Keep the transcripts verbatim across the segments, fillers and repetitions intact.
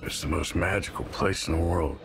It's the most magical place in the world.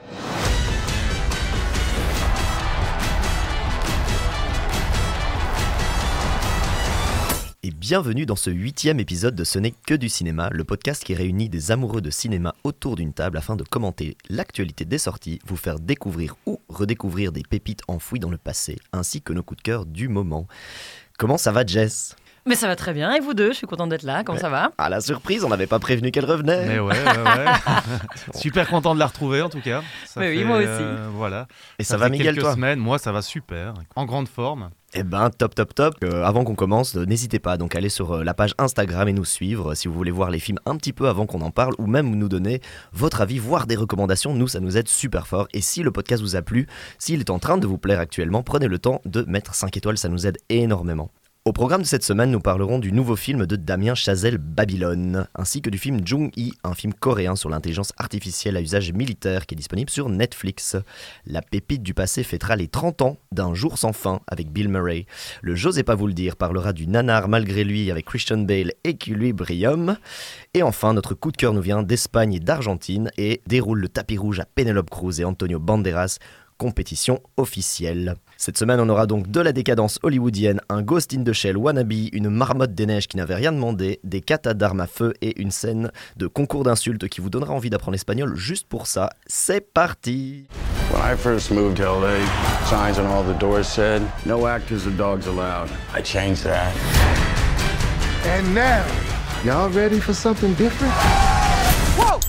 Et bienvenue dans ce huitième épisode de Ce n'est que du cinéma, le podcast qui réunit des amoureux de cinéma autour d'une table afin de commenter l'actualité des sorties, vous faire découvrir ou redécouvrir des pépites enfouies dans le passé, ainsi que nos coups de cœur du moment. Comment ça va, Jess ? Mais ça va très bien, et vous deux, je suis contente d'être là, comment ouais. ça va ? Ah, la surprise, on n'avait pas prévenu qu'elle revenait. Mais ouais, ouais, ouais. Super content de la retrouver en tout cas. Ça Mais fait, oui, moi aussi. Euh, voilà. Et ça, ça va, fait Miguel, quelques toi ? semaines, moi ça va super, en grande forme. Eh ben, top, top, top. Euh, avant qu'on commence, euh, n'hésitez pas donc à aller sur euh, la page Instagram et nous suivre euh, si vous voulez voir les films un petit peu avant qu'on en parle ou même nous donner votre avis, voire des recommandations. Nous, ça nous aide super fort. Et si le podcast vous a plu, s'il est en train de vous plaire actuellement, prenez le temps de mettre cinq étoiles, ça nous aide énormément. Au programme de cette semaine, nous parlerons du nouveau film de Damien Chazelle, Babylone, ainsi que du film Jung-Hee, un film coréen sur l'intelligence artificielle à usage militaire qui est disponible sur Netflix. La pépite du passé fêtera les trente ans d'Un jour sans fin avec Bill Murray. Le J'osais pas vous le dire parlera du nanar malgré lui avec Christian Bale et Equilibrium. Et enfin, notre coup de cœur nous vient d'Espagne et d'Argentine et déroule le tapis rouge à Penélope Cruz et Antonio Banderas, compétition officielle. Cette semaine, on aura donc de la décadence hollywoodienne, un Ghost in the Shell wannabe, une marmotte des neiges qui n'avait rien demandé, des katas d'armes à feu et une scène de concours d'insultes qui vous donnera envie d'apprendre l'espagnol juste pour ça. C'est parti! When I first moved to L A, signs on all the doors said, no actors or dogs allowed. I changed that. And now, y'all ready for something different? Whoa!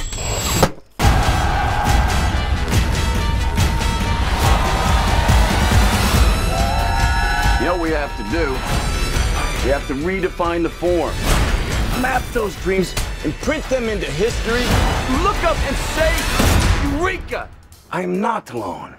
You know what we have to do? We have to redefine the form. Map those dreams and print them into history. Look up and say, Eureka! I am not alone.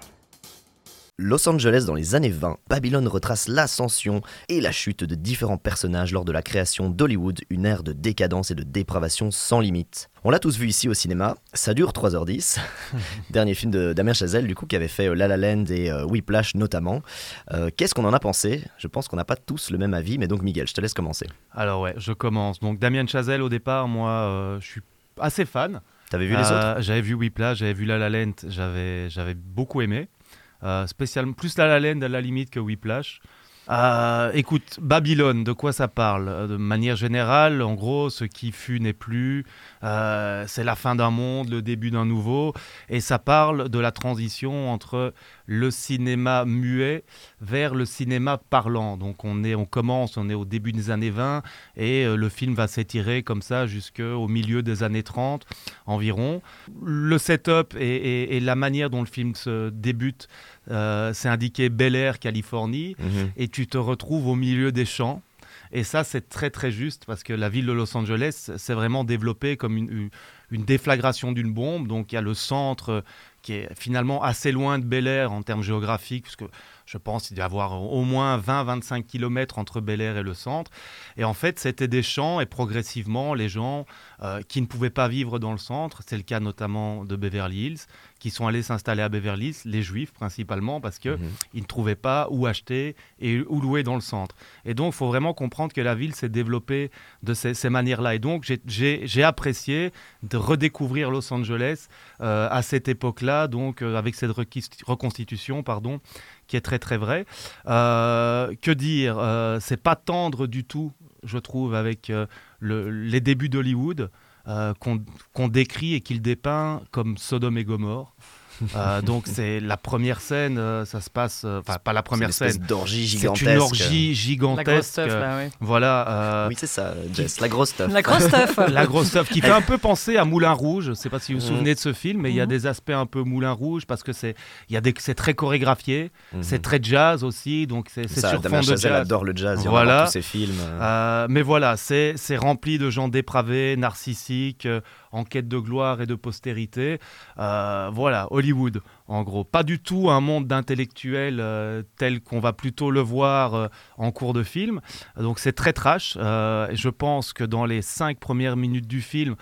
Los Angeles dans les années vingt, Babylone retrace l'ascension et la chute de différents personnages lors de la création d'Hollywood, une ère de décadence et de dépravation sans limite. On l'a tous vu ici au cinéma, ça dure trois heures dix. Dernier film de Damien Chazelle, du coup, qui avait fait La La Land et euh, Whiplash notamment. Euh, qu'est-ce qu'on en a pensé ? Je pense qu'on n'a pas tous le même avis, mais donc Miguel, je te laisse commencer. Alors ouais, je commence. Donc Damien Chazelle, au départ, moi, euh, je suis assez fan. T'avais vu les Euh, autres ? J'avais vu Whiplash, j'avais vu La La Land, j'avais, j'avais beaucoup aimé. Euh, spécialement plus La La Land à la limite que Whiplash. Euh, écoute, Babylone, de quoi ça parle ? De manière générale, en gros, ce qui fut n'est plus. Euh, c'est la fin d'un monde, le début d'un nouveau, et ça parle de la transition entre le cinéma muet vers le cinéma parlant. Donc on est, on commence, on est au début des années vingt, et euh, le film va s'étirer comme ça jusqu'au milieu des années trente environ. Le setup et, et, et la manière dont le film se débute, euh, c'est indiqué Bel Air, Californie, mmh. et tu te retrouves au milieu des champs. Et ça, c'est très très juste parce que la ville de Los Angeles s'est vraiment développée comme une, une, une déflagration d'une bombe. Donc il y a le centre qui est finalement assez loin de Bel Air en termes géographiques, puisque je pense qu'il doit y avoir au moins vingt à vingt-cinq kilomètres entre Bel Air et le centre. Et en fait, c'était des champs et progressivement, les gens euh, qui ne pouvaient pas vivre dans le centre, c'est le cas notamment de Beverly Hills, qui sont allés s'installer à Beverly Hills, les Juifs principalement, parce qu'ils mmh. ne trouvaient pas où acheter et où louer dans le centre. Et donc, il faut vraiment comprendre que la ville s'est développée de ces, ces manières-là. Et donc, j'ai, j'ai, j'ai apprécié de redécouvrir Los Angeles euh, à cette époque-là, donc euh, avec cette requist- reconstitution, pardon, qui est très très vraie. Euh, que dire euh, c'est pas tendre du tout, je trouve, avec euh, le, les débuts d'Hollywood. Euh, qu'on, qu'on décrit et qu'il dépeint comme Sodome et Gomorrhe. Euh, donc c'est la première scène, euh, ça se passe, enfin euh, pas la première c'est une scène, d'orgie gigantesque. C'est une orgie gigantesque. La grosse stuff, là, oui. Voilà. Euh, oui, c'est ça, Jess, la grosse stuff. La grosse stuff. La grosse stuff qui fait un peu penser à Moulin Rouge. Je ne sais pas si vous vous souvenez de ce film, mais il mm-hmm. y a des aspects un peu Moulin Rouge parce que c'est, il y a des, c'est très chorégraphié, mm-hmm. c'est très jazz aussi, donc c'est, c'est ça, sur Damien fond de Chazelle jazz. adore le jazz, il voilà. y en a dans tous ses films. Euh, mais voilà, c'est, c'est rempli de gens dépravés, narcissiques, euh, en quête de gloire et de postérité. Euh, voilà, Hollywood. En gros, pas du tout un monde d'intellectuels euh, tel qu'on va plutôt le voir euh, en cours de film. Donc c'est très trash. Euh, et je pense que dans les cinq premières minutes du film,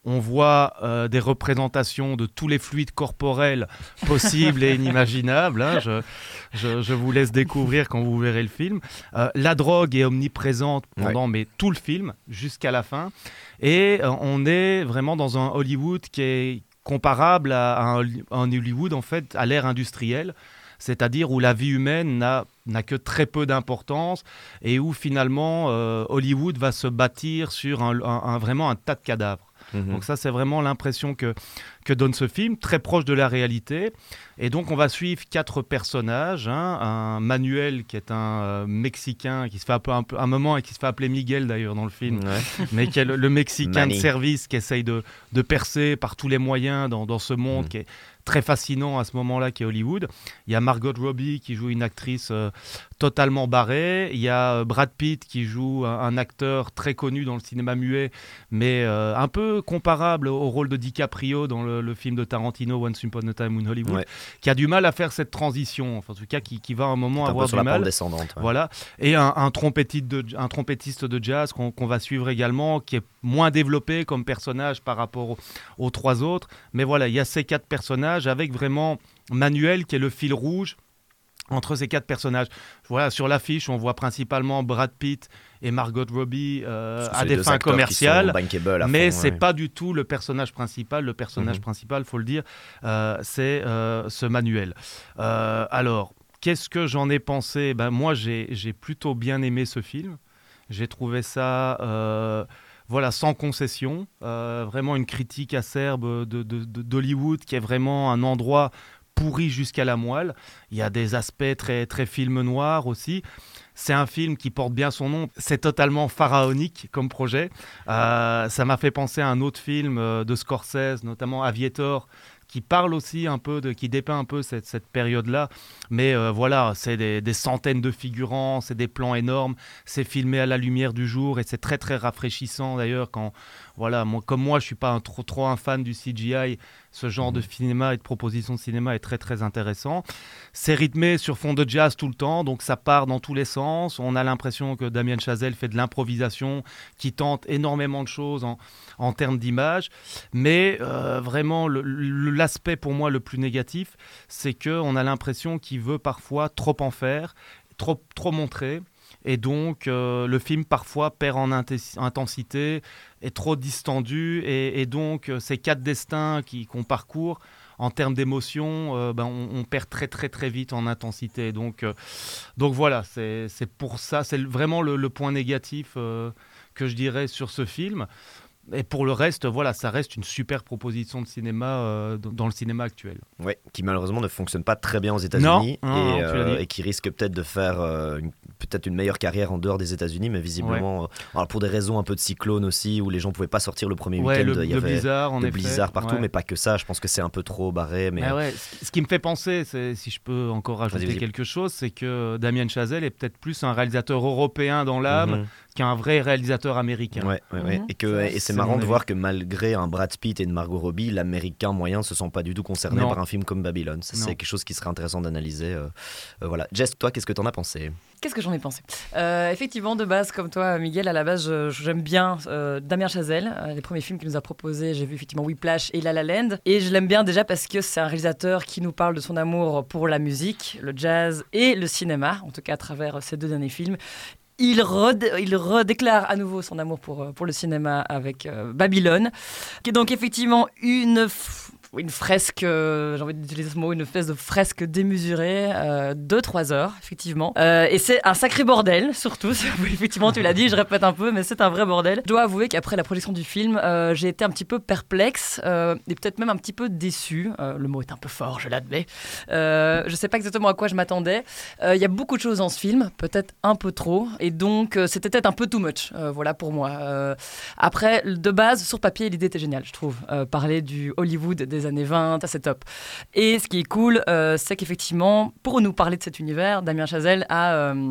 On voit euh, des représentations de tous les fluides corporels possibles et inimaginables. Hein. Je, je, je vous laisse découvrir quand vous verrez le film. Euh, la drogue est omniprésente pendant ouais. mais, tout le film, jusqu'à la fin. Et euh, on est vraiment dans un Hollywood qui est comparable à, à un, un Hollywood, en fait, à l'ère industrielle. C'est-à-dire où la vie humaine n'a, n'a que très peu d'importance et où finalement euh, Hollywood va se bâtir sur un, un, un, vraiment un tas de cadavres. Mmh. Donc ça, c'est vraiment l'impression que, que donne ce film, très proche de la réalité. Et donc, on va suivre quatre personnages. Hein, un Manuel, qui est un euh, Mexicain, qui se fait un, peu, un, peu, un moment et qui se fait appeler Miguel, d'ailleurs, dans le film, ouais. mais qui est le, le Mexicain de service qui essaye de, de percer par tous les moyens dans, dans ce monde mmh. qui est très fascinant à ce moment-là, qui est Hollywood. Il y a Margot Robbie, qui joue une actrice euh, totalement barrée. Il y a euh, Brad Pitt, qui joue un, un acteur très connu dans le cinéma muet, mais euh, un peu comparable au, au rôle de DiCaprio dans le, le film de Tarantino, Once Upon a Time in Hollywood, ouais. qui a du mal à faire cette transition, enfin, en tout cas, qui, qui va à un moment un avoir peu sur du la mal. Pente descendante. Ouais. Voilà. Et un, un, trompettiste de, un trompettiste de jazz qu'on, qu'on va suivre également, qui est moins développé comme personnage par rapport aux, aux trois autres. Mais voilà, il y a ces quatre personnages avec vraiment Manuel qui est le fil rouge entre ces quatre personnages. Voilà, sur l'affiche, on voit principalement Brad Pitt et Margot Robbie euh, à des fins commerciales, mais fond, c'est ouais. pas du tout le personnage principal. Le personnage mm-hmm. principal, faut le dire, euh, c'est euh, ce Manuel. Euh, alors, qu'est-ce que j'en ai pensé ? Ben, moi, j'ai, j'ai plutôt bien aimé ce film. J'ai trouvé ça... Euh, Voilà, sans concession, euh, vraiment une critique acerbe de, de, de, d'Hollywood qui est vraiment un endroit pourri jusqu'à la moelle. Il y a des aspects très, très film noir aussi. C'est un film qui porte bien son nom. C'est totalement pharaonique comme projet. Euh, ça m'a fait penser à un autre film de Scorsese, notamment Aviator, qui parle aussi un peu, de, qui dépeint un peu cette, cette période-là. Mais euh, voilà, c'est des, des centaines de figurants, c'est des plans énormes, c'est filmé à la lumière du jour et c'est très très rafraîchissant d'ailleurs quand, voilà, moi, comme moi je suis pas un, trop, trop un fan du C G I, ce genre mmh. de cinéma et de proposition de cinéma est très très intéressant. C'est rythmé sur fond de jazz tout le temps, donc ça part dans tous les sens. On a l'impression que Damien Chazelle fait de l'improvisation, qui tente énormément de choses en, en termes d'image. Mais euh, vraiment, le, le, l'aspect pour moi le plus négatif, c'est qu'on a l'impression qu'il veut parfois trop en faire, trop, trop montrer. Et donc, euh, le film, parfois, perd en inten- intensité, est trop distendu. Et, et donc, euh, ces quatre destins qui, qu'on parcourt, en termes d'émotion, euh, ben, on, on perd très, très, très vite en intensité. Donc, euh, donc voilà, c'est, c'est pour ça, c'est vraiment le, le point négatif euh, que je dirais sur ce film. Et pour le reste, voilà, ça reste une super proposition de cinéma euh, dans le cinéma actuel. Oui, qui malheureusement ne fonctionne pas très bien aux États-Unis non, et, non, euh, et qui risque peut-être de faire euh, une, peut-être une meilleure carrière en dehors des États-Unis, mais visiblement, ouais. euh, alors pour des raisons un peu de cyclone aussi, où les gens ne pouvaient pas sortir le premier ouais, week-end, le, il y avait blizzard, en de effet. blizzard partout, ouais. mais pas que ça. Je pense que c'est un peu trop barré. Mais bah ouais, ce qui me fait penser, c'est, si je peux encore rajouter vas-y, vas-y. quelque chose, c'est que Damien Chazelle est peut-être plus un réalisateur européen dans l'âme mm-hmm. qu'un vrai réalisateur américain. Ouais, ouais, ouais. Mm-hmm. Et, que, ça, et c'est, c'est marrant de voir que malgré un Brad Pitt et une Margot Robbie, l'américain moyen ne se sent pas du tout concerné non. par un film comme Babylone. C'est, c'est quelque chose qui serait intéressant d'analyser. Euh, euh, voilà. Jess, toi, qu'est-ce que t'en as pensé ? Qu'est-ce que j'en ai pensé ? euh, Effectivement, de base, comme toi, Miguel, à la base, je, j'aime bien euh, Damien Chazelle. Euh, les premiers films qu'il nous a proposés, j'ai vu effectivement Whiplash et La La Land. Et je l'aime bien déjà parce que c'est un réalisateur qui nous parle de son amour pour la musique, le jazz et le cinéma, en tout cas à travers ces deux derniers films. Il, rede, il redéclare à nouveau son amour pour, pour le cinéma avec euh, Babylone, qui est donc effectivement une, f- une fresque, euh, j'ai envie d'utiliser ce mot, une espèce de fresque démesurée euh, de trois heures, effectivement. Euh, et c'est un sacré bordel, surtout. Effectivement, tu l'as dit, je répète un peu, mais c'est un vrai bordel. Je dois avouer qu'après la projection du film, euh, j'ai été un petit peu perplexe euh, et peut-être même un petit peu déçu. Euh, le mot est un peu fort, je l'admets. Euh, je ne sais pas exactement à quoi je m'attendais. Il euh, y a beaucoup de choses dans ce film, peut-être un peu trop. Et donc, euh, c'était peut-être un peu too much, euh, voilà, pour moi. Euh, après, de base, sur papier, l'idée était géniale, je trouve. Euh, parler du Hollywood des années vingt, c'est top. Et ce qui est cool, euh, c'est qu'effectivement, pour nous parler de cet univers, Damien Chazelle a... Euh,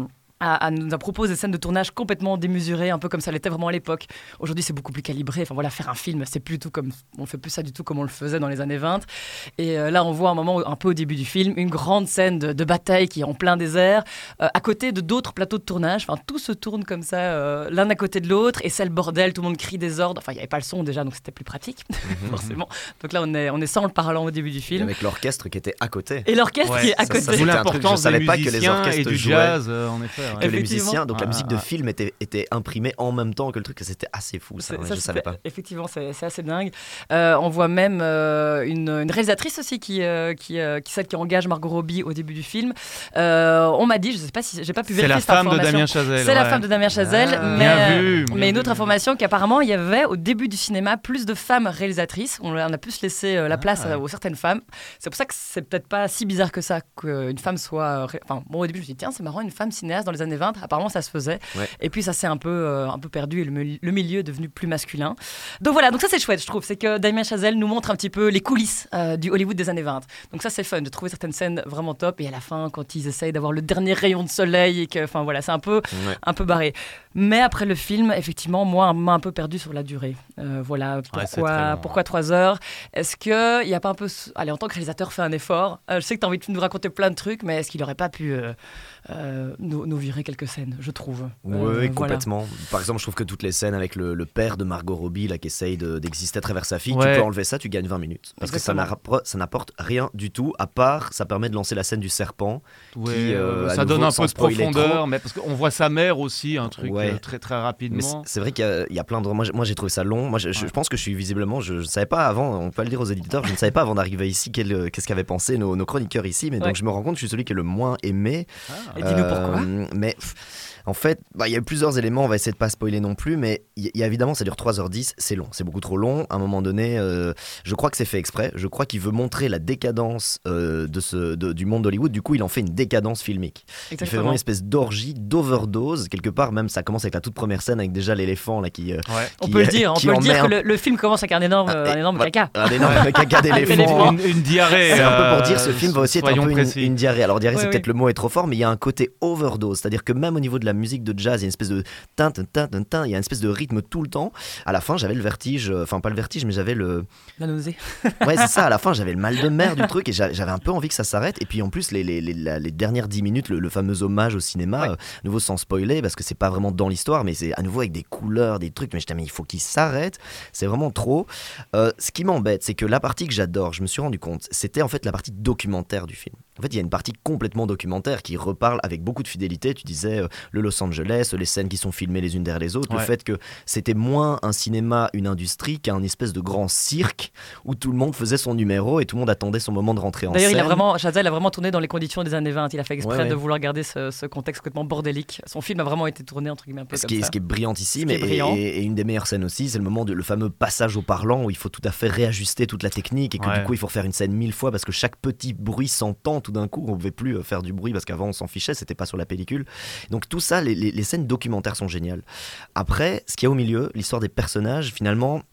à, à nous proposer des scènes de tournage complètement démesurées, un peu comme ça l'était vraiment à l'époque. Aujourd'hui, c'est beaucoup plus calibré. Enfin voilà, faire un film, c'est plus tout comme on fait plus ça du tout comme on le faisait dans les années vingt. Et euh, là, on voit un moment, un peu au début du film, une grande scène de, de bataille qui est en plein désert, euh, à côté de d'autres plateaux de tournage. Enfin, tout se tourne comme ça, euh, l'un à côté de l'autre, et c'est le bordel. Tout le monde crie des ordres. Enfin, il n'y avait pas le son déjà, donc c'était plus pratique, forcément. Donc là, on est, on est sans le parlant au début du film. Et avec l'orchestre qui était à côté. Et l'orchestre Ouais, qui est à ça, côté. ça, D'où c'était un truc, l'importance je savais des pas que les musiciens orchestres et du jouaient. jazz, euh, en effet. Que ouais. les Effectivement. musiciens, donc la Ah, musique ah, de ah. film était, était imprimée en même temps que le truc, et c'était assez fou ça, C'est- ouais, ça, je savais c'était- pas. Effectivement, c'est, c'est assez dingue. Euh, on voit même euh, une, une réalisatrice aussi qui, euh, qui, euh, qui, celle qui engage Margot Robbie au début du film. Euh, on m'a dit, je sais pas si j'ai pas pu C'est vérifier la cette femme de information. Damien Chazelle. C'est la ouais. femme de Damien Chazelle, Ah. mais, Bien vu, bien mais une vu. autre information qu'apparemment il y avait au début du cinéma plus de femmes réalisatrices. On, on a plus laissé euh, la place Ah. à- aux certaines femmes. C'est pour ça que c'est peut-être pas si bizarre que ça qu'une femme soit. euh, ré- Enfin, bon, au début je me suis dit tiens c'est marrant une femme cinéaste dans les années vingt. Apparemment ça se faisait. Ouais. Et puis ça s'est un peu euh, un peu perdu et le, mi- le milieu est devenu plus masculin. Donc voilà, donc ça c'est chouette je trouve, c'est que Damien Chazelle nous montre un petit peu les coulisses euh, du Hollywood des années vingt. Donc ça c'est fun de trouver certaines scènes vraiment top, et à la fin quand ils essayent d'avoir le dernier rayon de soleil et que enfin voilà c'est un peu Ouais. un peu barré. Mais après le film, effectivement, moi, m'a un peu perdu sur la durée. Euh, voilà, Ouais, c'est pourquoi, très long, pourquoi trois heures. Est-ce qu'il n'y a pas un peu... Allez, en tant que réalisateur, fais un effort. Euh, je sais que tu as envie de nous raconter plein de trucs, mais est-ce qu'il n'aurait pas pu euh, euh, nous, nous virer quelques scènes, je trouve. Oui, Euh, oui, voilà. complètement. Par exemple, je trouve que toutes les scènes avec le, le père de Margot Robbie là, qui essaye de- d'exister à travers sa fille, Ouais. tu peux enlever ça, tu gagnes vingt minutes. Parce Exactement. que ça n'appro- ça n'apporte rien du tout, à part ça permet de lancer la scène du serpent. Ouais, qui, euh, euh, à ça nouveau, donne un sans peu de spoiler profondeur, trop. mais parce qu'on voit sa mère aussi, un truc Ouais. euh, très très Mais c'est- rapidement. c'est vrai qu'il y a, il y a plein de... Moi, j'ai- moi, j'ai trouvé ça long. Moi, je, je Ouais. pense que je suis visiblement... Je ne savais pas avant, on peut le dire aux éditeurs, je ne savais pas avant d'arriver ici quel- qu'est-ce qu'avaient pensé nos, nos chroniqueurs ici. Mais Ouais. donc, je me rends compte que je suis celui qui est le moins aimé. Ah. Et dis-nous pourquoi. Euh, mais pff, en fait, bah, il y a eu plusieurs éléments, on va essayer de pas spoiler non plus, mais il y, il y a évidemment, ça dure trois heures dix, c'est long, c'est beaucoup trop long. À un moment donné, euh, je crois que c'est fait exprès, je crois qu'il veut montrer la décadence euh, de ce, de- du monde d'Hollywood, du coup il en fait une décadence filmique. Il fait vraiment une espèce d'orgie, d'overdose, quelque part, même ça commence avec la toute première scène avec déjà l'éléphant là qui... euh, Ouais. On qui, peut le euh, dire, on qui peut le dire que emmerde- le, le film commence avec un énorme, Ah, un énorme bah, caca. Un énorme caca d'éléphant. Éléphant. Une, une diarrhée. C'est un peu pour euh, dire ce film va aussi être un soyons peu une, précis. une diarrhée. Alors diarrhée Ouais, c'est oui. peut-être le mot est trop fort, mais il y a un côté overdose, c'est-à-dire que même au niveau de la musique de jazz, il y a une espèce de tin tin tin tin tin, il y a une espèce de rythme tout le temps. À la fin, j'avais le vertige, euh, enfin pas le vertige, mais j'avais le, La nausée. ouais c'est ça. À la fin, j'avais le mal de mer du truc et j'a- j'avais un peu envie que ça s'arrête. Et puis en plus, les, les, les, la- les dernières dix minutes, le, le fameux hommage au cinéma, Ouais. euh, à nouveau sans spoiler, parce que c'est pas vraiment dans l'histoire, mais c'est à nouveau avec des couleurs, des trucs. Mais je mais il faut qu'il s'arrête. C'est vraiment trop. Euh, ce qui m'embête, c'est que la partie que j'adore, je me suis rendu compte, c'était en fait la partie documentaire du film. En fait, il y a une partie complètement documentaire qui reparle avec beaucoup de fidélité. Tu disais euh, le Los Angeles, les scènes qui sont filmées les unes derrière les autres, Ouais. le fait que c'était moins un cinéma, une industrie qu'un espèce de grand cirque où tout le monde faisait son numéro et tout le monde attendait son moment de rentrer en D'ailleurs, scène. il a vraiment, Chazelle a vraiment tourné dans les conditions des années vingt. Il a fait exprès Ouais, ouais. de vouloir garder ce, ce contexte complètement bordélique. Son film a vraiment été tourné entre guillemets un peu Ce comme qui, est, ça. ce qui est brillantissime Ce qui est et, brillant. et- et une des meilleures scènes aussi, c'est le moment de le fameux passage au parlant où il faut tout à fait réajuster toute la technique et que Ouais. du coup il faut refaire une scène mille fois parce que chaque petit bruit s'entend tout d'un coup. On ne pouvait plus euh, faire du bruit parce qu'avant on s'en fichait, c'était pas sur la pellicule. Donc tout ça, les, les- les scènes documentaires sont géniales. Après, ce qu'il y a au milieu, l'histoire des personnages, finalement,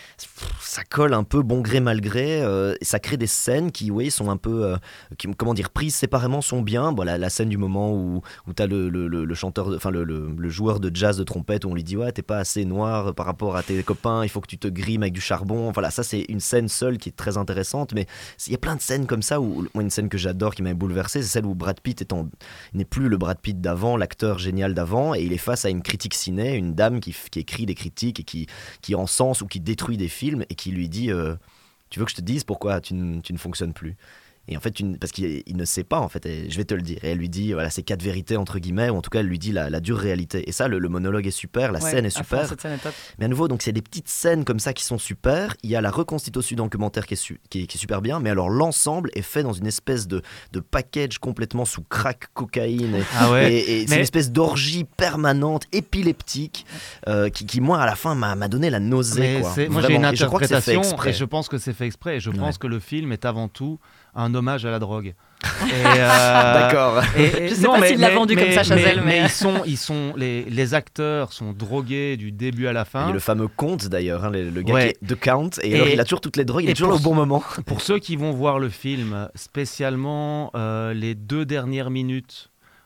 ça colle un peu bon gré mal gré, euh, et ça crée des scènes qui, oui, sont un peu, euh, qui, comment dire, prises séparément sont bien. Bon, la, la scène du moment où, où t'as le, le, le, le chanteur, de- enfin le, le, le joueur de jazz de trompette où on lui dit ouais t'es pas assez noir par rapport à tes copains, il faut que tu te grimes avec du charbon. Voilà, ça c'est une scène seule qui est très intéressante, mais il y a plein de scènes comme ça où, moi une scène que j'adore qui m'avait bouleversé, c'est celle où Brad Pitt est en, n'est plus le Brad Pitt d'avant, l'acteur génial d'avant, et il est face à une critique ciné, une dame qui, f- qui écrit des critiques et qui, qui encense ou qui détruit des films et qui lui dit euh, tu veux que je te dise pourquoi tu, ne- tu ne fonctionnes plus. Et en fait, tu ne- parce qu'il il ne sait pas, en fait, et je vais te le dire. Et elle lui dit, voilà, c'est quatre vérités, entre guillemets, ou en tout cas, elle lui dit la, la dure réalité. Et ça, le, le monologue est super, la Ouais, scène est à fond, super. cette scène est top. Mais à nouveau, donc c'est des petites scènes comme ça qui sont super. Il y a la reconstitution documentaire qui est, su- qui est, qui est super bien, mais alors l'ensemble est fait dans une espèce de, de package complètement sous crack, cocaïne. Et, Ah ouais. et- et c'est Mais- une espèce d'orgie permanente, épileptique, euh, qui, qui, moi, à la fin, m'a, m'a donné la nausée. Mais Quoi. c'est- moi Vraiment. j'ai une Et je crois que c'est fait interprétation exprès. et je pense que c'est fait exprès et je Ouais. pense que le film est avant tout un hommage à la drogue. Et, euh, D'accord. et- et- Je sais pas s'il l'a vendu comme ça, Chazelle, mais- mais ils sont, ils sont, les, les acteurs sont drogués du début à la Il y fin. a le fameux Count d'ailleurs, hein, le, le gars Ouais. qui est de Count, et, Et- alors il a toujours toutes les drogues, il est et toujours là au pour- bon moment. Pour ceux qui vont voir le film, spécialement euh, les deux dernières minutes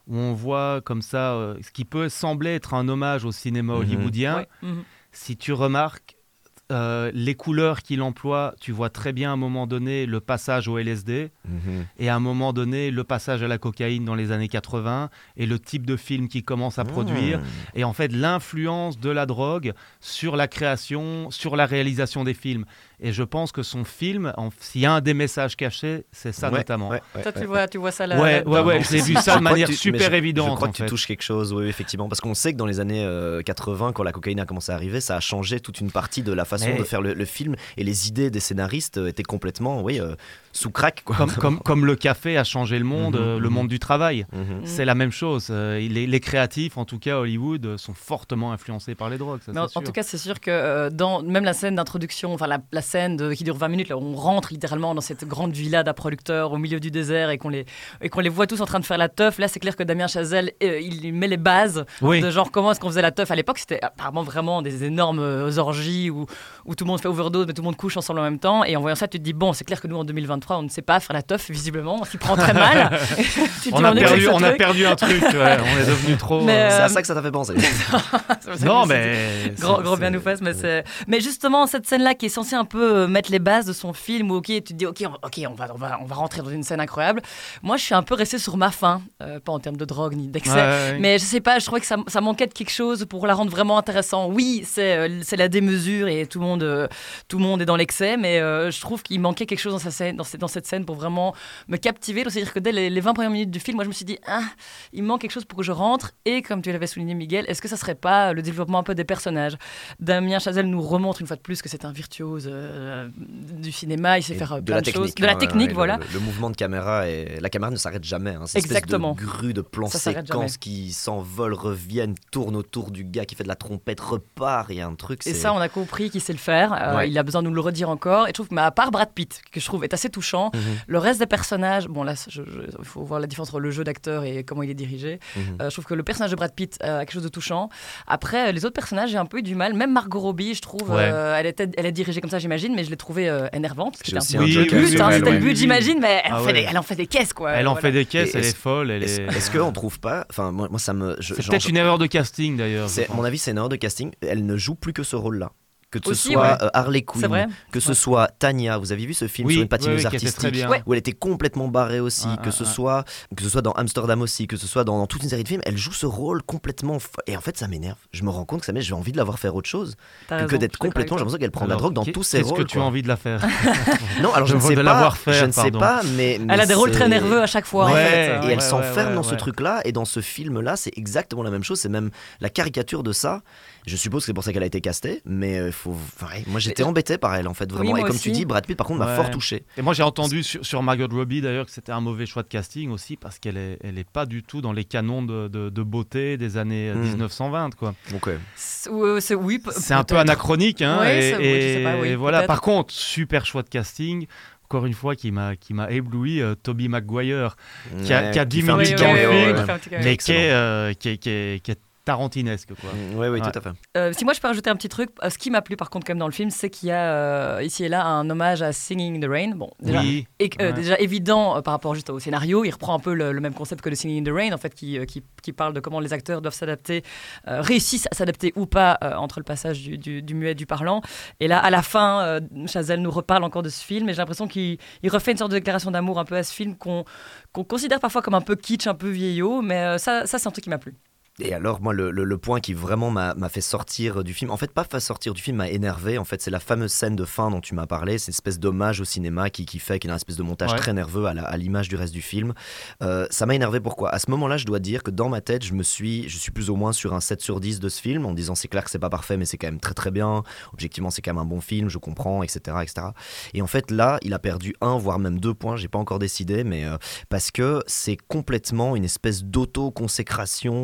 où on voit comme ça euh, ce qui peut sembler être un hommage au cinéma Mhm. hollywoodien. Ouais. Mhm. Si tu remarques euh, les couleurs qu'il emploie, tu vois très bien à un moment donné le passage au L S D Mhm. et à un moment donné le passage à la cocaïne dans les années quatre-vingts et le type de film qu'il commence à produire. Mmh. Et en fait, l'influence de la drogue sur la création, sur la réalisation des films. Et je pense que son film, en- s'il y a un des messages cachés, c'est ça Ouais, notamment. ouais, ouais, Toi, ouais. tu vois, tu vois ça là. Ouais, là-dedans. ouais, ouais, j'ai vu ça de Je crois manière que tu- super mais je- évidente. Je crois en que tu fait. touches quelque chose, oui, effectivement. Parce qu'on sait que dans les années euh, quatre-vingts, quand la cocaïne a commencé à arriver, ça a changé toute une partie de la façon Mais- de faire le, le film. Et les idées des scénaristes euh, étaient complètement, oui, euh, sous crack. Quoi. Comme, comme, comme le café a changé le monde, Mhm, euh, le mhm. monde du travail. Mhm. C'est la même chose. Euh, les, les créatifs, en tout cas Hollywood, euh, sont fortement influencés par les drogues. Ça, Mais en, c'est en sûr. tout cas, c'est sûr que euh, dans même la scène d'introduction, enfin la, la scène de- qui dure vingt minutes, là, où on rentre littéralement dans cette grande villa d'un producteur au milieu du désert et qu'on les, et qu'on les voit tous en train de faire la teuf, là, c'est clair que Damien Chazelle, euh, il met les bases Oui. de genre comment est-ce qu'on faisait la teuf à l'époque. C'était apparemment vraiment des énormes euh, orgies où, où tout le monde fait overdose, mais tout le monde couche ensemble en même temps. Et en voyant ça, tu te dis, bon, c'est clair que nous, en deux mille vingt-trois, on ne sait pas faire la teuf, visiblement. On s'y prend très mal. Tu te On dis, a, est perdu, avec ce on a truc. perdu un truc. Ouais, on est devenu trop. Mais, euh, C'est Euh, à ça que ça t'a fait penser. C'est ça Non, que je me suis dit. mais. Grand, c'est- grand bien c'est- nous fasse, mais c'est. Mais justement, cette scène-là qui est censée un peu euh, mettre les bases de son film, où ok, tu te dis ok, on, ok, on va, on va, on va rentrer dans une scène incroyable. Moi, je suis un peu restée sur ma faim, euh, pas en termes de drogue ni d'excès, Ouais, ouais, ouais. mais je sais pas, je trouvais que ça, ça manquait de quelque chose pour la rendre vraiment intéressante. Oui, c'est, euh, c'est la démesure et tout le monde, euh, tout le monde est dans l'excès, mais euh, je trouve qu'il manquait quelque chose dans, sa scène, dans, cette, dans cette scène pour vraiment me captiver. Donc, c'est-à-dire que dès les, les vingt premières minutes du film, moi, je me suis dit, ah, il me manque quelque chose pour que je rentre. Et comme tu l'avais souligné, Miguel, est-ce que ça serait pas le développement un peu des personnages? Damien Chazelle nous remontre une fois de plus que c'est un virtuose euh, du cinéma, il sait Et faire euh, de plein la de choses, technique, de la hein, technique, ouais, voilà. Le, le mouvement de caméra, et la caméra ne s'arrête jamais. Hein. C'est une espèce Exactement. de grue de plans Ça s'arrête séquences qui s'envolent, reviennent, tournent autour du gars qui fait de la trompette, repart. Il y a un truc. Et c'est- ça, on a compris qu'il sait le faire. Euh, Ouais. Il a besoin de nous le redire encore. Et je trouve que, mais à part Brad Pitt, que je trouve est assez touchant, Mhm. le reste des personnages, bon là, je- je- il faut voir la différence entre le jeu d'acteur et comment il est dirigé. Mhm. Euh, je trouve que le personnage de Brad Pitt a quelque chose de touchant. Après, euh, les autres personnages, j'ai un peu eu du mal. Même Margot Robbie, je trouve, Ouais. euh, elle, était, elle est dirigée comme ça, j'imagine, mais je l'ai trouvée euh, énervante. J'ai C'était un aussi peu un Oui, le joker oui, but, sur hein, elle, c'était ouais. le but, j'imagine, mais elle, Ah en fait ouais. des, elle en fait des caisses, quoi. Elle en Voilà. fait des caisses, Et elle est-ce- est folle. Elle Est-ce est... est-ce qu'on trouve pas. Enfin, moi, moi, ça me. je- C'est genre, peut-être je- une erreur de casting d'ailleurs. je C'est, à pense. mon avis, c'est une erreur de casting. Elle ne joue plus que ce rôle-là. Que ce Aussi, soit ouais. euh, Harley C'est Quinn, vrai. que ce Ouais. soit Tanya. Vous avez vu ce film Oui, sur une oui, patineuse oui, qui était très artistique bien. Ouais. où elle était complètement barrée aussi, Ouais, que ouais, ce ouais. soit que ce soit dans Amsterdam aussi, que ce soit dans, dans toute une série de films, elle joue ce rôle complètement fo- et en fait ça m'énerve. Je me rends compte que ça m'énerve, j'ai envie de la voir faire autre chose T'as que, raison, que d'être je suis d'accord complètement. J'ai avec l'impression qu'elle prend de la Alors, drogue dans qu'est- tous ses Qu'est-ce rôles. que tu as quoi. envie de la faire Non, alors je De ne sais de pas. l'avoir faire, je ne sais pardon. pas, mais, mais Elle a des rôles c'est- très nerveux à chaque fois, en Ouais, fait. Et Ouais. elle ouais, s'enferme ouais, dans ce ouais. truc-là, et dans ce film-là, c'est exactement la même chose. C'est même la caricature de ça. Je suppose que c'est pour ça qu'elle a été castée, mais euh, faut. enfin, ouais, moi, j'étais Mais- embêté par elle, en fait, vraiment. moi et comme aussi. tu dis, Brad Pitt, par contre, m'a Ouais. fort touché. Et moi j'ai entendu sur, sur Margot Robbie d'ailleurs que c'était un mauvais choix de casting aussi parce qu'elle est, elle est pas du tout dans les canons de, de, de beauté des années Hmm. dix-neuf cent vingt quoi. Donc, ouais. C'est- euh, c'est- oui, pe- C'est un peu peut-être. anachronique hein. Ouais, et, c'est- oui, je sais pas, oui, et voilà. peut-être. Par contre super choix de casting. Encore une fois qui m'a qui m'a ébloui, euh, Tobey Maguire qui a- Ouais, qui a dix fait un minutes petit dans le caméo, film, ouais. qui fait un petit caméo. mais qui excellent. est, euh, qui est, qui est- qui est tarantinesque quoi. Oui, oui, Ouais. tout à fait. Euh, si moi je peux rajouter un petit truc, euh, ce qui m'a plu par contre quand même dans le film, c'est qu'il y a euh, ici et là un hommage à Singing in the Rain. Bon, déjà, Oui. et, euh, Ouais. déjà évident euh, par rapport juste au scénario, il reprend un peu le, le même concept que le Singing in the Rain, en fait, qui, euh, qui, qui parle de comment les acteurs doivent s'adapter, euh, réussissent à s'adapter ou pas euh, entre le passage du, du, du muet et du parlant. Et là, à la fin, euh, Chazelle nous reparle encore de ce film, et j'ai l'impression qu'il il refait une sorte de déclaration d'amour un peu à ce film qu'on qu'on considère parfois comme un peu kitsch, un peu vieillot, mais euh, ça, ça c'est un truc qui m'a plu. Et alors, moi, le, le- le point qui vraiment m'a m'a fait sortir du film, en fait, pas fait sortir du film, m'a énervé. En fait, c'est la fameuse scène de fin dont tu m'as parlé. C'est une espèce d'hommage au cinéma qui, qui fait qu'il y a une espèce de montage Ouais. très nerveux à la- à l'image du reste du film. Euh, ça m'a énervé pourquoi? À ce moment-là, je dois dire que dans ma tête, je me suis, je suis plus ou moins sur un sept sur dix de ce film, en disant c'est clair que c'est pas parfait, mais c'est quand même très très bien. Objectivement, c'est quand même un bon film, je comprends, et cetera, et cetera. Et en fait, là, il a perdu un, voire même deux points. J'ai pas encore décidé, mais euh, parce que c'est complètement une espèce d'auto-consécration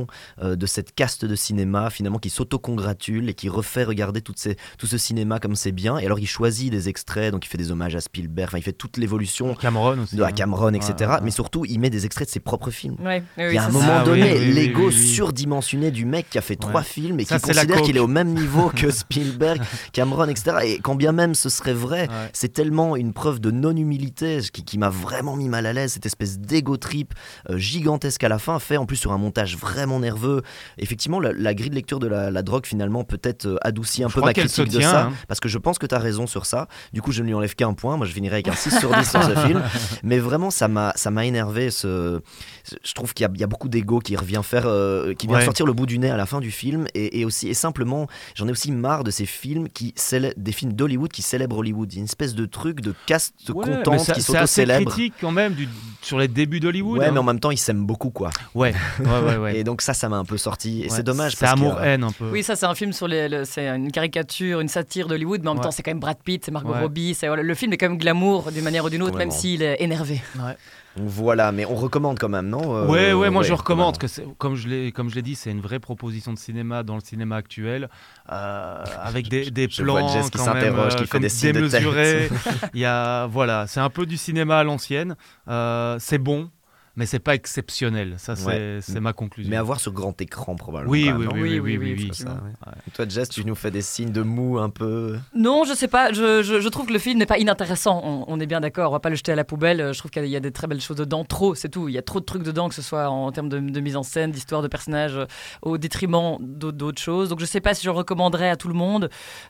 euh, de cette caste de cinéma finalement qui s'auto-congratule et qui refait regarder toutes ces, tout ce cinéma comme c'est bien. Et alors il choisit des extraits, donc il fait des hommages à Spielberg, enfin il fait toute l'évolution Cameron aussi, de à Cameron, et cetera. Ouais, ouais. Mais surtout il met des extraits de ses propres films. Ouais, oui, Il y a ça, un c'est- moment Ah, donné, oui, oui, l'ego oui, oui, oui. surdimensionné du mec qui a fait trois Ouais. films et Ça, qui c'est la considère coke. qu'il est au même niveau que Spielberg, Cameron, et cetera. Et quand bien même ce serait vrai, Ouais. c'est tellement une preuve de non-humilité qui, qui m'a vraiment mis mal à l'aise, cette espèce d'ego trip euh, gigantesque à la fin, fait en plus sur un montage vraiment nerveux. Effectivement, la, la grille de lecture de la, la drogue finalement peut-être euh, adoucit un Je peu crois ma qu'elle se critique de tient, ça, hein. parce que je pense que tu as raison sur ça. Du coup, je ne lui enlève qu'un point. Moi, je finirai avec un six sur dix sur ce film. Mais vraiment, ça m'a, ça m'a énervé. Ce... Je trouve qu'il y a, il y a beaucoup d'ego qui revient faire, euh, qui vient Ouais. sortir le bout du nez à la fin du film. Et, et aussi, et simplement, j'en ai aussi marre de ces films qui célèbrent, des films d'Hollywood qui célèbrent Hollywood. Il y a une espèce de truc de caste Ouais, mais contente ça- qui c'est assez s'auto-célèbre. critique quand même du, sur les débuts d'Hollywood. Ouais, hein. mais en même temps, ils s'aiment beaucoup, quoi. Ouais, ouais, ouais. ouais. Et donc ça, ça m'a un peu sorti. Et Ouais. c'est dommage. C'est parce que, euh, amour-haine un peu. Oui, ça c'est un film sur les, le- c'est une caricature, une satire d'Hollywood, mais en même Ouais. temps c'est quand même Brad Pitt, c'est Margot Ouais. Robbie, c'est, voilà, le film est quand même glamour d'une manière ou d'une autre, même Complètement. s'il est énervé. Ouais. Voilà, mais on recommande quand même, non Euh, Ouais, ouais, moi je ouais, recommande, quand que c'est- comme je l'ai, comme je l'ai dit, c'est une vraie proposition de cinéma dans le cinéma actuel, euh, avec des, des je vois plans Jess qui quand s'interroge, même, qui euh, fait comme des signes de tête. démesurés. Il y a, voilà, c'est un peu du cinéma à l'ancienne. Euh, c'est bon, mais c'est pas exceptionnel. Ça, c'est, Ouais. c'est ma conclusion. Mais à voir sur grand écran, probablement. Oui, quand oui, même, oui, non oui, Oui, oui, oui, oui, oui, oui. effectivement. Ça, ouais. Toi, Jess, tu nous fais des signes de mou un peu. Non, je sais pas, je, je, je trouve que le film n'est pas inintéressant, on, on est bien d'accord, on va pas le jeter à la poubelle, je trouve qu'il y a des très belles choses dedans, trop, c'est tout, il y a trop de trucs dedans, que ce soit en termes de, de mise en scène, d'histoire, de personnages, euh, au détriment d'autres, d'autres choses, donc je sais pas si je le recommanderais à tout le monde.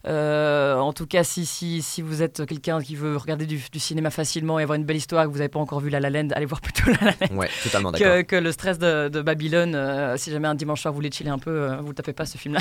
Euh, en tout cas, si, si, si vous êtes quelqu'un qui veut regarder du, du cinéma facilement et avoir une belle histoire, que vous n'avez pas encore vu La La Land, allez voir plutôt La La Land Ouais, totalement d'accord. que, que le stress de, de Babylone. Euh, si jamais un dimanche soir vous voulez chiller un peu, euh, vous ne tapez pas ce film-là.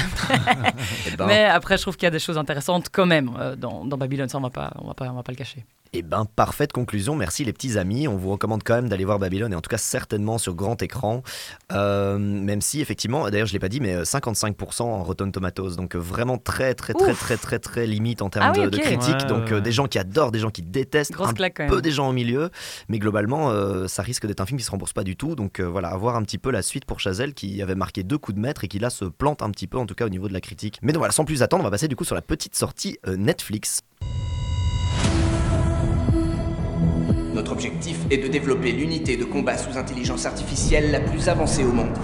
Eh ben, Mais après, je trouve qu'il y a des choses intéressantes quand même euh, dans, dans Babylone. Ça, on va pas, on va pas, on va pas le cacher. eh ben, parfaite conclusion. Merci les petits amis. On vous recommande quand même d'aller voir Babylone, et en tout cas certainement sur grand écran. Euh, même si effectivement, d'ailleurs je l'ai pas dit, mais cinquante-cinq pour cent en Rotten Tomatoes, donc euh, vraiment très très très Ouf. très très très limite en termes Ah oui, de, ok. de critique. Ouais, donc ouais, euh, ouais. des gens qui adorent, des gens qui détestent, Grosse un claque quand peu même. des gens au milieu, mais globalement euh, ça risque d'être un film qui se rembourse pas du tout. Donc euh, voilà, à voir un petit peu la suite pour Chazelle, qui avait marqué deux coups de maître et qui là se plante un petit peu, en tout cas au niveau de la critique. Mais donc voilà, sans plus attendre, on va passer du coup sur la petite sortie euh, Netflix. Notre objectif est de développer l'unité de combat sous intelligence artificielle la plus avancée au monde.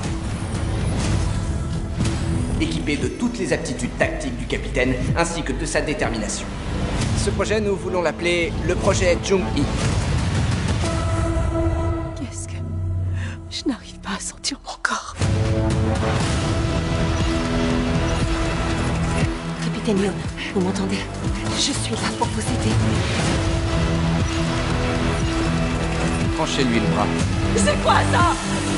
Équipée de toutes les aptitudes tactiques du capitaine ainsi que de sa détermination. Ce projet, nous voulons l'appeler le projet Jung-Hee. Qu'est-ce que... Je n'arrive pas à sentir mon corps. Capitaine Yoon, vous m'entendez? Je suis là pour vous aider. Tranchez-lui le bras. C'est quoi ça?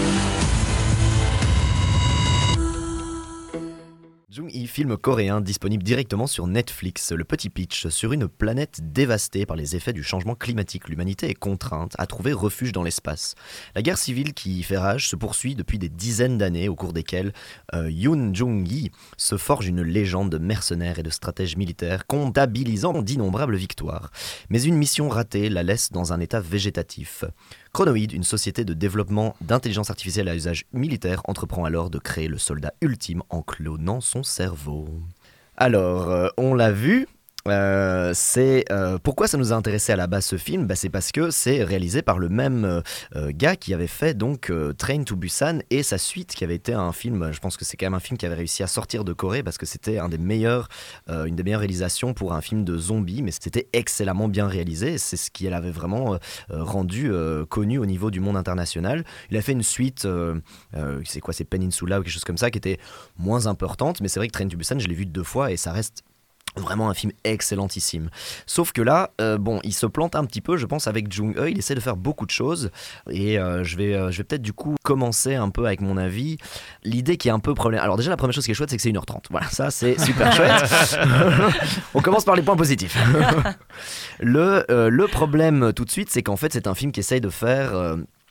Jung-Hee, film coréen disponible directement sur Netflix. Le petit pitch: sur une planète dévastée par les effets du changement climatique, l'humanité est contrainte à trouver refuge dans l'espace. La guerre civile qui y fait rage se poursuit depuis des dizaines d'années, au cours desquelles euh, Yoon Jung-Hee se forge une légende de mercenaire et de stratège militaire, comptabilisant d'innombrables victoires. Mais une mission ratée la laisse dans un état végétatif. Chronoid, une société de développement d'intelligence artificielle à usage militaire, entreprend alors de créer le soldat ultime en clonant son cerveau. Alors, euh, on l'a vu, euh, c'est euh, pourquoi ça nous a intéressé à la base ce film, bah, c'est parce que c'est réalisé par le même euh, euh, gars qui avait fait donc euh, Train to Busan et sa suite, qui avait été un film, je pense que c'est quand même un film qui avait réussi à sortir de Corée, parce que c'était un des meilleurs, euh, une des meilleures réalisations pour un film de zombies, mais c'était excellemment bien réalisé, et c'est ce qui l'avait vraiment euh, rendu euh, connu au niveau du monde international. Il a fait une suite, euh, euh, c'est quoi, c'est Peninsula ou quelque chose comme ça, qui était moins importante, mais c'est vrai que Train to Busan, je l'ai vu deux fois et ça reste vraiment un film excellentissime. Sauf que là, euh, bon, il se plante un petit peu, je pense, avec Jung-Hee. Il essaie de faire beaucoup de choses. Et euh, je vais, euh, je vais peut-être du coup commencer un peu avec mon avis. L'idée qui est un peu problème. Alors déjà, la première chose qui est chouette, c'est que c'est une heure trente. Voilà, ça c'est super chouette. On commence par les points positifs. le, euh, le problème tout de suite, c'est qu'en fait, c'est un film qui essaye de faire... Euh,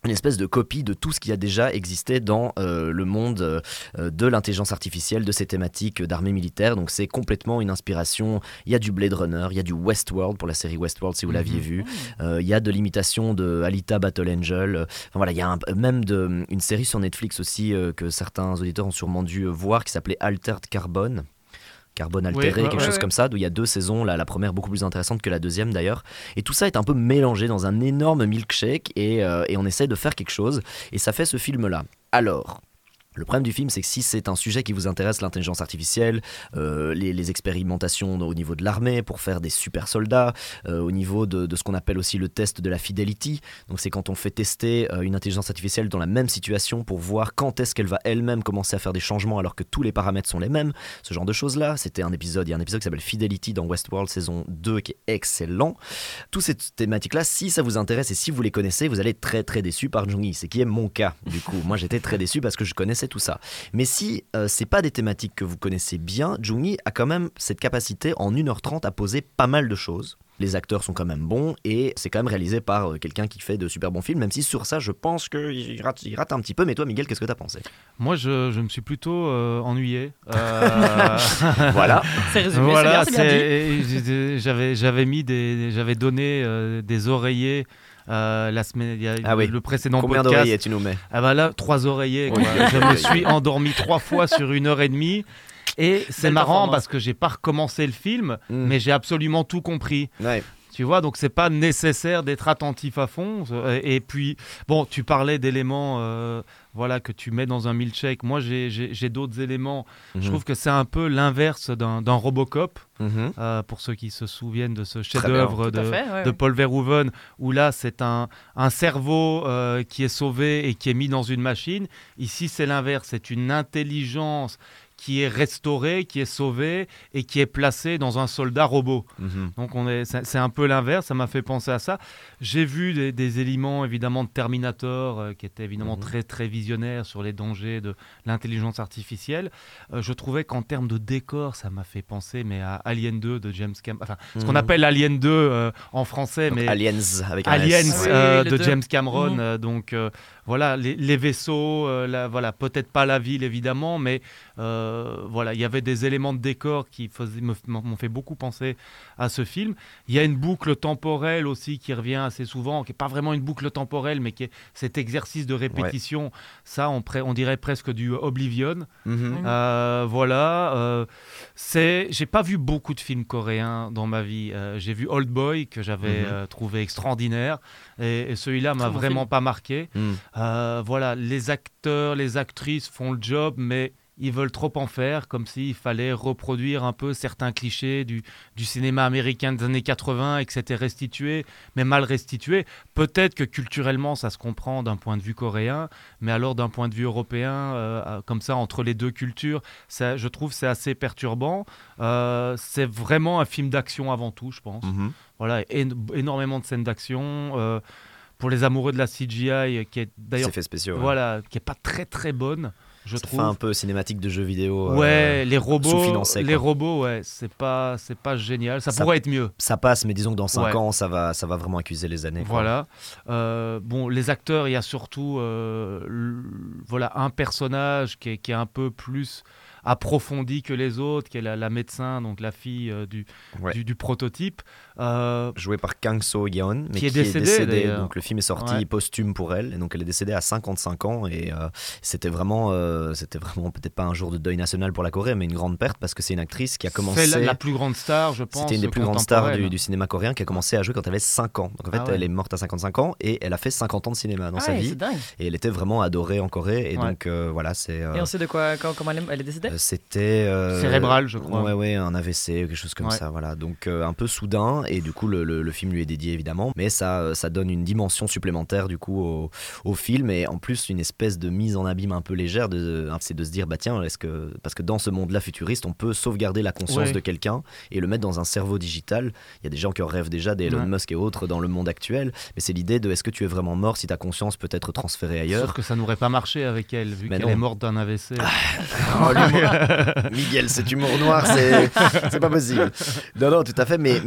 une espèce de copie de tout ce qui a déjà existé dans euh, le monde euh, de l'intelligence artificielle, de ces thématiques d'armée militaire. Donc c'est complètement une inspiration. Il y a du Blade Runner, il y a du Westworld pour la série Westworld si vous l'aviez vu. Euh, il y a de l'imitation de Alita Battle Angel. Enfin voilà, il y a un, même de, une série sur Netflix aussi euh, que certains auditeurs ont sûrement dû voir qui s'appelait Altered Carbon. Carbone altéré, oui, ouais, quelque ouais, chose ouais. comme ça, d'où il y a deux saisons, la, la première beaucoup plus intéressante que la deuxième d'ailleurs. Et tout ça est un peu mélangé dans un énorme milkshake et, euh, et on essaie de faire quelque chose. Et ça fait ce film-là. Alors... Le problème du film, c'est que si c'est un sujet qui vous intéresse, l'intelligence artificielle, euh, les, les expérimentations au niveau de l'armée pour faire des super soldats, euh, au niveau de, de ce qu'on appelle aussi le test de la fidelity, donc c'est quand on fait tester euh, une intelligence artificielle dans la même situation pour voir quand est-ce qu'elle va elle-même commencer à faire des changements alors que tous les paramètres sont les mêmes, ce genre de choses-là. C'était un épisode, il y a un épisode qui s'appelle Fidelity dans Westworld saison deux qui est excellent. Toutes ces thématiques-là, si ça vous intéresse et si vous les connaissez, vous allez être très très déçus par Jung-Hee, c'est qui est mon cas du coup. Moi j'étais très déçu parce que je connaissais tout ça. Mais si euh, c'est pas des thématiques que vous connaissez bien, Jung-Hee a quand même cette capacité en une heure trente à poser pas mal de choses. Les acteurs sont quand même bons et c'est quand même réalisé par euh, quelqu'un qui fait de super bons films, même si sur ça je pense qu'il rate, il rate un petit peu. Mais toi Miguel, qu'est-ce que t'as pensé ? Moi, je, je me suis plutôt euh, ennuyé. Euh... Voilà. C'est résumé, Voilà, c'est bien, c'est bien dit. c'est- j'avais, j'avais mis des, j'avais donné euh, des oreillers. Euh, la semaine, il y a Ah oui. le précédent Combien podcast. d'oreillers tu nous mets ? Ah bah là, trois oreillers. Quoi. Oui. Je me suis endormi trois fois sur une heure et demie. Et c'est Belle marrant performance. parce que j'ai pas recommencé le film, Mm. mais j'ai absolument tout compris. Ouais. Tu vois, donc c'est pas nécessaire d'être attentif à fond. Et puis, bon, tu parlais d'éléments euh, voilà, que tu mets dans un milkshake. Moi, j'ai, j'ai, j'ai d'autres éléments. Mhm. Je trouve que c'est un peu l'inverse d'un, d'un Robocop. Mhm. Euh, pour ceux qui se souviennent de ce Très chef-d'œuvre Tout à de, fait, ouais, de ouais. Paul Verhoeven, où là, c'est un, un cerveau euh, qui est sauvé et qui est mis dans une machine. Ici, c'est l'inverse. C'est une intelligence qui est restaurée, qui est sauvée et qui est placée dans un soldat robot. Mhm. Donc on est, c'est, c'est un peu l'inverse, ça m'a fait penser à ça. J'ai vu des, des éléments évidemment de Terminator euh, qui étaient évidemment Mhm. très très visionnaires sur les dangers de l'intelligence artificielle. Euh, je trouvais qu'en termes de décor, ça m'a fait penser mais à Alien deux de James Cameron, enfin ce qu'on Mhm. appelle Alien deux euh, en français, Donc, mais Aliens avec un Aliens S. Oui, euh, oui, le de deux. James Cameron. Mhm. euh, donc euh, voilà, les, les vaisseaux, euh, la- voilà, peut-être pas la ville évidemment, mais euh, voilà, il y avait des éléments de décor qui faisaient, me- m'ont fait beaucoup penser à ce film. Il y a une boucle temporelle aussi qui revient assez souvent, qui n'est pas vraiment une boucle temporelle, mais qui est cet exercice de répétition. Ça, on, pré- on dirait presque du Oblivion. Mhm. Euh, voilà, euh, c'est. J'ai pas vu beaucoup de films coréens dans ma vie. Euh, j'ai vu Old Boy que j'avais Mhm. euh, trouvé extraordinaire et, et celui-là m'a Très bon vraiment film. pas marqué. Mhm. Euh, voilà, les acteurs, les actrices font le job, mais ils veulent trop en faire, comme s'il fallait reproduire un peu certains clichés du, du cinéma américain des années quatre-vingts et que c'était restitué, mais mal restitué. Peut-être que culturellement, ça se comprend d'un point de vue coréen, mais alors d'un point de vue européen, euh, comme ça, entre les deux cultures, ça, je trouve c'est assez perturbant. Euh, c'est vraiment un film d'action avant tout, je pense. Mhm. Voilà, én- énormément de scènes d'action. euh, pour les amoureux de la C G I, qui est d'ailleurs C'est fait spécial. ouais. voilà, qui est pas très très bonne, je Ça trouve. fait un peu cinématique de jeux vidéo. euh, Ouais, les robots, sous-financé, les quoi. robots, ouais, c'est pas, c'est pas génial. Ça, Ça- pourrait être mieux. Ça passe, mais disons que dans cinq Ouais. ans, ça va, ça va vraiment accuser les années. quoi. Voilà. Euh, bon, les acteurs, il y a surtout, euh, l- voilà, un personnage qui est, qui est un peu plus approfondi que les autres, qui est la, la médecin, donc la fille euh, du, Ouais. du, du prototype. Euh, Joué par Kang So-yeon, mais Qui est décédée, d'ailleurs. Donc le film est sorti Ouais. posthume pour elle, et donc elle est décédée à cinquante-cinq ans. Et euh, c'était vraiment, euh, c'était vraiment peut-être pas un jour de deuil national pour la Corée, mais une grande perte parce que c'est une actrice qui a commencé. c'est la, la plus grande star, je pense. C'était une des plus grandes stars contemporaine. du, du cinéma coréen qui a commencé à jouer quand elle avait cinq ans. Donc en fait, Ah ouais. elle est morte à cinquante-cinq ans et elle a fait cinquante ans de cinéma dans Ah sa ouais, vie. c'est dingue. Et elle était vraiment adorée en Corée. Et Ouais. donc euh, voilà, c'est. euh, Et on sait de quoi, quand- comment elle est, elle est décédée euh, C'était. euh, Cérébral, je crois. Ouais, ouais, un A V C, quelque chose comme Ouais. ça, voilà. Donc euh, un peu soudain, et du coup le, le- le film lui est dédié évidemment, mais ça, euh, ça donne une dimension supplémentaire du coup au, au film, et en plus une espèce de mise en abîme un peu légère, de, c'est de se dire bah tiens, est-ce que parce que dans ce monde-là futuriste, on peut sauvegarder la conscience Ouais. de quelqu'un et le mettre dans un cerveau digital. Il y a des gens qui en rêvent déjà, des Elon Ouais. Musk et autres dans le monde actuel, mais c'est l'idée de est-ce que tu es vraiment mort si ta conscience peut être transférée ailleurs. Sauf que ça n'aurait pas marché avec elle, vu Mais qu'elle non. est morte d'un A V C. Oh, l'humour. Miguel, cet humour noir, c'est c'est pas possible. Non, non, tout à fait. Mais, mais euh,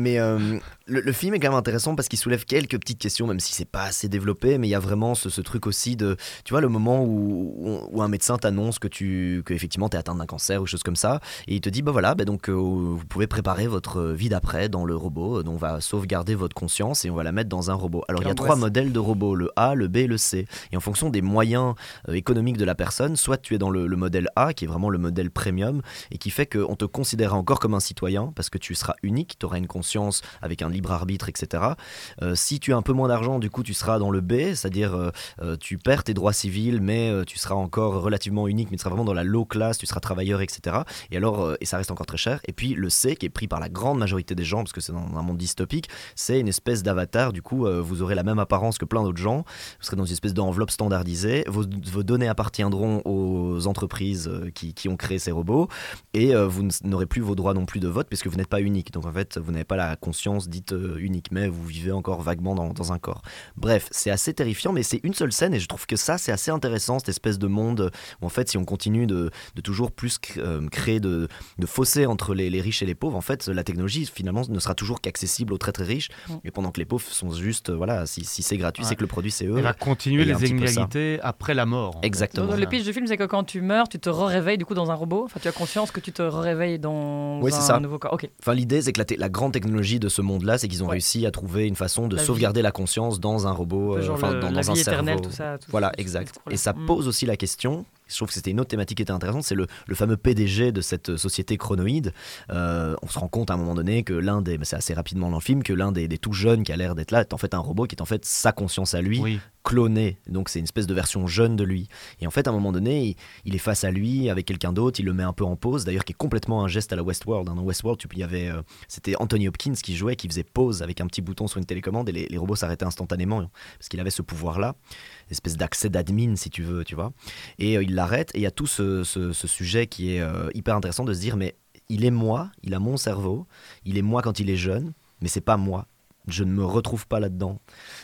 Euh, le, le film est quand même intéressant parce qu'il soulève quelques petites questions, même si c'est pas assez développé, mais il y a vraiment ce, ce truc aussi de, tu vois, le moment où, où, où un médecin t'annonce que tu, que effectivement t'es atteint d'un cancer ou chose comme ça, et il te dit bah voilà, bah donc euh, vous pouvez préparer votre vie d'après dans le robot, donc on va sauvegarder votre conscience et on va la mettre dans un robot. Alors il y a trois modèles de robots, le A, le B et le C, et en fonction des moyens euh, économiques de la personne, soit tu es dans le, le modèle A, qui est vraiment le modèle premium, et qui fait qu'on te considérera encore comme un citoyen parce que tu seras unique, tu auras une conscience avec un libre arbitre, et cetera. Euh, si tu as un peu moins d'argent, du coup, tu seras dans le B, c'est-à-dire euh, euh, tu perds tes droits civils, mais euh, tu seras encore relativement unique, mais tu seras vraiment dans la low class, tu seras travailleur, et cetera. Et alors, euh, et ça reste encore très cher. Et puis le C, qui est pris par la grande majorité des gens, parce que c'est dans un monde dystopique, c'est une espèce d'avatar. Du coup, euh, vous aurez la même apparence que plein d'autres gens. Vous serez dans une espèce d'enveloppe standardisée. Vos, vos données appartiendront aux entreprises euh, qui, qui ont créé ces robots, et euh, vous n'aurez plus vos droits non plus de vote, puisque vous n'êtes pas unique. Donc en fait, vous n'avez pas la conscience dite euh, unique, mais vous vivez encore vaguement dans, dans un corps. Bref, c'est assez terrifiant, mais c'est une seule scène, et je trouve que ça, c'est assez intéressant, cette espèce de monde où en fait, si on continue de, de toujours plus cr- euh, créer de, de fossés entre les, les riches et les pauvres, en fait, la technologie, finalement, ne sera toujours qu'accessible aux très très riches, mmh. et pendant que les pauvres sont juste, euh, voilà, si, si c'est gratuit, ouais. c'est que le produit, c'est eux. Elle va continuer les inégalités après la mort. Exactement. Donc, le pitch du film, c'est que quand tu meurs, tu te réveilles du coup dans un robot. Enfin, tu as conscience que tu te réveilles dans oui, un c'est ça. nouveau corps. Okay. Enfin, l'idée, c'est que la, te- la grande technologie de ce monde-là, c'est qu'ils ont ouais. réussi à trouver une façon de la sauvegarder vie. la conscience dans un robot, euh, enfin, le, dans, la dans vie un éternelle, cerveau. Tout ça, tout voilà, tout exact. tout Et ça mmh. pose aussi la question. Je trouve que c'était une autre thématique qui était intéressante, c'est le, le fameux P D G de cette société chronoïde. Euh, on se rend compte à un moment donné que l'un des, mais c'est assez rapidement dans le film, que l'un des, des tout jeunes qui a l'air d'être là est en fait un robot qui est en fait sa conscience à lui, oui. clonée. Donc c'est une espèce de version jeune de lui. Et en fait, à un moment donné, il, il est face à lui avec quelqu'un d'autre, il le met un peu en pause, d'ailleurs qui est complètement un geste à la Westworld. Hein. Dans Westworld, tu, il y avait, euh, c'était Anthony Hopkins qui jouait, qui faisait pause avec un petit bouton sur une télécommande et les, les robots s'arrêtaient instantanément parce qu'il avait ce pouvoir-là, espèce d'accès d'admin si tu veux, tu vois. Et euh, il l'arrête et il y a tout ce, ce, ce sujet qui est euh, hyper intéressant de se dire mais il est moi, il a mon cerveau, il est moi quand il est jeune, mais c'est pas moi. Je ne me retrouve pas là-dedans.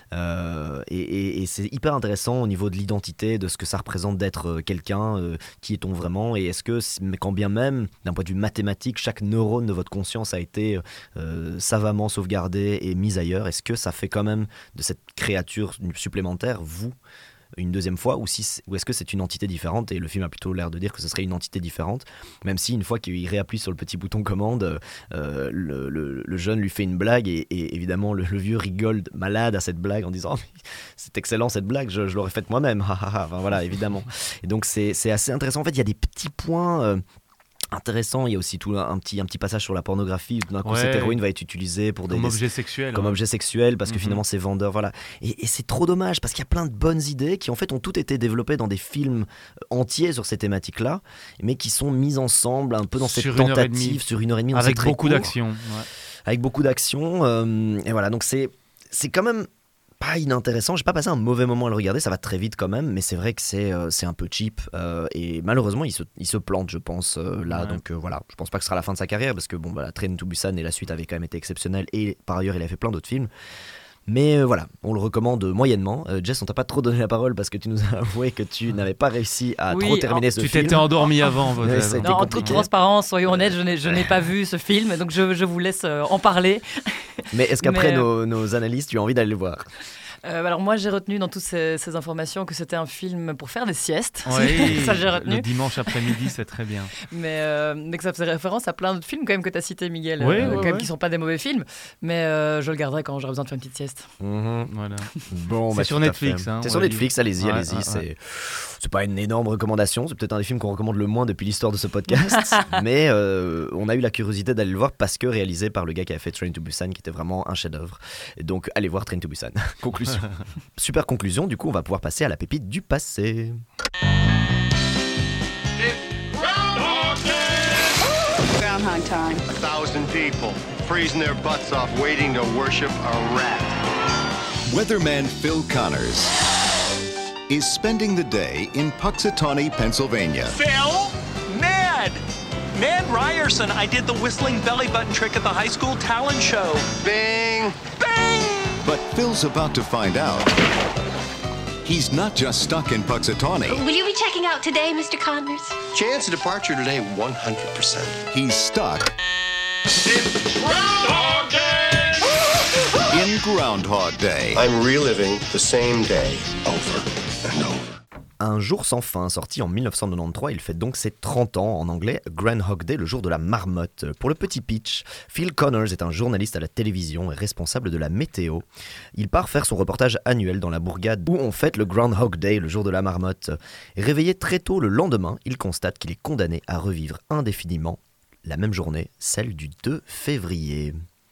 Euh, et, et, et c'est hyper intéressant au niveau de l'identité, de ce que ça représente d'être quelqu'un, euh, qui est-on vraiment, et est-ce que, quand bien même, d'un point de vue mathématique, chaque neurone de votre conscience a été euh, savamment sauvegardé et mis ailleurs, est-ce que ça fait quand même de cette créature supplémentaire, vous, une deuxième fois, ou, si ou est-ce que c'est une entité différente? Et le film a plutôt l'air de dire que ce serait une entité différente, même si une fois qu'il réappuie sur le petit bouton commande, euh, le, le, le jeune lui fait une blague et, et évidemment le, le vieux rigole malade à cette blague en disant oh, c'est excellent cette blague, je, je l'aurais faite moi-même. Enfin voilà, évidemment. Et donc c'est, c'est assez intéressant. En fait, il y a des petits points euh, intéressant. Il y a aussi tout un petit, un petit passage sur la pornographie où d'un coup ouais. cette héroïne va être utilisée pour des, comme des, objet sexuel comme ouais. objet sexuel parce que mm-hmm. finalement c'est vendeur, voilà. Et, et c'est trop dommage parce qu'il y a plein de bonnes idées qui en fait ont toutes été développées dans des films entiers sur ces thématiques là, mais qui sont mises ensemble un peu dans cette sur tentative une sur une heure et demie avec beaucoup court, d'action ouais. avec beaucoup d'action euh, et voilà, donc c'est, c'est quand même pas inintéressant. J'ai pas passé un mauvais moment à le regarder, ça va très vite quand même, mais c'est vrai que c'est, euh, c'est un peu cheap euh, et malheureusement il se, il se plante je pense euh, là, ouais. donc euh, voilà, je pense pas que ce sera la fin de sa carrière parce que bon, bah, Train to Busan et la suite avaient quand même été exceptionnels et par ailleurs il a fait plein d'autres films. Mais euh, voilà, on le recommande moyennement. Euh, Jess, on t'a pas trop donné la parole parce que tu nous as avoué que tu n'avais pas réussi à oui, trop terminer en... ce tu film. Tu t'étais endormi avant. Ouais, non, en toute transparence, soyons honnêtes, je n'ai, je n'ai pas vu ce film, donc je, je vous laisse euh, en parler. Mais est-ce qu'après Mais... nos, nos analyses, tu as envie d'aller le voir ? Euh, alors moi j'ai retenu dans toutes ces, ces informations que c'était un film pour faire des siestes. Oui, ça j'ai retenu. Le dimanche après-midi c'est très bien. Mais, euh, mais que ça faisait référence à plein d'autres films quand même que tu as cité Miguel, oui, euh, ouais, quand même ouais. qui sont pas des mauvais films. Mais euh, je le garderai quand j'aurai besoin de faire une petite sieste. Mmh, voilà. Bon, c'est bah, sur Netflix. Hein, c'est sur Netflix, allez-y, ouais, allez-y. Ouais, c'est... ouais. c'est pas une énorme recommandation, c'est peut-être un des films qu'on recommande le moins depuis l'histoire de ce podcast. mais euh, on a eu la curiosité d'aller le voir parce que réalisé par le gars qui a fait Train to Busan, qui était vraiment un chef-d'œuvre. Et donc allez voir Train to Busan. Conclusion. Super conclusion, du coup on va pouvoir passer à la pépite du passé. Groundhog time. A thousand people freezing their butts off waiting to worship a rat. Weatherman Phil Connors is spending the day in Puxatawney, Pennsylvania. Phil? Ned! Ned Ryerson. I did the whistling belly button trick at the high school talent show. Bing! Bing! But Phil's about to find out he's not just stuck in Puxatawney. Will you be checking out today, Mister Connors? Chance of departure today, one hundred percent. He's stuck It's Groundhog Day! Groundhog Day. I'm reliving the same day over and over. Un jour sans fin, sorti en dix-neuf cent quatre-vingt-treize, il fête donc ses trente ans, en anglais Groundhog Day, le jour de la marmotte. Pour le petit pitch, Phil Connors est un journaliste à la télévision et responsable de la météo. Il part faire son reportage annuel dans la bourgade où on fête le Groundhog Day, le jour de la marmotte. Réveillé très tôt le lendemain, il constate qu'il est condamné à revivre indéfiniment la même journée, celle du deux février.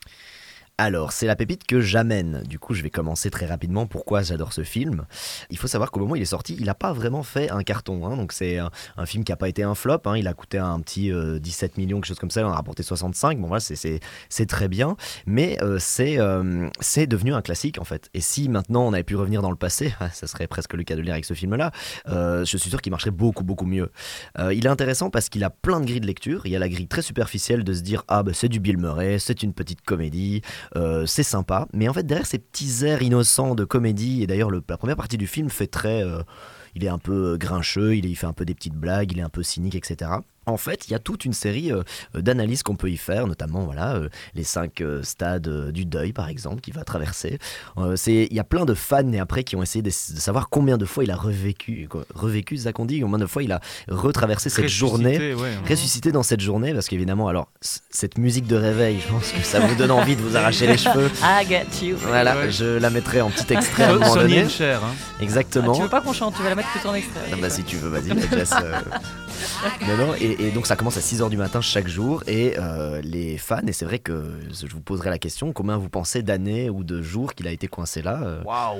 Alors, c'est la pépite que j'amène. Du coup, je vais commencer très rapidement pourquoi j'adore ce film. Il faut savoir qu'au moment où il est sorti, il n'a pas vraiment fait un carton. Hein. Donc, c'est un, un film qui n'a pas été un flop. Hein. Il a coûté un petit euh, dix-sept millions, quelque chose comme ça. Il en a rapporté soixante-cinq. Bon, voilà, c'est, c'est, c'est très bien. Mais euh, c'est, euh, c'est devenu un classique, en fait. Et si maintenant on avait pu revenir dans le passé, ça serait presque le cas de le dire avec ce film-là, euh, je suis sûr qu'il marcherait beaucoup, beaucoup mieux. Euh, il est intéressant parce qu'il a plein de grilles de lecture. Il y a la grille très superficielle de se dire « Ah, bah, c'est du Bill Murray, c'est une petite comédie. » Euh, c'est sympa, mais en fait derrière ces petits airs innocents de comédie, et d'ailleurs le, la première partie du film fait très, euh, il est un peu grincheux, il, est, il fait un peu des petites blagues, il est un peu cynique, et cetera. En fait, il y a toute une série euh, d'analyses qu'on peut y faire, notamment voilà, euh, les cinq euh, stades euh, du deuil, par exemple, qu'il va traverser. Euh, c'est, il y a plein de fans et après qui ont essayé de, de savoir combien de fois il a revécu, quoi, revécu, ça qu'on dit, combien de fois il a retraversé cette journée, ouais, ouais. ressuscité dans cette journée, parce qu'évidemment, alors c- cette musique de réveil, je pense que ça vous donne envie de vous arracher les cheveux. I get you. Voilà, ouais. je la mettrai en petit extrait à un moment Sonny donné. and Cher, hein. Exactement. Ah, tu veux pas qu'on chante, tu vas la mettre plutôt en extrait. Ah bah si tu veux, vas-y, Jess. Euh... non, non, et, et donc ça commence à six heures du matin chaque jour, et euh, les fans, et c'est vrai que je vous poserai la question, combien vous pensez d'années ou de jours qu'il a été coincé là euh... Waouh.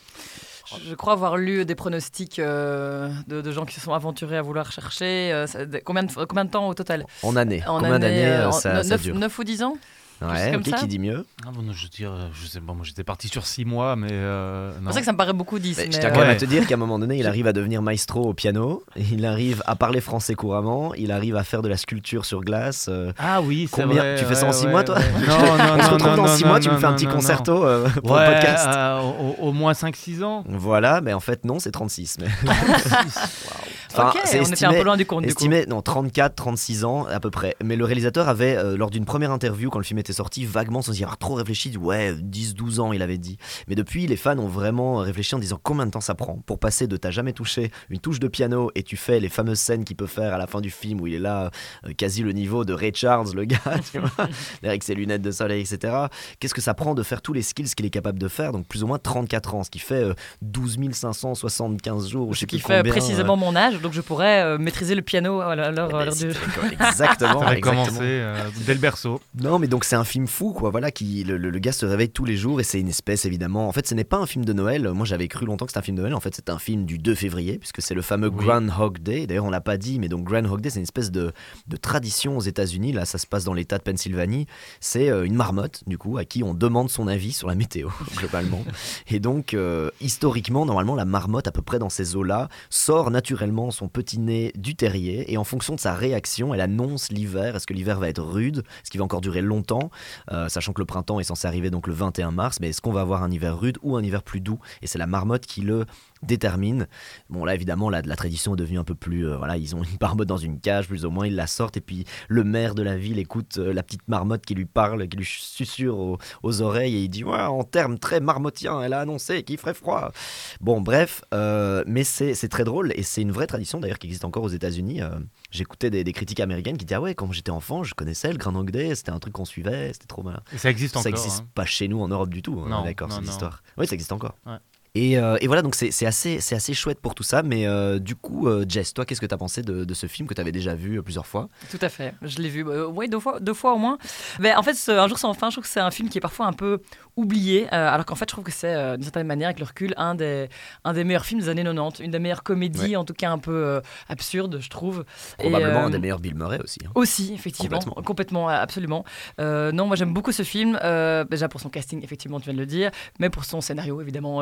Je crois avoir lu des pronostics euh, de, de gens qui se sont aventurés à vouloir chercher. Euh, ça, de, combien, de, combien de temps au total ? En années. En Combien année, d'années euh, ça, ça dure ? neuf ou dix ans ? Ouais, comme ok, ça. qui dit mieux ? Ah bon, je veux dire, je sais pas, moi j'étais parti sur six mois, mais euh, C'est non. pour ça que ça me paraît beaucoup dix. Mais Mais je tiens euh, quand même Ouais. à te dire qu'à un moment donné, il arrive à devenir maestro au piano, il arrive à parler français couramment, il arrive à faire de la sculpture sur glace. euh, Ah oui, c'est Combien vrai. Tu fais ça en ouais, six ouais, mois, toi ouais. Je Non, te- non, On se non, retrouve non, dans non, six mois, non, tu me fais un non, petit non, concerto euh, pour Ouais, le podcast. euh, au, au moins cinq six ans. Voilà, mais en fait non, c'est trente-six. Mais... Ok, on était un peu loin du compte, du coup. Estimé, non, trente-quatre, trente-six ans à peu près. Mais le réalisateur avait, euh, lors d'une première interview, quand le film était sorti, vaguement, sans y avoir trop réfléchi, dit, ouais, dix douze ans, il avait dit. Mais depuis, les fans ont vraiment réfléchi en disant combien de temps ça prend pour passer de t'as jamais touché une touche de piano et tu fais les fameuses scènes qu'il peut faire à la fin du film où il est là, euh, quasi le niveau de Ray Charles, le gars, tu vois, avec ses lunettes de soleil, et cetera. Qu'est-ce que ça prend de faire tous les skills qu'il est capable de faire, donc plus ou moins trente-quatre ans, ce qui fait euh, douze mille cinq cent soixante-quinze jours, je Ce sais qui plus fait combien, précisément euh, mon âge, donc je pourrais euh, maîtriser le piano à l'heure, eh ben, à l'heure c'est- du... Exactement. Ça va exactement. commencer euh, dès le berceau. Non, mais donc c'est un film fou, quoi. Voilà, qui le, le- le gars se réveille tous les jours et c'est une espèce évidemment. En fait, ce n'est pas un film de Noël. Moi, j'avais cru longtemps que c'était un film de Noël. En fait, c'est un film du deux février puisque c'est le fameux Oui. Groundhog Day. D'ailleurs, on l'a pas dit, mais donc Groundhog Day, c'est une espèce de, de tradition aux États-Unis. Là, ça se passe dans l'État de Pennsylvanie. C'est euh, une marmotte, du coup, à qui on demande son avis sur la météo globalement. Et donc, euh, historiquement, normalement, la marmotte, à peu près dans ces eaux-là, sort naturellement son petit nez du terrier et en fonction de sa réaction, elle annonce l'hiver. Est-ce que l'hiver va être rude ? Est-ce qu'il va encore durer longtemps ? Euh, sachant que le printemps est censé arriver donc le vingt et un mars, mais est-ce qu'on va avoir un hiver rude ou un hiver plus doux ? Et c'est la marmotte qui le détermine. Bon, là, évidemment, la, la tradition est devenue un peu plus... euh, voilà, ils ont une marmotte dans une cage, plus ou moins, ils la sortent, et puis le maire de la ville écoute euh, la petite marmotte qui lui parle, qui lui susurre aux, aux oreilles, et il dit ouais, en termes très marmottiens, elle a annoncé qu'il ferait froid. Bon, bref, euh, mais c'est, c'est très drôle, et c'est une vraie tradition, d'ailleurs, qui existe encore aux États-Unis. Euh, j'écoutais des, des critiques américaines qui disaient ah ouais, quand j'étais enfant, je connaissais le Groundhog Day, c'était un truc qu'on suivait, c'était trop malin. Et ça existe Ça encore. n'existe hein. pas chez nous en Europe du tout, on est Non, d'accord, non, cette non. histoire. Oui, ça existe encore. Ouais. Et, euh, et voilà, donc c'est, c'est, assez, c'est assez chouette pour tout ça, mais euh, du coup, euh, Jess, toi, qu'est-ce que tu as pensé de, de ce film que tu avais déjà vu euh, plusieurs fois ? Tout à fait, je l'ai vu, euh, oui, deux fois, deux fois au moins. Mais en fait, ce Un jour sans fin, je trouve que c'est un film qui est parfois un peu oublié, euh, alors qu'en fait, je trouve que c'est, euh, d'une certaine manière, avec le recul, un des, un des meilleurs films des années quatre-vingt-dix, une des meilleures comédies, Ouais. en tout cas un peu euh, absurde, je trouve. Probablement Et, euh, un des meilleurs Bill Murray aussi. hein. Aussi, effectivement, Complètement. complètement, absolument. Euh, non, moi j'aime beaucoup ce film, euh, déjà pour son casting, effectivement, tu viens de le dire, mais pour son scénario, évidemment, euh, qui est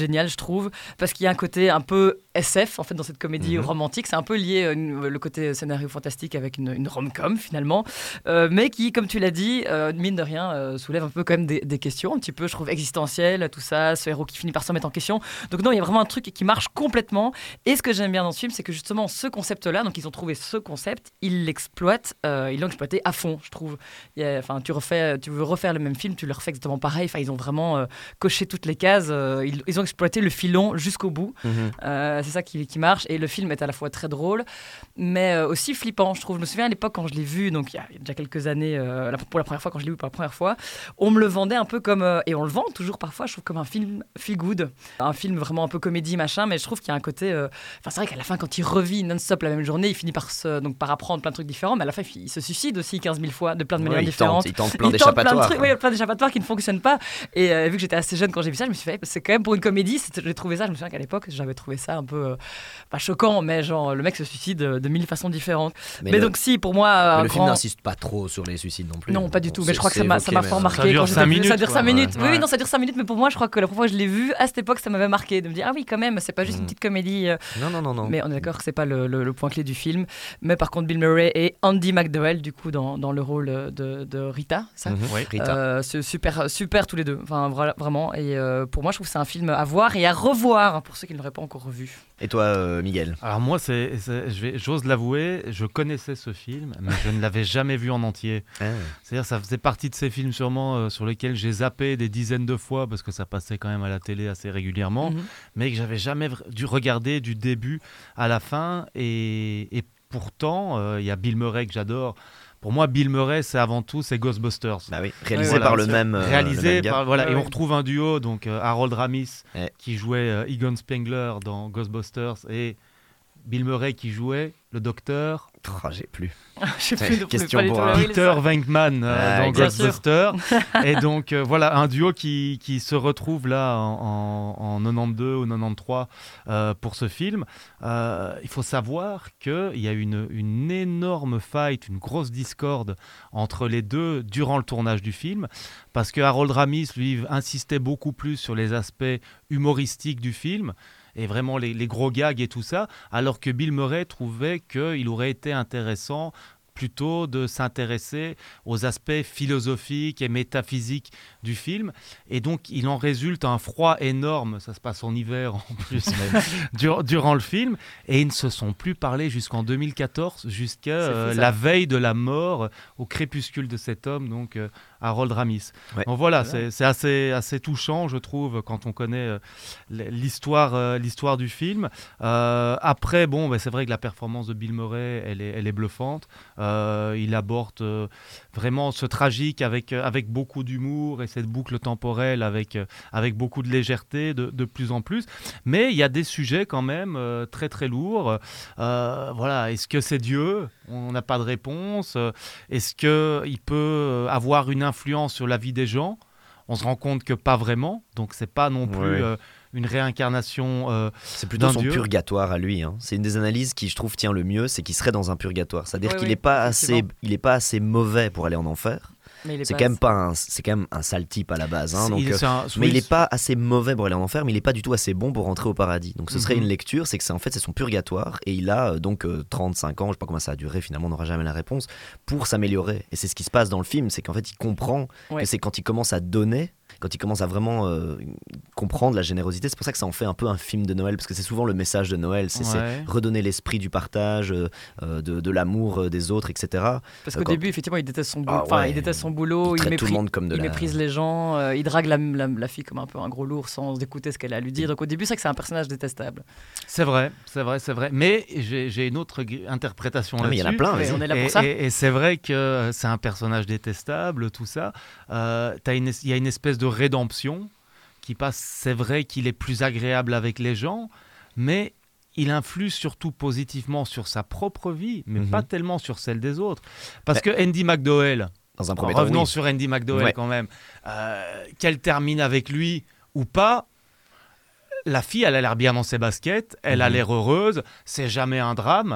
génial, je trouve, parce qu'il y a un côté un peu S F en fait dans cette comédie Mhm. romantique. C'est un peu lié euh, le côté scénario fantastique avec une, une rom-com finalement, euh, mais qui, comme tu l'as dit, euh, mine de rien, euh, soulève un peu quand même des, des questions, un petit peu, je trouve, existentielles, tout ça, ce héros qui finit par se remettre en question. Donc non, il y a vraiment un truc qui marche complètement. Et ce que j'aime bien dans ce film, c'est que justement ce concept-là, donc ils ont trouvé ce concept, ils l'exploitent, euh, ils l'ont exploité à fond, je trouve. Il y a- Enfin, tu refais, tu veux refaire le même film, tu le refais exactement pareil. Enfin, ils ont vraiment euh, coché toutes les cases. euh, ils, ils ont exploité le filon jusqu'au bout. Mhm. Euh, c'est ça qui, qui marche. Et le film est à la fois très drôle, mais euh, aussi flippant, je trouve. Je me souviens à l'époque quand je l'ai vu, donc il y a, il y a déjà quelques années, euh, la- pour la première fois, quand je l'ai vu pour la première fois, on me le vendait un peu comme, euh, et on le vend toujours parfois, je trouve, comme un film feel good, un film vraiment un peu comédie machin, mais je trouve qu'il y a un côté. euh, Enfin, c'est vrai qu'à la fin, quand il revit non-stop la même journée, il finit par se, donc par apprendre plein de trucs différents, mais à la fin, il, il se suicide aussi quinze mille fois de plein de Ouais, manières il différentes. tente, il tente plein Il tente plein de d'échappatoires. trucs, oui, plein d'échappatoires qui ne fonctionnent pas. Et euh, vu que j'étais assez jeune quand j'ai vu ça, je me suis fait, c'est quand même pour une comédie, c'était- j'ai trouvé ça. Je me souviens qu'à l'époque, j'avais trouvé ça un peu, euh, pas choquant, mais genre le mec se suicide euh, de mille façons différentes. Mais, Mais le- donc si, pour moi, un Mais le film grand- n'insiste pas trop sur les suicides non plus. non, pas du Bon, tout. Mais c'est- je crois que ça c'est m'a ça m'a évoqué, fort mais- marqué. Ça dure quand j'étais cinq plus- Ça minutes, dure quoi, cinq minutes. ouais. Oui, oui, Ouais. non, ça dure cinq minutes. Mais pour moi, je crois que la première fois que je l'ai vu, à cette époque, ça m'avait marqué. De me dire, ah oui, quand même, c'est pas juste une Mm. petite comédie. euh, Non, non, non, non. Mais on est d'accord que c'est pas le, le- le point clé du film. Mais par contre, Bill Murray et Andy McDowell, du coup, dans, dans le rôle de, de Rita, ça. Mhm. Oui, Rita. Euh, c'est super, super tous les deux. Enfin, vra- vraiment. Et euh, pour moi, je trouve que c'est un film à voir et à revoir hein, pour ceux qui ne l'auraient pas encore revu. Et toi, euh, Miguel? Alors moi, c'est, c'est- je vais- j'ose l'avouer, je connaissais ce film, mais je ne l'avais jamais vu en entier. Ah. C'est-à-dire, ça faisait partie de ces films sûrement euh, sur lesquels j'ai zappé des dizaines de fois parce que ça passait quand même à la télé assez régulièrement, Mhm. mais que j'avais jamais vra- dû regarder du début à la fin. Et, et pourtant, euh, il y a Bill Murray que j'adore. Pour moi, Bill Murray, c'est avant tout, c'est Ghostbusters. Bah oui, réalisé Voilà, par le c'est- même. euh, réalisé le même gars. par voilà Ouais, et on ouais. retrouve un duo donc euh, Harold Ramis Ouais. qui jouait euh, Egon Spengler dans Ghostbusters et Bill Murray qui jouait le docteur Oh, j'ai plus. Je sais Ouais, plus de- question pas du pour tout un- la- oui, Peter Venkman euh, Ah, dans bien sûr. Ghostbusters. Et donc euh, voilà un duo qui, qui se retrouve là en, en, en quatre-vingt-douze ou quatre-vingt-treize euh, pour ce film. Euh, il faut savoir qu'il y a une, une énorme fight, une grosse discorde entre les deux durant le tournage du film parce que Harold Ramis lui insistait beaucoup plus sur les aspects humoristiques du film et vraiment les, les gros gags et tout ça, alors que Bill Murray trouvait qu'il aurait été intéressant plutôt de s'intéresser aux aspects philosophiques et métaphysiques du film. Et donc, il en résulte un froid énorme, ça se passe en hiver en plus, mais dur- durant le film. Et ils ne se sont plus parlé jusqu'en deux mille quatorze, jusqu'à euh, fou, ça. la veille de la mort, au crépuscule de cet homme, donc euh, Harold Ramis. Ouais. Donc voilà, c'est c'est assez, assez touchant, je trouve, quand on connaît euh, l'histoire, euh, l'histoire du film. Euh, après, bon, bah, c'est vrai que la performance de Bill Murray, elle est, elle est bluffante. Euh, il aborde euh, vraiment ce tragique avec, euh, avec beaucoup d'humour et cette boucle temporelle avec, euh, avec beaucoup de légèreté de, de plus en plus. Mais il y a des sujets quand même euh, très très lourds. Euh, voilà, est-ce que c'est Dieu ? On n'a pas de réponse. Euh, Est-ce qu'il peut avoir une influence sur la vie des gens ? On se rend compte que pas vraiment. Donc c'est pas non plus Ouais. euh, une réincarnation. euh, C'est plutôt d'un son dieu. purgatoire à lui. Hein. C'est une des analyses qui, je trouve, tient le mieux, c'est qu'il serait dans un purgatoire. C'est-à-dire Ouais, qu'il ouais, n'est pas assez, effectivement. il est pas assez mauvais pour aller en enfer. Mais il est C'est pas quand même assez- pas un, c'est quand même un sale type à la base. Hein, c'est- donc, il- euh, c'est un- mais oui, il n'est pas assez mauvais pour aller en enfer, mais il n'est pas du tout assez bon pour rentrer au paradis. Donc ce serait Mhm. une lecture, c'est que c'est en fait c'est son purgatoire et il a euh, donc euh, trente-cinq ans, je sais pas combien ça a duré finalement, on n'aura jamais la réponse, pour s'améliorer. Et c'est ce qui se passe dans le film, c'est qu'en fait il comprend Ouais. que c'est quand il commence à donner, quand il commence à vraiment euh, comprendre la générosité, c'est pour ça que ça en fait un peu un film de Noël, parce que c'est souvent le message de Noël, c'est c'est Ouais. redonner l'esprit du partage, euh, euh, de, de l'amour euh, des autres, et cetera. Parce Euh, qu'au quand- début, effectivement, il déteste son boulot. Ah Enfin, ouais. il déteste son boulot. Il traite tout le méprise- monde comme de il la- méprise les gens. euh, il drague la, la- la fille comme un peu un gros lourd sans écouter ce qu'elle a à lui dire. Donc au début, c'est vrai que c'est un personnage détestable. C'est vrai, c'est vrai, c'est vrai. Mais j'ai j'ai une autre gu- interprétation Ah, mais il y en a là-dessus. plein, Ouais, vas-y. on est là Et, pour ça. et- et c'est vrai que euh, c'est un personnage détestable, tout ça. Euh, t'as une es- Il y a une espèce de rédemption qui passe. C'est vrai qu'il est plus agréable avec les gens, mais il influe surtout positivement sur sa propre vie, mais Mhm. pas tellement sur celle des autres. Parce que Andy McDowell, Dans un premier temps, revenons oui. sur Andy McDowell Ouais. quand même, euh, qu'elle termine avec lui ou pas, la fille, elle a l'air bien dans ses baskets, elle a Mhm. l'air heureuse, c'est jamais un drame.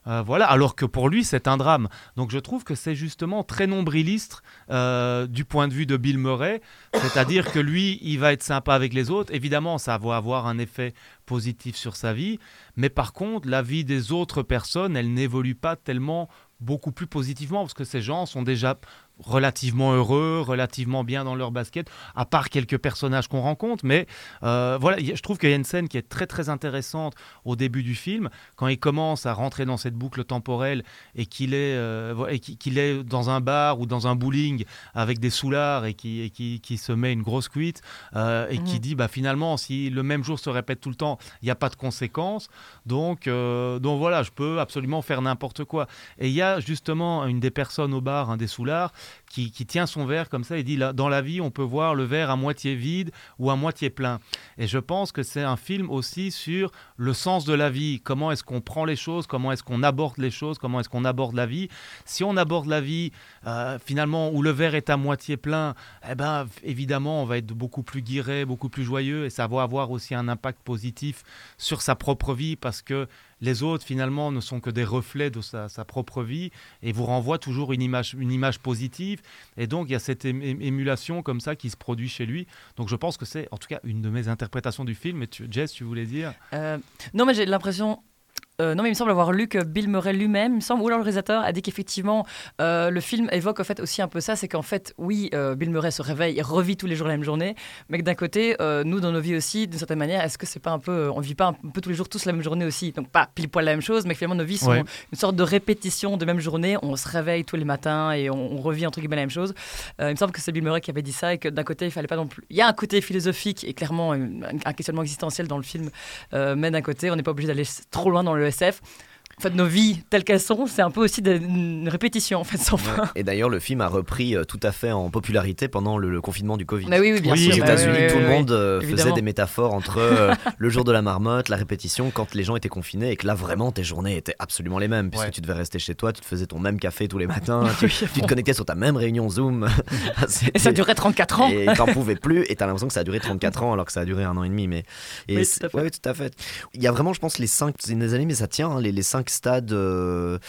Euh, voilà, alors que pour lui, c'est un drame. Donc je trouve que c'est justement très nombriliste euh, du point de vue de Bill Murray, c'est-à-dire que lui, il va être sympa avec les autres. Évidemment, ça va avoir un effet positif sur sa vie, mais par contre, la vie des autres personnes, elle n'évolue pas tellement beaucoup plus positivement, parce que ces gens sont déjà relativement heureux, relativement bien dans leur basket, à part quelques personnages qu'on rencontre. Mais euh, voilà, je trouve qu'il y a une scène qui est très très intéressante au début du film, quand il commence à rentrer dans cette boucle temporelle et qu'il est, euh, et qu'il est dans un bar ou dans un bowling avec des soulards et qui, et qui, qui se met une grosse cuite euh, et mmh. qui dit bah, finalement, si le même jour se répète tout le temps, il n'y a pas de conséquences. Donc, euh, donc voilà, je peux absolument faire n'importe quoi. Et il y a justement une des personnes au bar, un des soulards, Qui, qui tient son verre comme ça et dit là, dans la vie on peut voir le verre à moitié vide ou à moitié plein. Et je pense que c'est un film aussi sur le sens de la vie, comment est-ce qu'on prend les choses, comment est-ce qu'on aborde les choses, comment est-ce qu'on aborde la vie. Si on aborde la vie euh, finalement où le verre est à moitié plein, eh ben, évidemment on va être beaucoup plus guiré, beaucoup plus joyeux, et ça va avoir aussi un impact positif sur sa propre vie, parce que les autres, finalement, ne sont que des reflets de sa, sa propre vie et vous renvoient toujours une image, une image positive. Et donc, il y a cette é- émulation comme ça qui se produit chez lui. Donc, je pense que c'est, en tout cas, une de mes interprétations du film. Et tu, Jess, tu voulais dire euh, Non, mais j'ai l'impression... Euh, non, mais il me semble avoir lu que Bill Murray lui-même, il me semble, ou alors le réalisateur, a dit qu'effectivement, euh, le film évoque en fait aussi un peu ça, c'est qu'en fait, oui, euh, Bill Murray se réveille et revit tous les jours la même journée, mais que d'un côté, euh, nous, dans nos vies aussi, d'une certaine manière, est-ce que c'est pas un peu, on vit pas un peu tous les jours tous la même journée aussi, donc pas pile poil la même chose, mais que finalement nos vies sont ouais. une sorte de répétition de même journée, on se réveille tous les matins et on, on revit entre guillemets la même chose. Euh, il me semble que c'est Bill Murray qui avait dit ça et que d'un côté, il fallait pas non plus. Il y a un côté philosophique et clairement un, un questionnement existentiel dans le film, euh, mais d'un côté, on n'est pas obligé d'aller trop loin dans le S F. En fait, nos vies telles qu'elles sont, c'est un peu aussi de, une répétition, en fait, sans fin. Ouais. Et d'ailleurs, le film a repris euh, tout à fait en popularité pendant le, le confinement du Covid. Bah oui, oui, bien oui, sûr. Aux États-Unis, oui, oui, tout oui, le monde euh, oui, faisait des métaphores entre euh, le jour de la marmotte, la répétition, quand les gens étaient confinés, et que là, vraiment, tes journées étaient absolument les mêmes, puisque ouais. tu devais rester chez toi, tu te faisais ton même café tous les matins, tu, tu te connectais sur ta même réunion Zoom. Et ça durait trente-quatre ans. Et t'en pouvais plus, et t'as l'impression que ça a duré trente-quatre ans, alors que ça a duré un an et demi. Mais... Et oui, tout à fait. Ouais, tout à fait. Il y a vraiment, je pense, les cinq, c'est des années, mais ça tient, hein, les, les cinq stades. Euh,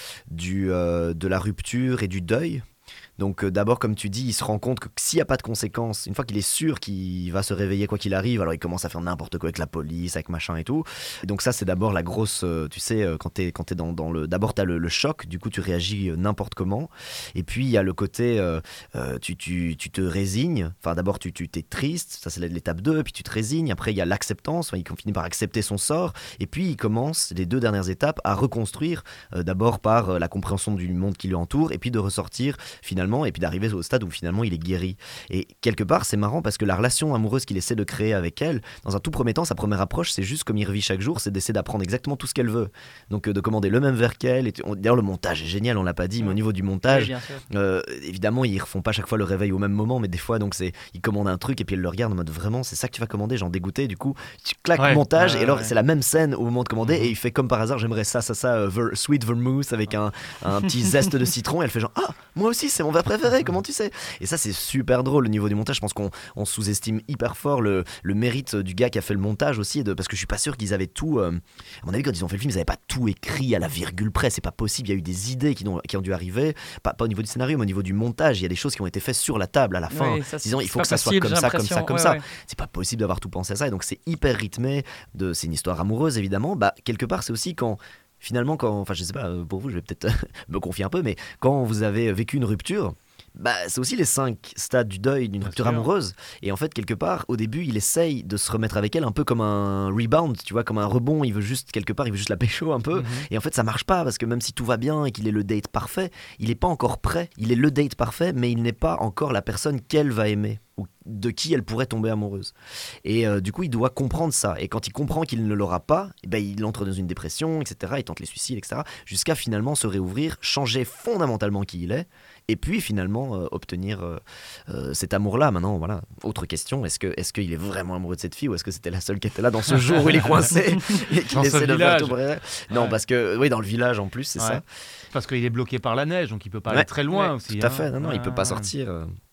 Du, euh, de la rupture et du deuil. Donc euh, d'abord, comme tu dis, il se rend compte que s'il n'y a pas de conséquences, une fois qu'il est sûr qu'il va se réveiller quoi qu'il arrive, alors il commence à faire n'importe quoi avec la police, avec machin et tout. Et donc ça, c'est d'abord la grosse, euh, tu sais, euh, quand t'es, quand t'es dans, dans le... D'abord, t'as le, le choc, du coup, tu réagis euh, n'importe comment. Et puis, il y a le côté, euh, euh, tu, tu, tu te résignes. Enfin, d'abord, tu, tu t'es triste, ça c'est l'étape deux, puis tu te résignes. Après, il y a l'acceptance, enfin, il finit par accepter son sort. Et puis, il commence, les deux dernières étapes, à reconstruire, euh, d'abord par euh, la compréhension du monde qui l'entoure, et puis de ressortir, finalement, et puis d'arriver au stade où finalement il est guéri. Et quelque part, c'est marrant parce que la relation amoureuse qu'il essaie de créer avec elle, dans un tout premier temps, sa première approche, c'est juste comme il revit chaque jour, c'est d'essayer d'apprendre exactement tout ce qu'elle veut. Donc euh, de commander le même verre qu'elle. Et on, d'ailleurs, le montage est génial, on l'a pas dit, ouais. mais au niveau du montage, oui, euh, évidemment, ils refont pas chaque fois le réveil au même moment, mais des fois, donc c'est, ils commandent un truc et puis elle le regarde en mode vraiment, c'est ça que tu vas commander, j'en dégoûté. Du coup, tu claques ouais, montage ouais, et alors ouais. c'est la même scène au moment de commander mm-hmm. et il fait comme par hasard, j'aimerais ça, ça, ça, uh, ver- sweet vermouth avec un, un petit zeste de citron. Et elle fait genre, ah, moi aussi, c'est mon verre préféré, comment tu sais? Et ça, c'est super drôle au niveau du montage. Je pense qu'on on sous-estime hyper fort le, le mérite du gars qui a fait le montage aussi, de, parce que je suis pas sûr qu'ils avaient tout. Euh, à mon avis, quand ils ont fait le film, ils avaient pas tout écrit à la virgule près. C'est pas possible. Il y a eu des idées qui ont, qui ont dû arriver, pas, pas au niveau du scénario, mais au niveau du montage. Il y a des choses qui ont été faites sur la table à la fin, oui, ça, disant il faut que ça possible, soit comme ça, comme ça, comme ouais, ça. Ouais. C'est pas possible d'avoir tout pensé à ça. Et donc c'est hyper rythmé. De, c'est une histoire amoureuse évidemment. Bah quelque part, c'est aussi quand. Finalement, quand, enfin, je sais pas, pour vous, je vais peut-être me confier un peu, mais quand vous avez vécu une rupture, bah, c'est aussi les cinq stades du deuil d'une Bien rupture sûr. amoureuse. Et en fait, quelque part, au début, il essaye de se remettre avec elle un peu comme un rebound, tu vois, comme un rebond. Il veut juste, quelque part, il veut juste la pécho un peu. Mm-hmm. Et en fait, ça marche pas parce que même si tout va bien et qu'il est le date parfait, il est pas encore prêt. Il est le date parfait, mais il n'est pas encore la personne qu'elle va aimer ou de qui elle pourrait tomber amoureuse. Et euh, du coup, il doit comprendre ça. Et quand il comprend qu'il ne l'aura pas, eh ben, il entre dans une dépression, et cetera. Il tente les suicides, et cetera. Jusqu'à finalement se réouvrir, changer fondamentalement qui il est. Et puis finalement euh, obtenir euh, euh, cet amour-là. Maintenant, voilà, autre question, est-ce, que, est-ce qu'il est vraiment amoureux de cette fille ou est-ce que c'était la seule qui était là dans ce jour où il est coincé et qu'il dans essaie de faire tout ouais. Non, parce que, oui, dans le village en plus, c'est ouais. ça. Parce qu'il est bloqué par la neige, donc il peut pas ouais. aller très loin ouais, aussi. Tout à hein. fait, non, non, ouais. il peut pas sortir. Euh...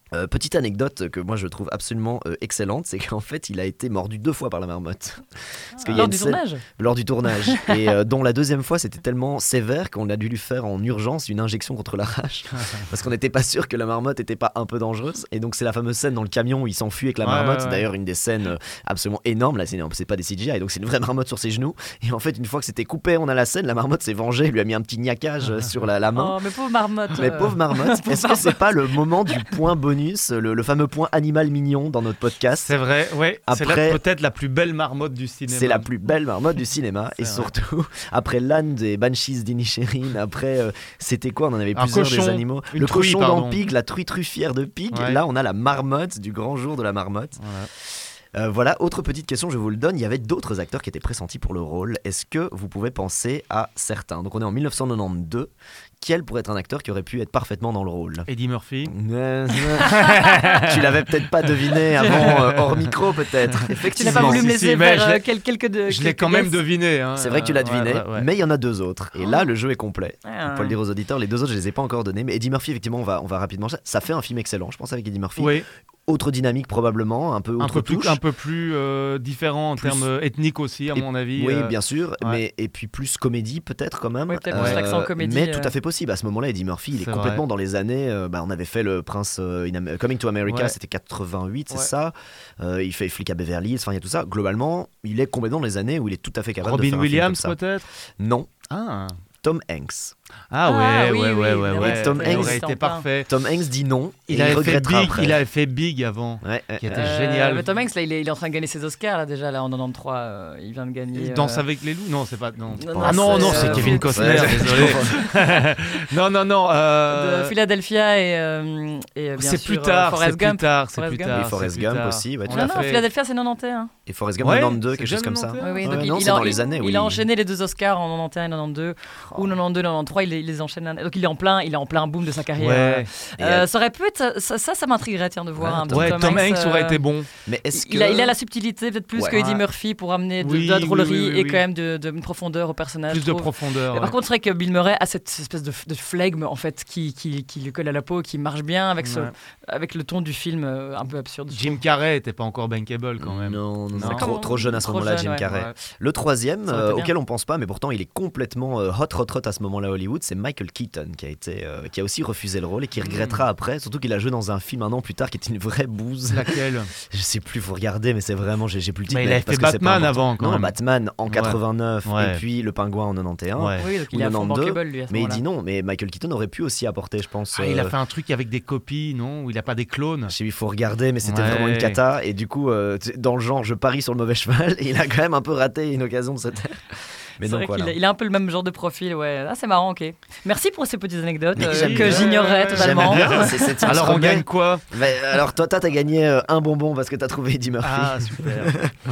Euh, petite anecdote que moi je trouve absolument euh, excellente, c'est qu'en fait il a été mordu deux fois par la marmotte. Parce qu'il y a lors une du scène- tournage Lors du tournage. Et euh, dont la deuxième fois c'était tellement sévère qu'on a dû lui faire en urgence une injection contre la rage. Parce qu'on n'était pas sûr que la marmotte n'était pas un peu dangereuse. Et donc c'est la fameuse scène dans le camion où il s'enfuit avec la Ouais, marmotte. ouais, ouais. D'ailleurs une des scènes euh, absolument énormes. Là c'est, c'est pas des C G I, donc c'est une vraie marmotte sur ses genoux. Et en fait une fois que c'était coupé, on a la scène, la marmotte s'est vengée, lui a mis un petit niaquage euh, sur la, la main. Oh, mais pauvre marmotte. Mais euh. pauvre marmotte, est-ce que c'est pas le moment du point bonus, le, le fameux point animal mignon dans notre podcast? C'est vrai, ouais. C'est la- Après- peut-être la plus belle marmotte du cinéma. C'est la plus belle marmotte du cinéma. C'est Et vrai. surtout, après l'âne des Banshees d'Inisherin, après, euh, c'était quoi? On en avait Un plusieurs cochon, des animaux. une Le truie, cochon pardon. d'Ampig, la truie truffière de Pig. Ouais. Là, on a la marmotte du grand jour de la marmotte. Voilà. Euh, voilà, autre petite question, je vous le donne. Il y avait d'autres acteurs qui étaient pressentis pour le rôle. Est-ce que vous pouvez penser à certains? Donc on est en dix-neuf cent quatre-vingt-douze. Quel pourrait être un acteur qui aurait pu être parfaitement dans le rôle? Eddie Murphy. Tu l'avais peut-être pas deviné avant, euh, hors micro peut-être. Tu Effectivement. n'as pas voulu me Si, laisser si, mais faire je euh, l'ai- quel- quelques de. Je l'ai quelques quand même guesses. deviné. Hein. C'est vrai que tu l'as Ouais, deviné, ouais, ouais. mais il y en a deux autres. Et là, le jeu est complet. Ah. On peut le dire aux auditeurs, les deux autres, je les ai pas encore donnés. Mais Eddie Murphy, effectivement, on va, on va rapidement. Ça fait un film excellent, je pense, avec Eddie Murphy. Oui, Autre dynamique, probablement, un peu un autre peu plus, touche. un peu plus euh, différent en Plus- termes euh, ethniques aussi, à Et- mon avis. Oui, euh, bien sûr, ouais. mais et puis plus comédie peut-être quand même. Oui, peut-être plus l'accent comédie, Mais euh. tout à fait possible. À ce moment-là, Eddie Murphy, il est, C'est complètement vrai. dans les années. euh, bah, on avait fait le Prince euh, in Am- Coming to America, Ouais. c'était quatre-vingt-huit, c'est Ouais. ça. Euh, il fait Flic à Beverly Hills, enfin il y a tout ça. Globalement, il est complètement dans les années où il est tout à fait capable de Robin faire un film Williams, comme ça. peut-être. Non, Ah. Tom Hanks. Ah ouais, Ah, oui, ouais, oui, ouais, ouais, évidemment. ouais. Tom Il Hanks. aurait été parfait. Tom Hanks dit non. et Il avait fait regrettera Big. après. Il avait fait Big avant, Ouais, ouais, qui était ouais. Euh, génial. mais Tom Hanks, là, il est, il est en train de gagner ses Oscars, là, déjà, là, en quatre-vingt-treize. euh, il vient de gagner. Danse euh, avec les loups. Non, c'est pas. Non. Non, ah non, non, non, c'est, c'est euh, Kevin Phil- Costner. Ouais. Désolé. non, non, non. euh, de Philadelphia et, euh, et euh, bien C'est sûr, plus euh, tard. C'est Forrest plus Gump. tard. C'est Forrest plus Gump. tard. Oui, c'est Forrest plus Gump tard. aussi, ouais, On tout Non, à l'a non, fait. Philadelphia, c'est quatre-vingt-onze. Et Forrest Gump Ouais, quatre-vingt-douze, c'est quelque bien chose comme ça. quatre-vingt-onze. Oui, oui, Ouais, donc il, non, il c'est a, dans les années, il oui. a enchaîné les deux Oscars en quatre-vingt-onze et quatre-vingt-douze, ou quatre-vingt-douze, quatre-vingt-treize, il les, il les enchaîne. un- Donc il est en plein, il est en plein boom de sa carrière. Ouais. Et, Euh, euh, ça aurait pu être, ça, ça, ça m'intriguerait, tiens, de voir Ouais, un petit Ouais, Tom Hanks aurait euh, été bon. Mais est-ce que Il a, il a la subtilité, peut-être plus Ouais. que Eddie Ouais. Murphy, pour amener de, Oui, de la oui, drôlerie oui, oui, et oui. quand même de, de une profondeur au personnage. Plus je de trouve. profondeur. Mais ouais. par contre, c'est vrai que Bill Murray a cette espèce de, de flegme en fait qui, qui, qui lui colle à la peau, qui marche bien avec, ce, Ouais. avec le ton du film euh, un peu absurde. Jim Carrey était pas encore bankable quand même. Non, non, Non. c'est trop, Comment trop jeune à ce Trop moment-là, jeune, Jim ouais. Carrey. Ouais. Le troisième, Ça aurait euh, été bien. auquel on pense pas, mais pourtant il est complètement euh, hot, hot, hot à ce moment-là à Hollywood, c'est Michael Keaton qui a été, euh, qui a aussi refusé le rôle et qui regrettera après, surtout qu'il a joué dans un film un an plus tard qui est une vraie bouse. Laquelle? Je sais plus, faut regarder, mais c'est vraiment, j'ai, j'ai plus le titre. Mais il mais avait parce fait que c'est pas Batman important. avant, quand Non, même. Batman en Ouais. quatre-vingt-neuf Ouais. et puis Le Pingouin en quatre-vingt-onze. Ouais. Oui, donc il Ou est à fond quatre-vingt-douze, bankable lui à ce Mais il moment-là. dit non, mais Michael Keaton aurait pu aussi apporter, je pense. Ah, il a euh, fait un truc avec des copies, non? Où il a pas des clones. Je sais, il faut regarder, mais c'était Ouais. vraiment une cata. Et du coup, euh, tu sais, dans le genre, je parie sur le mauvais cheval. Et il a quand même un peu raté une occasion de se taire. Mais C'est donc vrai voilà. qu'il a, il a un peu le même genre de profil, ouais. Ah, c'est marrant, ok. Merci pour ces petites anecdotes Mais euh, j'aime que bien. j'ignorais J'aime totalement. bien, c'est- c'est- Alors se on remet. gagne quoi? Mais, alors toi, toi, t'as gagné euh, un bonbon parce que t'as trouvé Eddie Murphy. Ah super.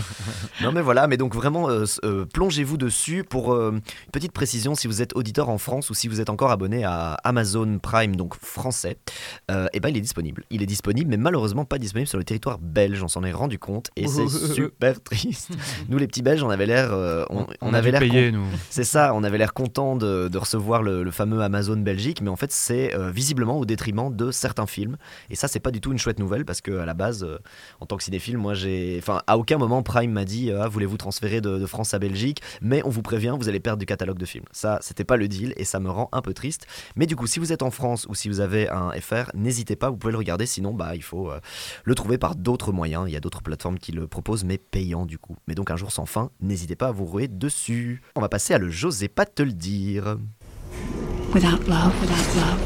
Non mais voilà, mais donc vraiment, euh, s- euh, plongez-vous dessus. Pour euh, une petite précision, si vous êtes auditeur en France ou si vous êtes encore abonné à Amazon Prime, donc français, euh, et ben il est disponible. Il est disponible, mais malheureusement pas disponible sur le territoire belge. On s'en est rendu compte et c'est super triste. Nous les petits Belges, on avait l'air, euh, on, on On a avait dû l'air payer nous. C'est ça, on avait l'air content de, de recevoir le, le fameux Amazon Belgique, mais en fait c'est euh, visiblement au détriment de certains films. Et ça c'est pas du tout une chouette nouvelle parce que à la base, euh, en tant que cinéphile, moi j'ai, enfin à aucun moment Prime m'a dit ah, voulez-vous transférer de, de France à Belgique, mais on vous prévient, vous allez perdre du catalogue de films. Ça c'était pas le deal et ça me rend un peu triste. Mais du coup si vous êtes en France ou si vous avez un F R, n'hésitez pas, vous pouvez le regarder. Sinon bah il faut euh, le trouver par d'autres moyens. Il y a d'autres plateformes qui le proposent, mais payant du coup. Mais donc un jour sans fin, n'hésitez pas à vous ruer dessus. On va passer à le j'osais pas te le dire. Without love, without love,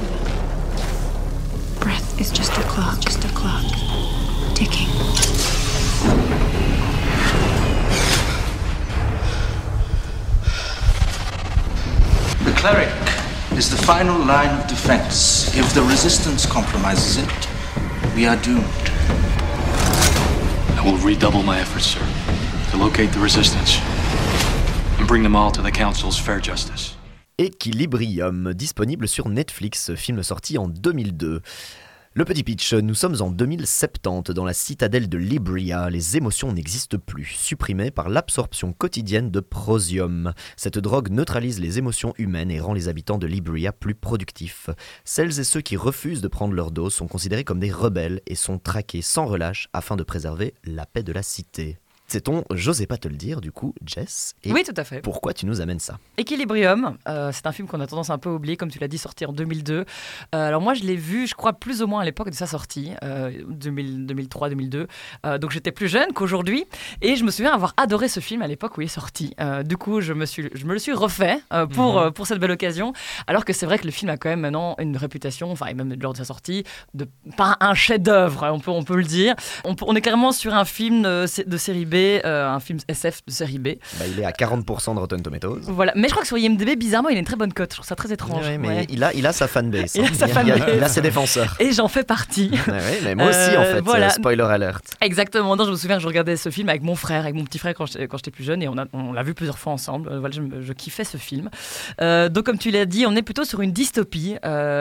breath is just a clock, just a clock, ticking. The cleric is the final line of defense. If the resistance compromises it, we are doomed. I will redouble my efforts, sir, to locate the resistance and bring them all to the Council's fair justice. Equilibrium, disponible sur Netflix, film sorti en deux mille deux. Le petit pitch, nous sommes en deux mille soixante-dix dans la citadelle de Libria. Les émotions n'existent plus, supprimées par l'absorption quotidienne de prosium. Cette drogue neutralise les émotions humaines et rend les habitants de Libria plus productifs. Celles et ceux qui refusent de prendre leur dose sont considérés comme des rebelles et sont traqués sans relâche afin de préserver la paix de la cité. Sait-on, j'osais pas te le dire, du coup, Jess. Et oui, tout à fait. Pourquoi tu nous amènes ça ? Équilibrium, euh, c'est un film qu'on a tendance un peu à oublier, comme tu l'as dit, sorti en deux mille deux. Euh, alors moi, je l'ai vu, je crois, plus ou moins à l'époque de sa sortie, euh, deux mille, deux mille trois deux mille deux. Euh, donc j'étais plus jeune qu'aujourd'hui. Et je me souviens avoir adoré ce film à l'époque où il est sorti. Euh, du coup, je me, suis, je me le suis refait euh, pour, mm-hmm. euh, pour cette belle occasion. Alors que c'est vrai que le film a quand même maintenant une réputation, enfin, et même lors de sa sortie, de pas un chef-d'œuvre, on peut, on peut le dire. On, on est clairement sur un film de, de série B. Euh, un film S F de série B. Bah, il est à quarante pour cent de Rotten Tomatoes. Voilà, mais je crois que sur I M D B, bizarrement, il a une très bonne cote. Je trouve ça très étrange. Oui, mais ouais. il, a, il a sa fanbase. Il, a, sa fan il, a, il a ses défenseurs. Et j'en fais partie. Ouais, ouais, mais moi aussi, euh, en fait. Voilà. Euh, spoiler alert. Exactement. Donc, je me souviens que je regardais ce film avec mon frère, avec mon petit frère quand j'étais, quand j'étais plus jeune, et on, a, on l'a vu plusieurs fois ensemble. Euh, voilà, je, je kiffais ce film. Euh, donc, comme tu l'as dit, on est plutôt sur une dystopie.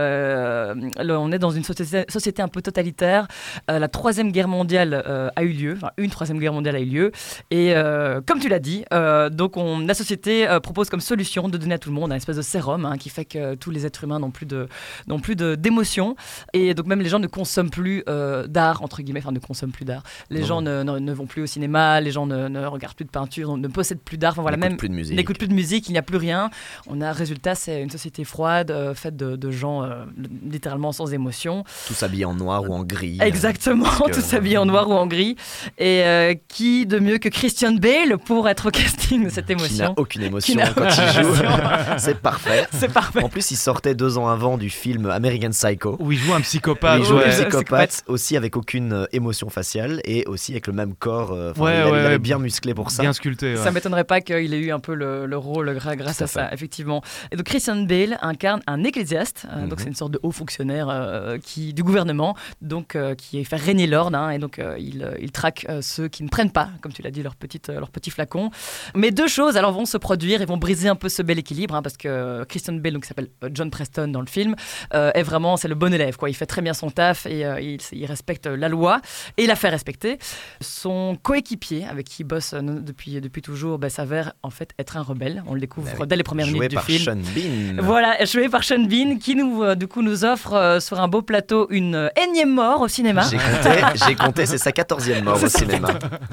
Euh, le, on est dans une société, société un peu totalitaire. Euh, la troisième guerre mondiale euh, a eu lieu. Enfin, une troisième guerre mondiale a eu lieu. Et euh, comme tu l'as dit, euh, donc on, la société euh, propose comme solution de donner à tout le monde un espèce de sérum hein, qui fait que tous les êtres humains n'ont plus de, n'ont plus de, d'émotions. Et donc même les gens ne consomment plus euh, d'art, entre guillemets, enfin ne consomment plus d'art. Les non. gens ne, ne, ne vont plus au cinéma, les gens ne, ne regardent plus de peinture, ne possèdent plus d'art. Enfin, voilà, n'écoutent même, plus de musique. N'écoutent plus de musique, il n'y a plus rien. On a, résultat, c'est une société froide, euh, faite de, de gens euh, littéralement sans émotion. Tous habillés en noir ou en gris. Exactement, que... tous habillés en noir ou en gris. Et euh, qui de mieux que Christian Bale pour être au casting de cette émotion. Qui n'a aucune émotion n'a quand il joue. C'est parfait. C'est parfait. En plus, il sortait deux ans avant du film American Psycho. Où il joue un psychopathe. Où il joue ouais. un psychopathe, aussi avec aucune émotion faciale et aussi avec le même corps. Euh, ouais, il, ouais, il avait ouais. bien musclé pour ça. Bien sculpté. Ouais. Ça m'étonnerait pas qu'il ait eu un peu le, le rôle grâce à ça, fait. effectivement. Et donc Christian Bale incarne un ecclésiaste. Euh, mm-hmm. Donc c'est une sorte de haut fonctionnaire euh, qui, du gouvernement, donc euh, qui fait régner l'ordre. Hein, et donc euh, il, il traque euh, ceux qui ne prennent pas, comme tu l'as dit, leur petite, euh, leur petit flacon. Mais deux choses alors vont se produire et vont briser un peu ce bel équilibre hein, parce que Christian Bale, donc, qui s'appelle John Preston dans le film, euh, est vraiment c'est le bon élève quoi. Il fait très bien son taf et euh, il, il respecte la loi et il la fait respecter. Son coéquipier avec qui il bosse euh, depuis depuis toujours bah, s'avère en fait être un rebelle. On le découvre bah oui. dès les premières joué minutes du film. Sean Bean. Voilà, joué par Sean Bean qui nous euh, du coup nous offre euh, sur un beau plateau une euh, énième mort au cinéma. J'ai compté, j'ai compté, c'est sa quatorzième mort au cinéma.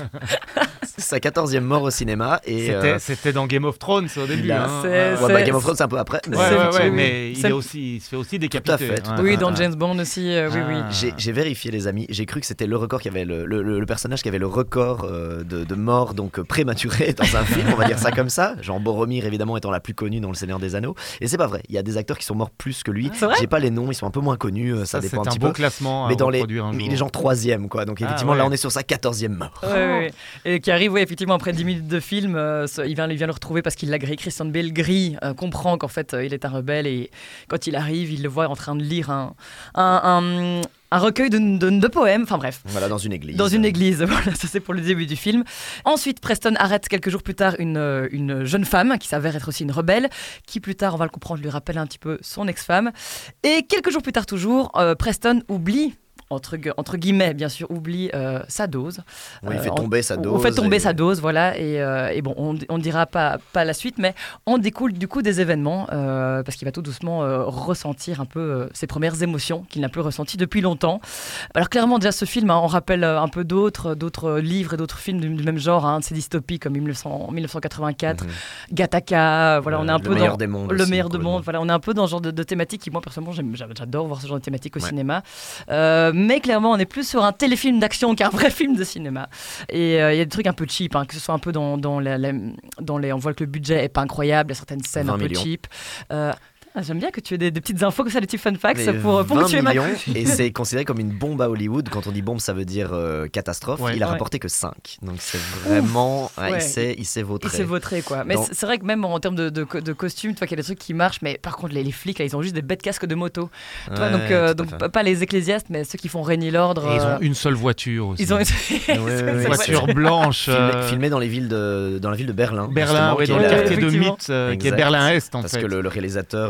C'est sa quatorzième mort au cinéma et c'était, euh, c'était dans Game of Thrones au début. A, hein. c'est, ouais, c'est, bah, Game of Thrones c'est un peu après. Mais, ouais, ouais, ouais, mais il, est aussi, il se fait aussi décapiter. Tout à fait. Tout oui, à dans fait. James Bond aussi. Euh, oui, ah. oui. J'ai, j'ai vérifié les amis. J'ai cru que c'était le record qui avait le, le, le, le personnage qui avait le record euh, de, de mort donc prématuré dans un film. On va dire ça comme ça. Genre Boromir évidemment étant la plus connue dans Le Seigneur des Anneaux. Et c'est pas vrai. Il y a des acteurs qui sont morts plus que lui. Ah, j'ai pas les noms. Ils sont un peu moins connus. Ça, ça dépend c'est un petit un beau peu. classement. Mais dans les, mais il est genre troisième quoi. Donc effectivement ah, ouais. là on est sur sa quatorzième mort. Ouais, ouais. Et qui arrive oui effectivement après dix minutes de film. Euh, il vient, il vient le retrouver parce qu'il l'a grillé. Christian Bale grille, euh, comprend qu'en fait euh, il est un rebelle et quand il arrive, il le voit en train de lire un, un, un, un recueil de, de, de poèmes. Enfin bref. Voilà, dans une église. Dans une église, voilà, ça c'est pour le début du film. Ensuite, Preston arrête quelques jours plus tard une, une jeune femme qui s'avère être aussi une rebelle, qui plus tard, on va le comprendre, lui rappelle un petit peu son ex-femme. Et quelques jours plus tard toujours, euh, Preston oublie Entre, entre guillemets, bien sûr, oublie euh, sa dose. Oui, il fait tomber euh, sa dose. On fait tomber et... sa dose, voilà. Et, euh, et bon, on ne dira pas, pas la suite, mais on découle du coup des événements, euh, parce qu'il va tout doucement euh, ressentir un peu euh, ses premières émotions qu'il n'a plus ressenties depuis longtemps. Alors clairement, déjà, ce film, hein, on rappelle euh, un peu d'autres, d'autres livres et d'autres films du, du même genre, hein, de ces dystopies comme mille neuf cent quatre-vingt-quatre, mm-hmm. Gattaca, voilà, euh, on est un le peu meilleur dans... des mondes. Le aussi, meilleur des mondes, voilà, on est un peu dans ce genre de, de thématique qui, moi, personnellement, j'aime, j'adore voir ce genre de thématique au ouais. cinéma. Euh, mais clairement, on est plus sur un téléfilm d'action qu'un vrai film de cinéma. Et il euh, y a des trucs un peu cheap, hein, que ce soit un peu dans, dans, la, la, dans les... On voit que le budget est pas incroyable, il y a certaines scènes un peu millions. cheap. Euh, J'aime bien que tu aies des, des petites infos comme ça, des petits fun facts mais pour, pour me tuer ma et c'est considéré comme une bombe à Hollywood. Quand on dit bombe, ça veut dire euh, catastrophe. Ouais, il a ouais. rapporté que cinq. Donc c'est vraiment. Ouais, ouais. Il s'est, il s'est vautré. Il s'est vautré, quoi. Mais Donc... c'est vrai que même en termes de, de, de costumes, tu vois qu'il y a des trucs qui marchent. Mais par contre, les, les flics, là, ils ont juste des bêtes casques de moto. Ouais, tu vois, donc euh, donc pas les ecclésiastes, mais ceux qui font régner l'ordre. Et ils ont une seule voiture aussi. Ils ont une ouais, ouais, ouais, voiture blanche. Filmée euh... filmé dans, les villes de, dans la ville de Berlin. Berlin, ouais, dans le quartier de Mythe, euh, qui est Berlin-Est, en Parce fait. que le, le réalisateur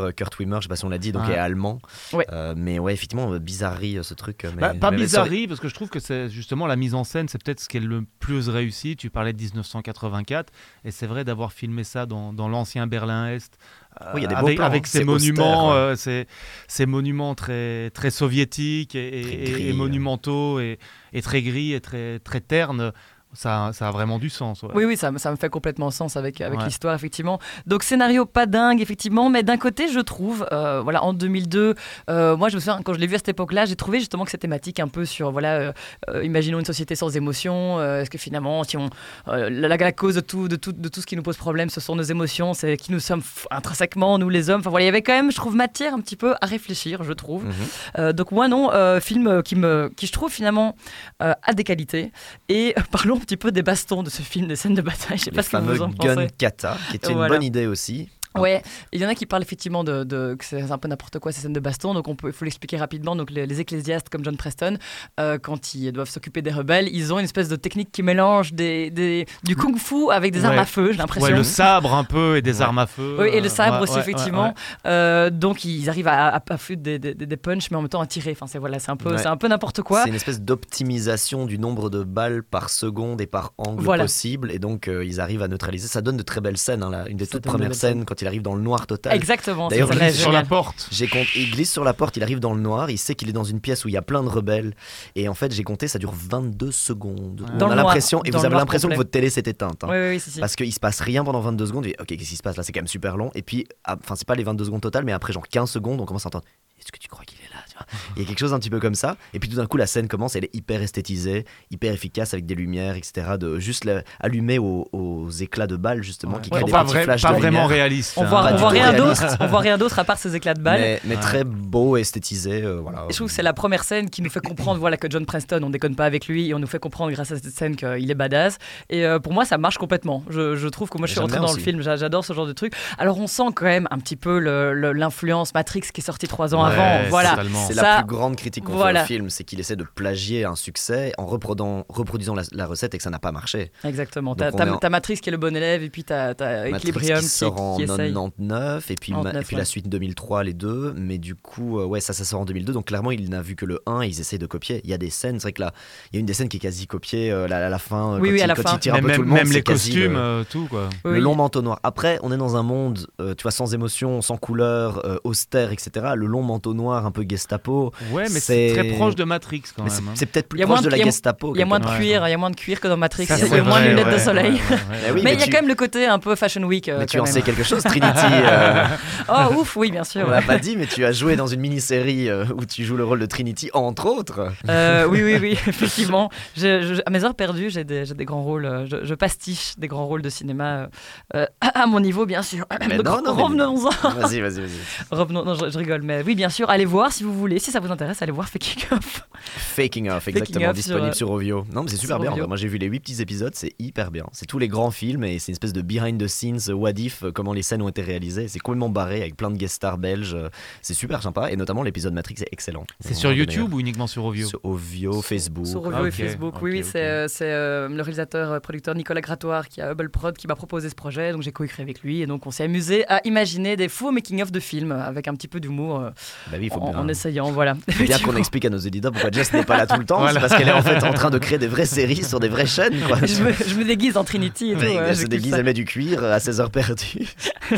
euh, Kurt Wimmer, je sais pas si on l'a dit, donc Ouais. est allemand. Ouais. Euh, mais ouais, effectivement, euh, bizarrerie euh, ce truc. euh, Mais, Bah, pas mais- mais bizarrerie, parce que je trouve que c'est justement la mise en scène, c'est peut-être ce qui est le plus réussi. Tu parlais de dix-neuf cent quatre-vingt-quatre, et c'est vrai d'avoir filmé ça dans, dans l'ancien Berlin-Est, euh, Oui, il y a des beaux avec, plans, avec hein. ces C'est monuments, austère, ouais. euh, ces, ces monuments très, très soviétiques et, Très et- gris, et hein. monumentaux, et, et très gris et très, très ternes. Ça, ça a vraiment du sens. Ouais. Oui, oui, ça, me- ça me fait complètement sens avec, avec Ouais. l'histoire, effectivement. Donc, scénario pas dingue, effectivement, mais d'un côté, je trouve, euh, voilà, en deux mille deux, euh, moi, je me souviens, quand je l'ai vu à cette époque-là, j'ai trouvé justement que cette thématique un peu sur, voilà, euh, euh, imaginons une société sans émotion, euh, est-ce que finalement, si on, euh, la, la cause de tout, de, tout, de tout ce qui nous pose problème, ce sont nos émotions, c'est qui nous sommes f- intrinsèquement, nous les hommes. Enfin, voilà, il y avait quand même, je trouve, matière un petit peu à réfléchir, je trouve. Mhm. Euh, donc moi non, euh, film qui me, qui je trouve finalement euh, a des qualités. Et euh, parlons un petit peu des bastons de ce film, des scènes de bataille. Je sais Les pas ce que fameux vous en gun pensez. kata, qui était Voilà. une bonne idée aussi. Ouais, il y en a qui parlent effectivement de, de que c'est un peu n'importe quoi ces scènes de baston, donc on peut, il faut l'expliquer rapidement. Donc les, les ecclésiastes comme John Preston, euh, quand ils doivent s'occuper des rebelles, ils ont une espèce de technique qui mélange des, des, du kung-fu avec des Ouais. armes à feu, j'ai l'impression. Ouais, le sabre un peu et des Ouais. armes à feu. Oui, et le euh, sabre ouais, aussi, ouais, effectivement. ouais, ouais. Euh, donc ils arrivent à, à, à foutre des, des, des punchs, mais en même temps à tirer. Enfin, c'est voilà, c'est un peu, Ouais. c'est un peu n'importe quoi. C'est une espèce d'optimisation du nombre de balles par seconde et par angle Voilà. possible. Et donc, euh, ils arrivent à neutraliser. Ça donne de très belles scènes. Hein, là. Une des Ça toutes donne de premières belles scènes, scènes. quand il arrive dans le noir total. Exactement. D'ailleurs, c'est il ça, glisse là, Sur la génial. porte. J'ai compté, il glisse sur la porte, il arrive dans le noir, il sait qu'il est dans une pièce où il y a plein de rebelles. Et en fait, j'ai compté, ça dure vingt-deux secondes. Dans On le a noir, l'impression, et dans vous le avez noir l'impression que complet. votre télé s'est éteinte. hein. Oui, oui, oui, si, si. Parce qu'il se passe rien pendant vingt-deux secondes. Et, ok, qu'est-ce qui se passe là? C'est quand même super long. Et puis, ah, enfin, c'est pas les vingt-deux secondes totales, mais après, genre quinze secondes, on commence à entendre. Est-ce que tu crois qu'il est là, tu vois? Il y a quelque chose un petit peu comme ça. Et puis tout d'un coup, la scène commence, elle est hyper esthétisée, hyper efficace avec des lumières, et cetera. De juste la- allumée aux, aux éclats de balles, justement, Ouais. qui Ouais, créent des pas petits vrai- flashs pas de vraiment lumière. réaliste. On hein. voit, Pas on du voit tout rien réaliste. d'autre. On voit rien d'autre à part ces éclats de balles. Mais, mais Ouais. très beau, esthétisé. euh, voilà. Et je trouve que c'est la première scène qui nous fait comprendre voilà, que John Preston, on déconne pas avec lui, et on nous fait comprendre grâce à cette scène qu'il est badass. Et euh, pour moi, ça marche complètement. Je, je trouve que moi, je suis J'aime rentré bien dans le aussi. film, j'a- j'adore ce genre de truc. Alors, on sent quand même un petit peu le- le- l'influence Matrix qui est sortie trois ans Ouais, avant. Voilà. totalement. C'est Ça- la plus grande critique qu'on voilà. fait au film, c'est qu'il essaie de plagier un succès en reproduisant, reproduisant la, la recette et que ça n'a pas marché. Exactement. Donc T'as on t'as- est en- t'as Matrix qui est le bon élève, et puis t'as t'as Matrix Equilibrium qui qui, sort en qui essaye. quatre-vingt-dix-neuf et puis, ma- quatre-vingt-dix-neuf, et puis ouais. la suite deux mille trois, les deux. Mais du coup, euh, ouais, ça, ça sort en deux mille deux. Donc clairement, il n'a vu que le un et ils essayent de copier. Il y a des scènes, c'est vrai que là, il y a une des scènes qui est quasi copiée euh, à la fin. euh, Oui, quand oui, à il, la quand fin. il tire un Mais peu même, tout le monde. même c'est les quasi costumes, le- euh, tout quoi. Le Oui. long manteau noir. Après, on est dans un monde, euh, tu vois, sans émotion, sans couleur, euh, austère, et cetera. Le long manteau noir, un peu Gestapo. Ouais, mais c'est très proche de Matrix quand Mais même. c'est hein. c'est peut-être plus Il y a proche moins de de- la il y a- Gestapo. Il y a moins de quelque part. cuir, il y a moins de cuir que dans Matrix. Ça, Il y a c'est moins de vrai, lunettes de ouais, soleil. ouais, ouais, ouais. Mais oui, Mais mais il y a tu- quand même le côté un peu Fashion Week. euh, Mais tu quand en même. sais quelque chose, Trinity. euh, Oh, ouf, oui, bien sûr. On l'a pas dit, mais tu as joué dans une mini-série euh, où tu joues le rôle de Trinity, entre autres. Euh, oui, oui, oui, effectivement. Je- je- à mes heures perdues, j'ai des, j'ai des grands rôles. euh, Je, je pastiche des grands rôles de cinéma euh, euh, à mon niveau, bien sûr. Mais Donc, non, non, mais- revenons-en. Vas-y, vas-y, vas-y. Revenons, non, je, je rigole, mais oui, bien sûr, allez voir si vous voulez. Si ça vous intéresse, allez voir Faking Off. Faking Off, Faking exactement, Off disponible sur, sur Ovio. Non, mais c'est super sur bien. Ovio. Moi, j'ai vu les huit petits épisodes, c'est hyper bien. C'est tous les grands films et c'est une espèce de behind the scenes, euh, what if, euh, comment les scènes ont été réalisées. C'est complètement barré avec plein de guest stars belges. euh, C'est super sympa et notamment l'épisode Matrix est excellent. C'est sur YouTube ou uniquement sur Ovio? Sur Ovio, Facebook. Sur Ovio Ah, et ok, Facebook, ok, oui, oui, ok. c'est euh, c'est, euh, le réalisateur euh, producteur Nicolas Grattoire qui a Hubble Prod qui m'a proposé ce projet, donc j'ai coécrit avec lui et donc on s'est amusé à imaginer des faux making-of de films avec un petit peu d'humour euh, Bah oui, il faut en, bien, en essayant, voilà. faut bien qu'on explique à nos éditeurs pourquoi Jess n'est pas là tout le temps. Voilà. C'est parce qu'elle est en fait en train de créer des vraies séries sur des vraies chaînes. Quoi. je, me, je me déguise en Trinity et tout. Ouais, ouais, elle je se kiffe déguise, ça. elle met du cuir à ses heures perdues.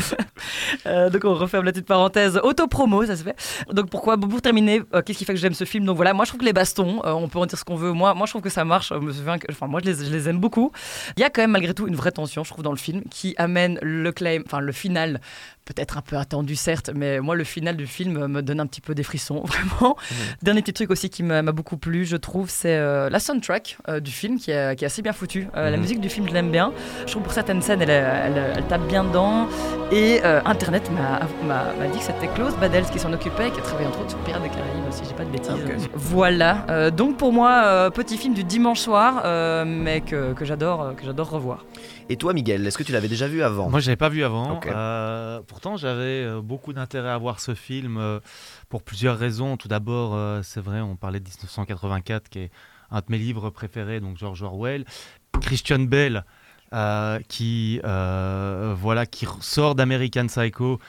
Euh, donc on referme la petite parenthèse auto-promo, ça se fait. Donc pourquoi, pour terminer, euh, qu'est-ce qui fait que j'aime ce film? Donc voilà, moi je trouve que les bastons, euh, on peut en dire ce qu'on veut. Moi, moi je trouve que ça marche. Je me souviens que- enfin moi je les, je les aime beaucoup. Il y a quand même malgré tout une vraie tension, je trouve, dans le film qui amène le claim, enfin le final, peut-être un peu attendu certes, mais moi le final du film me donne un petit peu des frissons, vraiment. Mmh. Dernier petit truc aussi qui m'a m'a beaucoup plu, je trouve, c'est euh, la soundtrack euh, du film qui est, qui est assez bien foutue. Euh, La Mhm. musique du film, je l'aime bien. Je trouve pour certaines scènes, elle, elle, elle tape bien dedans. Et euh, Internet m'a m'a- m'a dit que c'était Klaus Badels qui s'en occupait, qui a travaillé entre autres sur Pirates des Caraïbes, si j'ai pas de bêtises. Ah, ok. Voilà. Euh, donc pour moi, euh, petit film du dimanche soir, euh, mais que, que j'adore, euh, que j'adore revoir. Et toi, Miguel, est-ce que tu l'avais déjà vu avant? Moi, je l'avais pas vu avant. Ok. Euh, pourtant, j'avais euh, beaucoup d'intérêt à voir ce film euh, pour plusieurs raisons. Tout d'abord, euh, c'est vrai, on parlait de dix-neuf cent quatre-vingt-quatre, qui est un de mes livres préférés, donc George Orwell. Christian Bale, euh, qui, euh, voilà, qui sort d'American Psycho,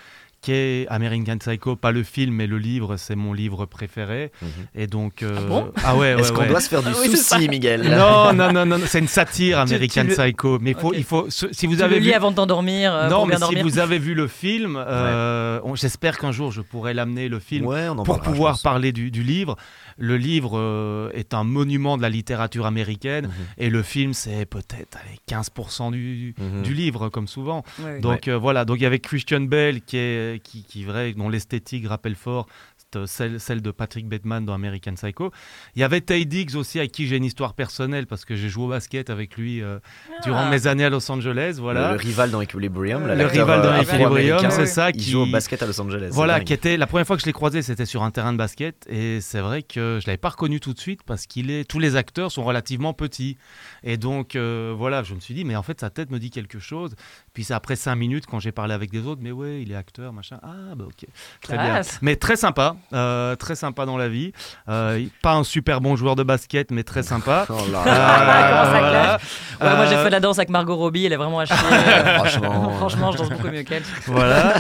qui est American Psycho, pas le film, mais le livre, c'est mon livre préféré. Mm-hmm. Et donc, euh... ah, bon ah ouais, ouais, Est-ce qu'on ouais. doit se faire du ah, souci, oui, Miguel? Non, non, non, non, c'est une satire, American tu, tu Psycho. Mais faut, okay. il faut, si vous tu avez le lis vu... avant de t'endormir. Euh, non, pour mais bien si dormir. vous avez vu le film, euh, ouais. on, j'espère qu'un jour je pourrai l'amener le film ouais, on en pour parlera, pouvoir parler du, du livre. Le livre euh, est un monument de la littérature américaine mm-hmm. et le film c'est peut-être allez, quinze pour cent du, mm-hmm. du livre comme souvent. Ouais, donc ouais. Euh, voilà, donc il y avait Christian Bale qui est qui, qui vrai dont l'esthétique rappelle fort Celle, celle de Patrick Bateman dans American Psycho. Il y avait Taye Diggs aussi, avec qui j'ai une histoire personnelle parce que j'ai joué au basket avec lui euh, ah. durant mes années à Los Angeles. Voilà. Le, le rival dans Equilibrium. Le rival dans Equilibrium, c'est ça. Il qui joue au basket à Los Angeles. Voilà, qui était la première fois que je l'ai croisé, c'était sur un terrain de basket et c'est vrai que je l'avais pas reconnu tout de suite parce qu'il est, tous les acteurs sont relativement petits et donc euh, voilà, je me suis dit mais en fait sa tête me dit quelque chose. Puis c'est après cinq minutes quand j'ai parlé avec des autres, mais ouais, il est acteur, machin. Ah bah ok, très Classe. bien. Mais très sympa. Euh, très sympa dans la vie, euh, pas un super bon joueur de basket mais très sympa. Oh là là. Euh, voilà. ouais, euh... moi j'ai fait la danse avec Margot Robbie, elle est vraiment à chier. Franchement, franchement, je danse beaucoup mieux qu'elle. Voilà.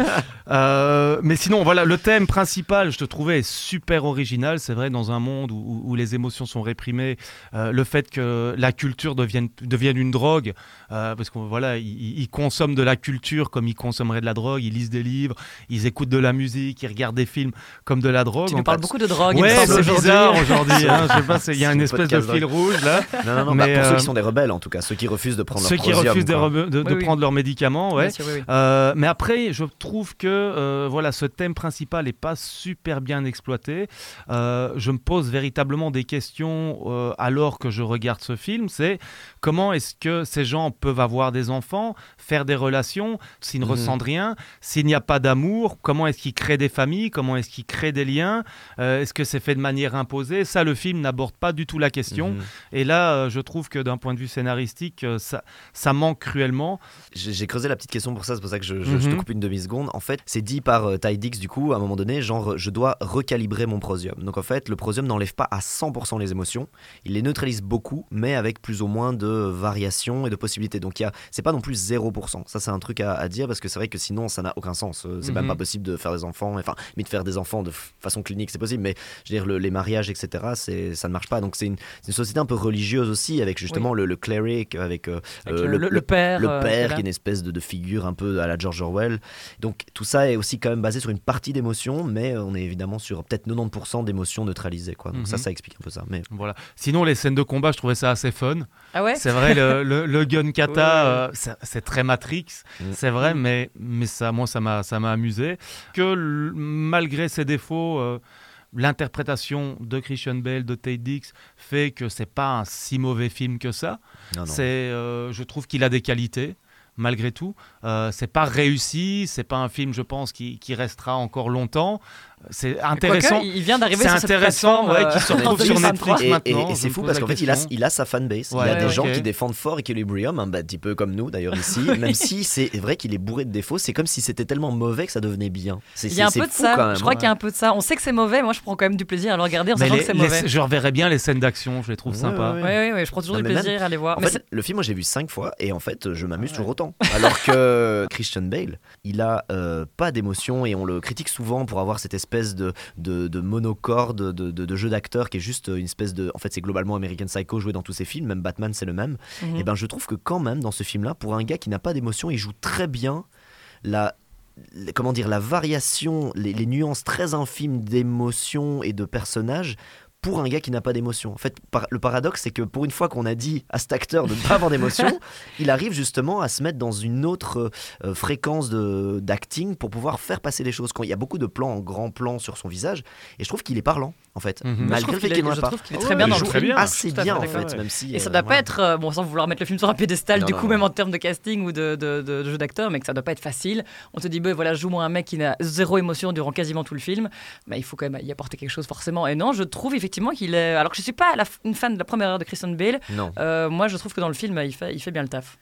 Euh, mais sinon, voilà, le thème principal, je te trouvais est super original. C'est vrai, dans un monde où, où les émotions sont réprimées, euh, le fait que la culture devienne, devienne une drogue, euh, parce qu'on voilà, ils, ils consomment de la culture comme ils consommeraient de la drogue. Ils lisent des livres, ils écoutent de la musique, ils regardent des films comme de la drogue. Tu nous parles beaucoup de drogue. Ouais, c'est aujourd'hui. bizarre aujourd'hui. Hein, je sais pas, il y a une espèce de fil rouge là. Non, non, non. Mais, bah, pour euh, ceux qui sont des rebelles, en tout cas, ceux qui refusent de prendre ceux leur qui prosium, refusent de, re- de, oui, de oui. prendre leurs médicaments, ouais. Sûr, oui, oui. Euh, mais après, je trouve que euh, voilà, ce thème principal n'est pas super bien exploité. Euh, je me pose véritablement des questions euh, alors que je regarde ce film. C'est comment est-ce que ces gens peuvent avoir des enfants, faire des relations, s'ils ne mmh. ressentent rien, s'il n'y a pas d'amour, comment est-ce qu'ils créent des familles, comment est-ce qu'ils créent des liens, euh, est-ce que c'est fait de manière imposée? Ça, le film n'aborde pas du tout la question. Mmh. Et là, euh, je trouve que d'un point de vue scénaristique, euh, ça, ça manque cruellement. J'ai, j'ai creusé la petite question pour ça, c'est pour ça que je, je, mmh. je te coupe une demi-seconde. En fait, c'est dit par euh, Taye Diggs, du coup, à un moment donné, genre, je dois recalibrer mon prosium. Donc en fait, le prosium n'enlève pas à cent pour cent les émotions, il les neutralise beaucoup, mais avec plus ou moins de variations et de possibilités. Donc il y a, c'est pas non plus zéro pour cent. Ça, c'est un truc à, à dire, parce que c'est vrai que sinon, ça n'a aucun sens. C'est mmh. même pas possible de faire des enfants, enfin, mais de faire des enfants de f- façon clinique, c'est possible, mais je veux dire, le, les mariages, et cetera, c'est, ça ne marche pas. Donc c'est une, c'est une société un peu religieuse aussi, avec justement oui. le, le cleric, avec, euh, avec euh, le, le, le père, le père euh, qui est une espèce de, de figure un peu à la George Orwell. Donc tout ça est aussi quand même basé sur une partie d'émotions, mais on est évidemment sur peut-être quatre-vingt-dix pour cent d'émotions neutralisées, quoi. Donc mm-hmm. ça, ça explique un peu ça. Mais voilà. Sinon, les scènes de combat, je trouvais ça assez fun. Ah ouais. C'est vrai, le, le, le gun kata, ouais, ouais. Euh, c'est, c'est très Matrix, mm. c'est vrai, mais mais ça, moi, ça m'a ça m'a amusé. Que l- malgré ses défauts. Euh, L'interprétation de Christian Bale, de Taye Diggs, fait que c'est pas un si mauvais film que ça. Non, non. C'est, euh, je trouve qu'il a des qualités, malgré tout. Euh, c'est pas réussi, c'est pas un film, je pense, qui, qui restera encore longtemps. C'est intéressant. Quoique, il vient d'arriver c'est sur intéressant, cette ouais, qui se retrouve sur Netflix et, maintenant. Et, et c'est fou parce qu'en fait, il a, il a sa fanbase. Ouais, il y a des okay. gens qui défendent fort Equilibrium, un petit peu comme nous d'ailleurs ici. oui. Même si c'est vrai qu'il est bourré de défauts, c'est comme si c'était tellement mauvais que ça devenait bien. C'est, il y a c'est, un peu c'est de ça. Quand même, je crois ouais. qu'il y a un peu de ça. On sait que c'est mauvais. Moi, je prends quand même du plaisir à le regarder en mais sachant les, que c'est les, mauvais. je reverrais bien les scènes d'action. Je les trouve ouais, sympas. Oui, oui, oui. Je prends toujours non, du plaisir même, à les voir. En mais fait, c'est... le film, moi, j'ai vu cinq fois et en fait, je m'amuse ouais. toujours autant. Alors que Christian Bale, il a euh, pas d'émotion et on le critique souvent pour avoir cette espèce de de, de monocorde de, de, de jeu d'acteur qui est juste une espèce de... En fait, c'est globalement American Psycho joué dans tous ses films, même Batman, c'est le même. Mm-hmm. Et ben, je trouve que quand même, dans ce film-là, pour un gars qui n'a pas d'émotion, il joue très bien la... Comment dire, la variation, les, les nuances très infimes d'émotions et de personnages pour un gars qui n'a pas d'émotion. En fait, par, le paradoxe, c'est que pour une fois qu'on a dit à cet acteur de ne pas avoir d'émotion, il arrive justement à se mettre dans une autre euh, fréquence de, d'acting pour pouvoir faire passer les choses. Quand il y a beaucoup de plans en grand plan sur son visage, et je trouve qu'il est parlant, en fait. Mm-hmm. Malgré le fait qu'il n'en a pas. Je trouve qu'il est très bien il dans le film. Assez bien, en fait, même si... Et ça euh, doit voilà. pas être, euh, bon, sans vouloir mettre le film sur un piédestal, non, du non, coup, non. même en termes de casting ou de, de, de, de jeu d'acteur, mais que ça doit pas être facile. On te dit, bah, voilà, joue-moi un mec qui n'a zéro émotion durant quasiment tout le film. Bah, il faut quand même y apporter quelque chose, forcément. Et non, je trouve effectivement qu'il est... Alors que je suis pas la, une fan de la première heure de Christian Bale, non. Euh, moi, je trouve que dans le film, il fait, il fait bien le taf.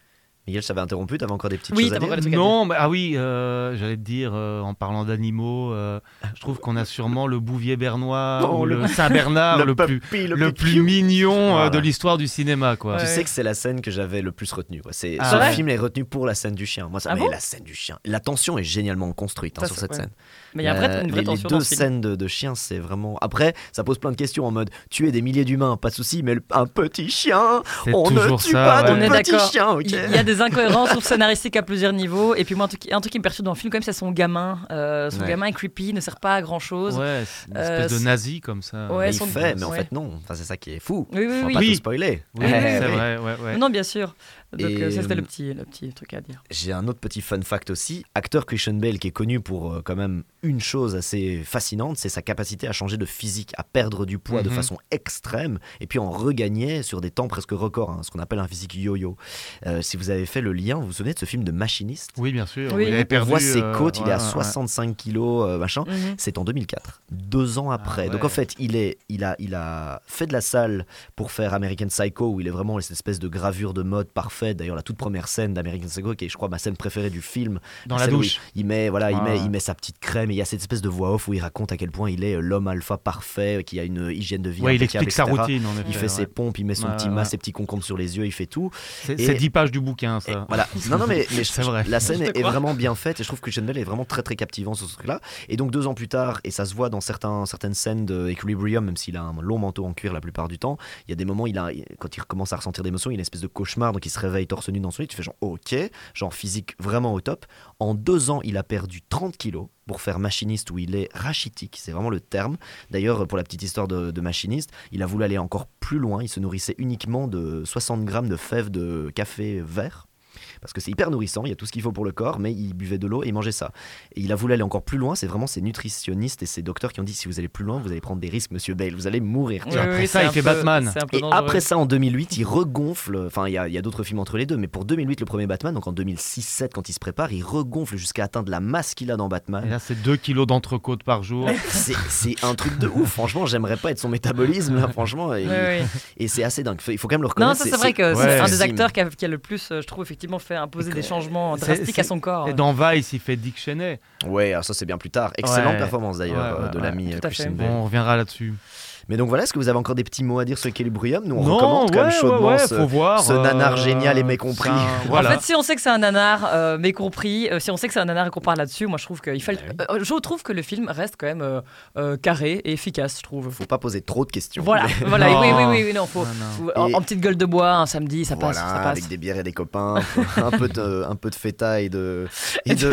Miguel, je t'avais interrompu, t'avais encore des petites oui, choses à dire. Des non, mais, ah oui, euh, j'allais te dire, euh, en parlant d'animaux, euh, je trouve qu'on a sûrement le Bouvier bernois oh, ou le... le Saint-Bernard le, le, puppy, plus, le, le plus mignon voilà. euh, de l'histoire du cinéma. Quoi. Tu Ouais. sais que c'est la scène que j'avais le plus retenue. Quoi. C'est, ah ce ouais. film est retenu pour la scène du chien. Moi, ça ah mais bon la scène du chien. La tension est génialement construite hein, ça, sur cette ouais. scène. Mais il y a euh, une vraie les, tension les deux dans ce scènes de, de chiens, c'est vraiment. Après, ça pose plein de questions en mode tuer des milliers d'humains, pas de souci, mais un petit chien, c'est on ne tue ça, pas ouais. de petits chiens. Okay. Il y a des incohérences scénaristiques à plusieurs niveaux. Et puis moi, un truc, un truc qui me perturbe dans le film, quand même, c'est son gamin. Euh, son ouais. gamin est creepy, ne sert pas à grand chose. Ouais, c'est une espèce euh, de nazi comme ça. Ouais, mais son... il fait, mais en ouais. fait non. Enfin, c'est ça qui est fou. Oui, oui, on va oui. pas oui. tout spoiler. Oui, oui, c'est vrai. Ouais, ouais. Non, bien sûr. Donc et, euh, ça, c'était le petit, le petit truc à dire. J'ai un autre petit fun fact aussi. Acteur Christian Bale qui est connu pour euh, quand même une chose assez fascinante, c'est sa capacité à changer de physique, à perdre du poids mm-hmm. de façon extrême et puis en regagner sur des temps presque records, hein, ce qu'on appelle un physique yo-yo. Euh, si vous avez fait le lien, vous vous souvenez de ce film de Machiniste ? Oui, bien sûr. Oui. Il on voit ses euh, côtes, ouais, il est à ouais, soixante-cinq ouais. kilos, euh, machin. Mm-hmm. C'est en deux mille quatre, deux ans après. Ah, ouais. Donc en fait, il, est, il, a, il a fait de la salle pour faire American Psycho, où il est vraiment cette espèce de gravure de mode parfaite. D'ailleurs, la toute première scène d'American Psycho, qui est, je crois, ma scène préférée du film. Dans la douche. Il, il, met, voilà, ah. il, met, il met sa petite crème, et il y a cette espèce de voix off où il raconte à quel point il est l'homme alpha parfait, qui a une hygiène de vie ouais, impeccable, il explique et cetera. sa routine, en effet. Il fait ouais. ses pompes, il met son ouais, petit ouais. masque, ses petits concombres sur les yeux, il fait tout. C'est, et, c'est dix pages du bouquin, ça. Et, voilà. Non, non, mais, mais c'est vrai. La scène est, est vraiment bien faite, et je trouve que Christian Bale est vraiment très, très captivant sur ce truc-là. Et donc, deux ans plus tard, et ça se voit dans certains, certaines scènes de Equilibrium, même s'il a un long manteau en cuir la plupart du temps, il y a des moments, il a, quand il commence à ressentir des émotions, il a une espèce de cauchemar, donc il se réveille torse nu dans son lit, tu fais genre ok, genre physique vraiment au top. En deux ans, il a perdu trente kilos pour faire Machiniste, où il est rachitique, c'est vraiment le terme. D'ailleurs, pour la petite histoire de, de Machiniste, il a voulu aller encore plus loin, il se nourrissait uniquement de soixante grammes de fèves de café vert. Parce que c'est hyper nourrissant, il y a tout ce qu'il faut pour le corps, mais il buvait de l'eau et il mangeait ça. Et il a voulu aller encore plus loin, c'est vraiment ces nutritionnistes et ces docteurs qui ont dit si vous allez plus loin, vous allez prendre des risques, monsieur Bale, vous allez mourir. Oui, après oui, ça, il fait peu, Batman. Et après ça, en deux mille huit, il regonfle, enfin il y a, il y a d'autres films entre les deux, mais pour deux mille huit, le premier Batman, donc en deux mille six sept, quand il se prépare, il regonfle jusqu'à atteindre la masse qu'il a dans Batman. Et là, c'est deux kilos d'entrecôte par jour. c'est, c'est un truc de ouf, franchement, j'aimerais pas être son métabolisme, là, franchement. Et, oui, oui. et c'est assez dingue, il faut quand même le reconnaître. Non, ça c'est, c'est vrai que ouais. c'est un des acteurs qui a, qui a le plus, je trouve, effectivement, fait imposer des changements drastiques à son corps. Et dans Vice, il fait Dick Cheney. Ouais, alors ça c'est bien plus tard. Excellente ouais. performance d'ailleurs ouais, ouais, de ouais, l'ami Christian Bale. On reviendra là-dessus. Mais donc voilà, est-ce que vous avez encore des petits mots à dire sur Equilibrium ? Nous on non, recommande quand ouais, même chaudement ouais, ouais, ce, faut voir, ce nanar euh, génial et mécompris. un, voilà. En fait, si on sait que c'est un nanar euh, mécompris, euh, si on sait que c'est un nanar et qu'on parle là-dessus, moi je trouve qu'il fallait. Euh, je trouve que le film reste quand même euh, euh, carré et efficace, je trouve. Faut pas poser trop de questions. Voilà, voilà, non. oui, oui, oui, oui, non, faut, non, non. faut en, en petite gueule de bois un samedi, ça voilà, passe, ça passe. avec des bières et des copains, un peu de, un peu de feta et de, et de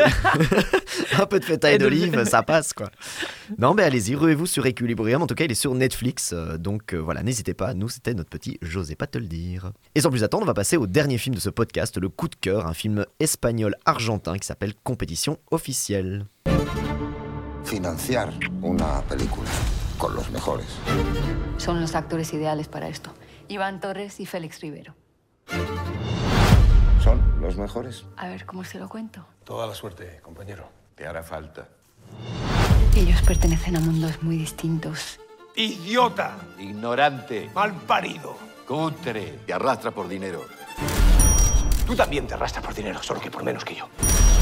un peu de feta et, et d'olive, ça passe quoi. Non mais allez-y, ruez-vous sur Equilibrium. En tout cas, il est sur Netflix, euh, donc euh, voilà, n'hésitez pas. Nous, c'était notre petit J'osais pas te le dire. Et sans plus attendre, on va passer au dernier film de ce podcast, le coup de cœur, un film espagnol-argentin qui s'appelle Compétition officielle. Financiar una película con los mejores. Son los actores ideales para esto. Iván Torres y Félix Rivero. ¿Son los mejores? A ver, ¿cómo se lo cuento? Toda la suerte, compañero. Te hará falta. Ellos pertenecen a mundos muy distintos. ¡Idiota! Ignorante. ¡Malparido! Cutre. Te arrastra por dinero. Tú también te arrastras por dinero, solo que por menos que yo.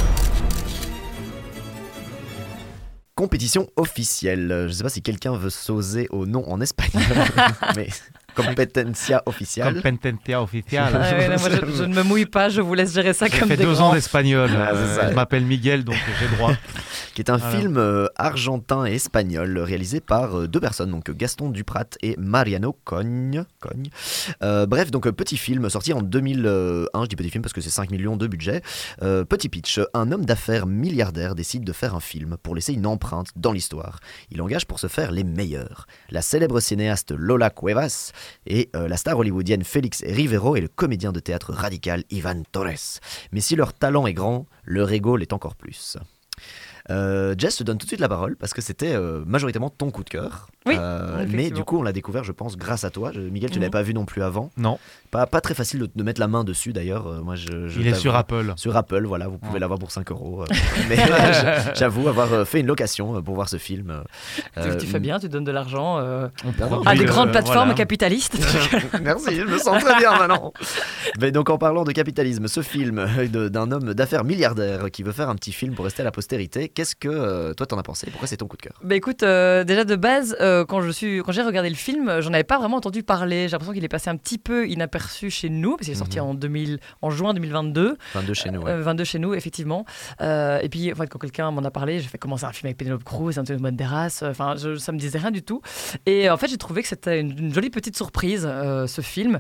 Compétition officielle. Je sais pas si quelqu'un veut s'oser au nom en espagnol, mais Competencia officielle. Competencia officielle. Ah ouais, non, moi, je, je ne me mouille pas, je vous laisse gérer ça j'ai comme des fait deux grands. ans d'espagnol. Ah, euh, je m'appelle Miguel, donc j'ai droit. Qui est un voilà. film euh, argentin et espagnol réalisé par euh, deux personnes, donc Gaston Duprat et Mariano Cogne. Cogne. Euh, bref, donc euh, petit film sorti en deux mille un, je dis petit film parce que c'est cinq millions de budget. Euh, petit pitch, un homme d'affaires milliardaire décide de faire un film pour laisser une empreinte dans l'histoire. Il engage pour ce faire les meilleurs. La célèbre cinéaste Lola Cuevas et euh, la star hollywoodienne Félix Rivero et le comédien de théâtre radical Iván Torres. Mais si leur talent est grand, leur ego l'est encore plus. Euh, Jess, je te donne tout de suite la parole parce que c'était euh, majoritairement ton coup de cœur. Oui, Euh, mais du coup, on l'a découvert, je pense, grâce à toi. Je- Miguel, tu Mhm. l'avais pas vu non plus avant. Non. Pas, pas très facile de, de mettre la main dessus d'ailleurs. Euh, moi, je, je Il est t'avoue- sur Apple. Sur Apple, voilà, vous pouvez Ouais. l'avoir pour cinq euros. euh, mais euh, j'avoue avoir euh, fait une location euh, pour voir ce film. euh, Tu fais bien, tu donnes de l'argent euh, produit, à des euh, grandes plateformes voilà. capitalistes. Merci, je me sens très bien maintenant. Mais donc en parlant de capitalisme, ce film euh, de- d'un homme d'affaires milliardaire qui veut faire un petit film pour rester à la postérité, qu'est-ce que euh, toi t'en as pensé? Pourquoi c'est ton coup de cœur? Bah écoute, euh, déjà de base, euh, quand je suis, quand j'ai regardé le film, euh, j'en avais pas vraiment entendu parler. J'ai l'impression qu'il est passé un petit peu inaperçu chez nous, parce qu'il est sorti Mhm. en, deux mille, en juin deux mille vingt-deux. vingt-deux chez nous, ouais. Euh, vingt-deux chez nous, effectivement. Euh, et puis, en fait, quand quelqu'un m'en a parlé, j'ai fait commencer un film avec Penelope Cruz, Antonio Banderas. euh, Enfin, je- ça me disait rien du tout. Et en fait, j'ai trouvé que c'était une, une jolie petite surprise, euh, ce film.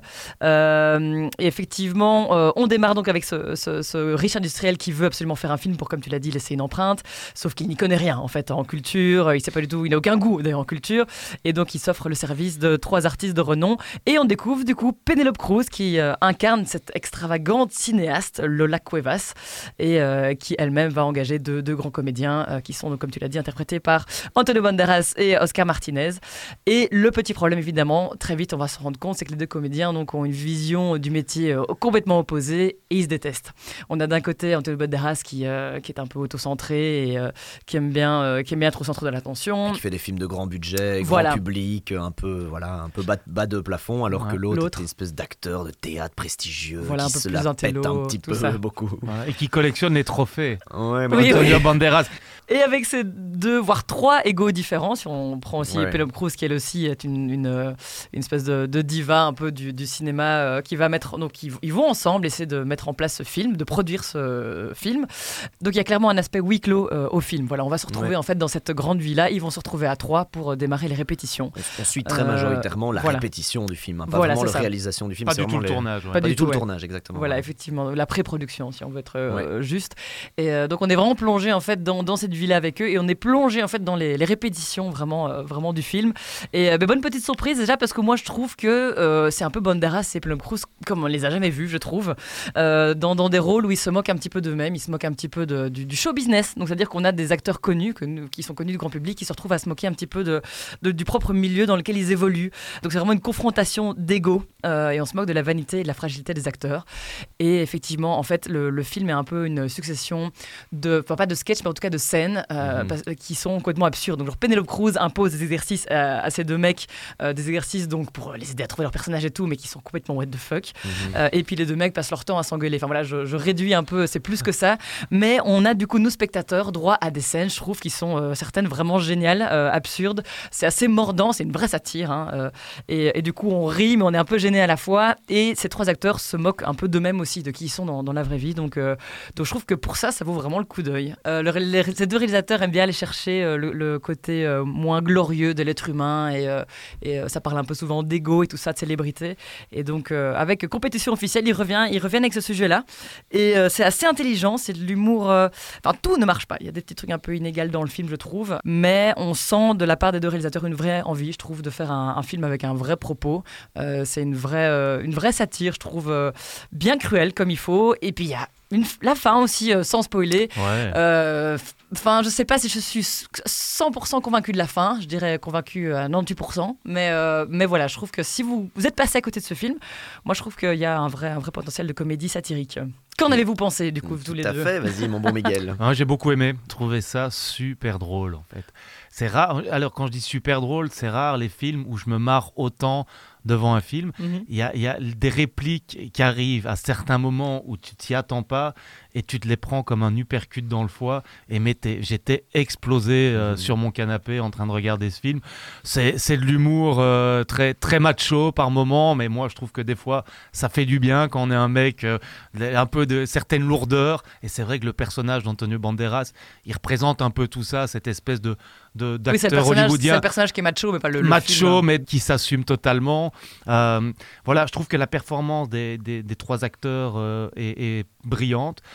Euh, et effectivement, euh, on démarre donc avec ce, ce- ce riche industriel qui veut absolument faire un film pour, comme tu l'as dit, laisser une empreinte. Sauf qu'il n'y connaît rien, en fait, en culture. Il sait pas du tout, il n'a aucun goût, d'ailleurs, en culture. Et donc, il s'offre le service de trois artistes de renom. Et on découvre, du coup, Penelope Cruz qui euh, incarne cette extravagante cinéaste, Lola Cuevas, et euh, qui elle-même va engager deux, deux grands comédiens euh, qui sont, donc, comme tu l'as dit, interprétés par Antonio Banderas et Oscar Martinez. Et le petit problème, évidemment, très vite, on va se rendre compte, c'est que les deux comédiens donc, ont une vision du métier euh, complètement opposée et ils se détestent. On a d'un côté Antonio Banderas qui, euh, qui est un peu auto-centré et euh, qui, aime bien, euh, qui aime bien être au centre de l'attention. Qui fait des films de grand budget, grand Voilà. public, un peu, voilà, un peu bas, bas de plafond, alors Ouais. que l'autre L'autre. est une espèce d'acteur de théâtre prestigieux Voilà, qui un peu se plus la intello, pète un petit tout peu, ça. beaucoup. Voilà, et qui collectionne les trophées. Ouais, Oui, Antonio oui. Banderas. Et avec ces deux, voire trois égos différents, si on prend aussi Ouais. Penelope Cruz, qui elle aussi est une, une, euh, une espèce de, de diva un peu du, du cinéma, euh, qui va mettre, donc ils, ils vont ensemble essayer de mettre en place ce film, de produire ce film. Donc il y a clairement un aspect huis clos euh, au film. Voilà, on va se retrouver Ouais. en fait dans cette grande villa. Ils vont se retrouver à trois pour euh, démarrer les répétitions. On suit très Euh, majoritairement la voilà. répétition du film, hein, pas Voilà, vraiment c'est la ça. réalisation du film. Pas c'est du tout vraiment le les- tournage, ouais. Pas, Pas du du tout tout, le ouais. tournage, exactement. Voilà, ouais. effectivement, la pré-production, si on veut être euh, juste. Et euh, donc on est vraiment plongé en fait dans, dans cette villa avec eux et on est plongé en fait dans les, les répétitions vraiment, euh, vraiment du film. Et euh, ben, bonne petite surprise déjà parce que moi je trouve que euh, c'est un peu Banderas et Penelope Cruz comme on les a jamais vus, je trouve, euh, dans, dans des rôles où ils se moquent un petit peu d'eux-mêmes, ils se moquent un petit peu de, du, du show business. Donc c'est-à-dire qu'on a des acteurs connus que nous- qui sont connus du grand public qui se retrouvent à se moquer un petit peu de, de- du propre milieu dans lequel ils évoluent. Donc c'est vraiment une confrontation d'ego euh, et on se moque de la vanité et de la fragilité des acteurs. Et effectivement, en fait, le, le film est un peu une succession de, enfin pas de sketchs, mais en tout cas de scènes euh, Mhm. parce- qui sont complètement absurdes. Donc genre Penelope Cruz impose des exercices à, à ces deux mecs, euh, des exercices donc pour les aider à trouver leur personnage et tout, mais qui sont complètement what the fuck. Mhm. Euh, et puis les deux mecs passent leur temps à s'engueuler. Enfin voilà, je, je réduis un peu, c'est plus que ça. Mais on a du coup, nous spectateurs, droit à des scènes, je trouve, qui sont euh, certaines vraiment géniales, euh, absurdes. C'est assez mordant, c'est une vraie satire. Hein, euh, et, et du coup, on rit, mais on est un peu gêné à la fois. Et ces trois acteurs se moquent un peu d'eux-mêmes aussi, de qui ils sont dans, dans la vraie vie. Donc, euh, donc je trouve que pour ça, ça vaut vraiment le coup d'œil. Euh, le- les- ces deux réalisateurs aiment bien aller chercher euh, le, le côté euh, moins glorieux de l'être humain. Et, euh, et euh, ça parle un peu souvent d'ego et tout ça, de célébrité. Et donc, euh, avec Compétition officielle, ils reviennent, ils reviennent avec ce sujet-là. Et euh, c'est assez intelligent, c'est de l'humour. euh, Enfin, tout ne marche pas. Il y a des petits trucs un peu inégaux dans le film, je trouve. Mais on sent de la part des deux réalisateurs une vraie envie, je trouve, de faire un, un film avec un vrai propos. Euh, c'est une vraie, euh, une vraie satire, je trouve, euh, bien cruelle comme il faut. Et puis, il y a une, la fin aussi, euh, sans spoiler. Ouais. Euh, Enfin, je sais pas si je suis cent pour cent convaincu de la fin. Je dirais convaincu à quatre-vingt-dix pour cent. Mais, euh, mais voilà, je trouve que si vous, vous êtes passé à côté de ce film, moi, je trouve qu'il y a un vrai, un vrai potentiel de comédie satirique. Qu'en avez-vous pensé, du coup, tous les Tout à deux? fait, vas-y, mon bon Miguel. Ah, j'ai beaucoup aimé, trouvé ça super drôle en fait. C'est rare, alors quand je dis super drôle, c'est rare les films où je me marre autant devant un film. Mhm. Il y a, il y a des répliques qui arrivent à certains moments où tu t'y attends pas et tu te les prends comme un uppercut dans le foie. Et mais t'es- j'étais explosé euh, Mhm. sur mon canapé en train de regarder ce film. C'est, c'est de l'humour euh, très, très macho par moment, mais moi je trouve que des fois ça fait du bien quand on est un mec euh, un peu de certaines lourdeurs. Et c'est vrai que le personnage d'Antonio Banderas, il représente un peu tout ça, cette espèce de, de, Oui, c'est le d'acteur personnage, c'est hollywoodien le personnage qui est macho, mais pas le, le macho, film. mais qui s'assume totalement. Euh, voilà, je trouve que la performance des, des, des trois acteurs euh, est, est brillante.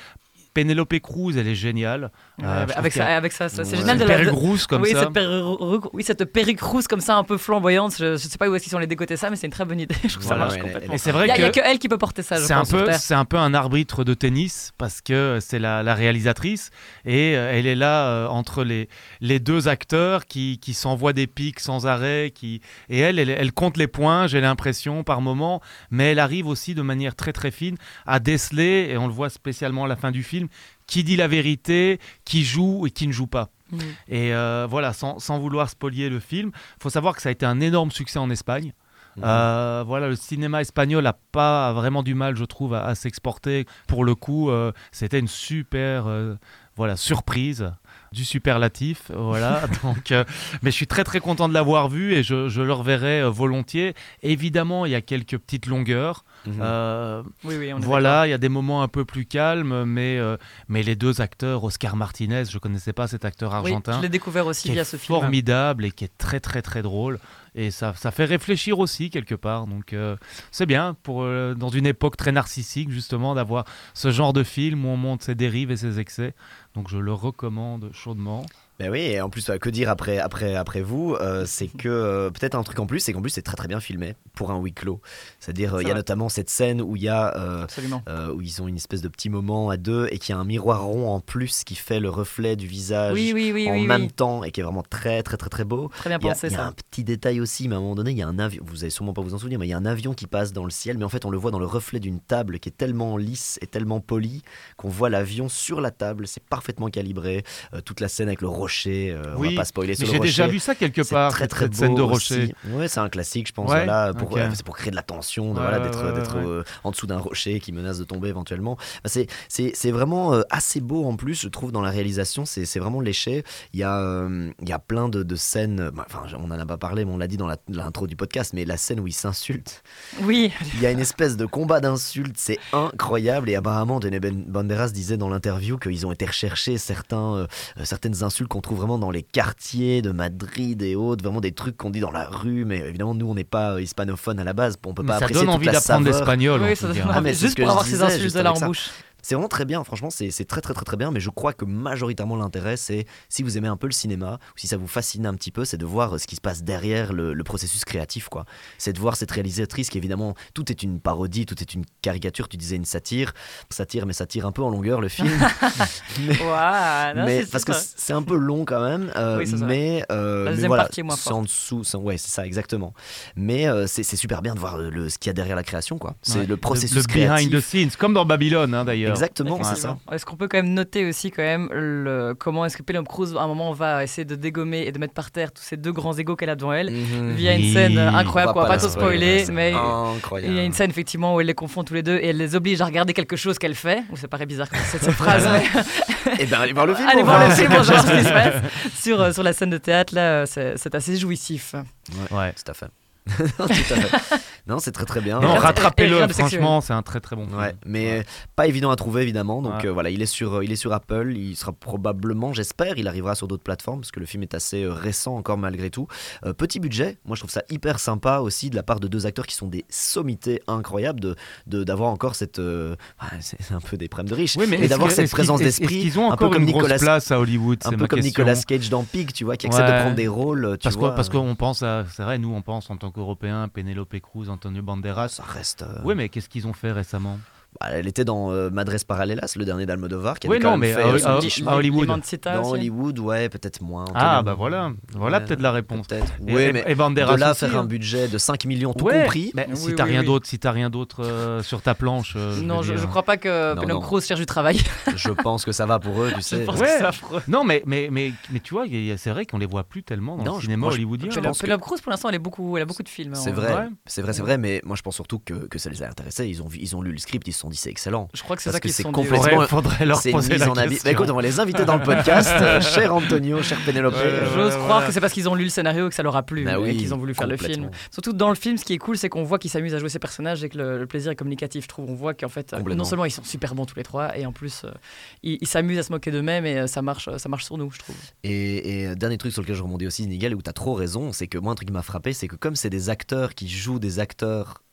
Penelope Cruz, elle est géniale. Ouais, Euh, je avec, trouve ça, qu'elle- avec ça, ça, c'est Ouais. génial de Une la perruque rousse comme oui, ça. Cette perruque, oui, cette perruque rousse comme ça, un peu flamboyante. Je, je sais pas où est-ce qu'ils sont allés dégoter ça, mais c'est une très bonne idée. Je trouve Voilà. que ça marche Ouais, complètement. et c'est vrai il y a, que il y a que elle qui peut porter ça. Je C'est un, pense, sur peu, Terre. c'est un peu un arbitre de tennis parce que c'est la, la réalisatrice et euh, elle est là euh, entre les, les deux acteurs qui, qui s'envoient des pics sans arrêt. Qui... Et elle, elle, elle compte les points, j'ai l'impression, par moment, mais elle arrive aussi de manière très très fine à déceler, et on le voit spécialement à la fin du film, qui dit la vérité, qui joue et qui ne joue pas. Mmh. Et euh, voilà, sans, sans vouloir spolier le film, il faut savoir que ça a été un énorme succès en Espagne. Mmh. Euh, voilà, le cinéma espagnol n'a pas vraiment du mal, je trouve, à, à s'exporter. Pour le coup, euh, c'était une super euh, voilà, surprise, du superlatif. Voilà. Donc, euh, mais je suis très très content de l'avoir vu et je, je le reverrai euh, volontiers. Évidemment, il y a quelques petites longueurs. Mmh. Euh, oui, oui, on est voilà, il y a des moments un peu plus calmes, mais, euh, mais les deux acteurs, Oscar Martinez, je ne connaissais pas cet acteur argentin. Oui, je l'ai découvert aussi qui via est ce film. formidable et qui est très très très drôle. Et ça, ça fait réfléchir aussi quelque part. Donc euh, c'est bien pour, euh, dans une époque très narcissique justement d'avoir ce genre de film où on montre ses dérives et ses excès. Donc je le recommande chaudement. Ben oui, et en plus, euh, que dire après, après, après vous, euh, c'est que euh, peut-être un truc en plus, c'est qu'en plus c'est très très bien filmé pour un huis clos. C'est-à-dire, il euh, y a notamment cette scène où il y a, euh, euh, où ils ont une espèce de petit moment à deux et qu'il y a un miroir rond en plus qui fait le reflet du visage oui, oui, oui, en oui, même oui. temps et qui est vraiment très très très très beau. Très bien il y a, pensé il y a ça. un petit détail aussi, mais à un moment donné, il y a un avion. Vous allez sûrement pas vous en souvenir, mais il y a un avion qui passe dans le ciel, mais en fait on le voit dans le reflet d'une table qui est tellement lisse et tellement polie qu'on voit l'avion sur la table. C'est parfaitement calibré. Euh, toute la scène avec le rocher. Euh, oui. On va pas spoiler sur mais le j'ai rocher. déjà vu ça quelque C'est part, très, cette, très cette scène de beau rocher. Oui, c'est un classique, je pense. Ouais, voilà, pour, okay. euh, c'est pour créer de la tension, de, ouais, voilà, ouais, d'être, ouais, d'être ouais. euh, en dessous d'un rocher qui menace de tomber éventuellement. Bah, c'est, c'est, c'est vraiment euh, assez beau en plus, je trouve, dans la réalisation. C'est, c'est vraiment léché. Il y a, euh, il y a plein de, de scènes. Bah, enfin, on n'en a pas parlé, mais on l'a dit dans la, l'intro du podcast, mais la scène où ils s'insultent. Oui. Il y a une espèce de combat d'insultes, c'est incroyable. Et apparemment, Antonio Banderas disait dans l'interview qu'ils ont été rechercher certains, euh, certaines insultes qu'on trouve vraiment dans les quartiers de Madrid et autres, vraiment des trucs qu'on dit dans la rue, mais évidemment nous on n'est pas euh, hispanophones à la base, on peut Mais pas ça apprécier donne toute envie la d'apprendre saveur. l'espagnol. Oui, en ça tout donne cas. Ah, mais envie, c'est juste ce que pour je avoir ces disais, insultes juste de là avec en ça. bouche. C'est vraiment très bien, franchement, c'est, c'est très très très très bien, mais je crois que majoritairement l'intérêt, c'est si vous aimez un peu le cinéma, ou si ça vous fascine un petit peu, c'est de voir ce qui se passe derrière le, le processus créatif, quoi. C'est de voir cette réalisatrice qui, évidemment, tout est une parodie, tout est une caricature, tu disais une satire, satire, mais ça tire un peu en longueur le film. mais, Ouah, non, mais c'est- parce c'est que ça. c'est un peu long quand même, euh, Oui, c'est ça. mais, euh, La mais deuxième voilà, partie est moins c'est en forte. dessous, c'est- ouais, c'est ça, exactement. Mais euh, c'est, c'est super bien de voir le, ce qu'il y a derrière la création, quoi. C'est Ouais. le processus le, le behind créatif. the scenes, comme dans Babylone hein, d'ailleurs. Exactement, c'est ça. Effectivement. Est-ce qu'on peut quand même noter aussi quand même le, comment est-ce que Penelope Cruz à un moment va essayer de dégommer et de mettre par terre tous ces deux grands égos qu'elle a devant elle Mhm. via une Oui. scène On incroyable va qu'on va pas pas la trop spoiler, spoiler, mais c'est incroyable. il y a une scène effectivement où elle les confond tous les deux et elle les oblige à regarder quelque chose qu'elle fait. Ou ça paraît bizarre comme cette, cette phrase. mais... Eh ben allez voir le film. Allez on voir va. le film, on verra ce qui se passe. Sur, euh, sur la scène de théâtre là, euh, c'est, c'est assez jouissif. Ouais, Ouais. tout à fait. Tout à fait. Non, c'est très très bien. Non, Et- et- et rattrapez-le, rien de sexuel. franchement, c'est un très très bon film. Ouais, mais pas évident à trouver évidemment. Donc Ouais. euh, voilà, il est sur, il est sur Apple. Il sera probablement, j'espère, il arrivera sur d'autres plateformes parce que le film est assez euh, récent encore malgré tout. Euh, petit budget, moi je trouve ça hyper sympa aussi de la part de deux acteurs qui sont des sommités incroyables de, de d'avoir encore cette, euh, ouais, c'est c'est un peu des problèmes de riches, Oui, mais et est-ce d'avoir que- cette est-ce présence qu'ils- est-ce d'esprit, qu'ils ont un peu encore comme une grosse Nicolas, place à Hollywood, un c'est peu ma comme question. Nicolas Cage dans Pig, tu vois, qui accepte Ouais. de prendre des rôles, tu Parce, vois. que, parce qu'on pense à, c'est vrai, nous on pense en tant qu'Européens, Penelope Cruz, Antonio Banderas. Ça reste. euh, Oui, mais qu'est-ce qu'ils ont fait récemment? Bah, elle était dans euh, Madres Paralelas, le dernier d'Almodovar, qui Oui, avait quand non, même mais fait à- euh, son à- petit chemin. à Hollywood. L'Emancita Dans aussi. Hollywood, ouais, peut-être moins. Ah, Antonio- bah voilà, voilà Ouais, peut-être la réponse. Peut-être. Et- Oui, et- mais et Banderas de là aussi, faire hein. un budget de cinq millions tout Ouais, compris. mais Oui, si oui, t'as rien oui. d'autre, si t'as rien d'autre euh, sur ta planche, euh, je Non, veux je, dire. je crois pas que Non, Penelope non. Cruz cherche du travail. Je pense que ça va pour eux, tu sais. pense Ouais. que c'est affreux. Non, mais, mais, mais, mais tu vois, il y a- c'est vrai qu'on les voit plus tellement dans Non, le je- cinéma moi, je- hollywoodien. je Penelope pense que- Penelope Cruz pour l'instant elle, est beaucoup, elle a beaucoup de films. C'est hein. vrai, Ouais. c'est vrai, c'est vrai, mais moi je pense surtout que, que ça les a intéressés. Ils ont, vu, ils ont lu le script, ils se sont dit c'est excellent. Je crois que c'est Parce ça que qu'ils se c'est sont dit. complètement- Faudrait, faudrait leur C'est une poser mise la en habit. question. Bah, écoute, on va les inviter dans le podcast. Euh, cher Antonio, cher Penelope. Ouais, euh, J'ose ouais, croire voilà. que c'est parce qu'ils ont lu le scénario et que ça leur a plu Bah et oui, qu'ils ont voulu faire le film. complètement. Surtout dans le film, ce qui est cool, c'est qu'on voit qu'ils s'amusent à jouer ces personnages et que le, le plaisir est communicatif. Je trouve, on voit qu'en fait, euh, Complètement. non seulement ils sont super bons tous les trois, et en plus, euh, ils ils s'amusent à se moquer d'eux-mêmes et euh, ça marche, ça marche sur nous, je trouve. Et, et euh, dernier truc sur lequel je rebondis aussi, Nigel, où tu as trop raison, c'est que moi, un truc qui m'a frappé, c'est que comme c'est des acteurs qui jouent des acteurs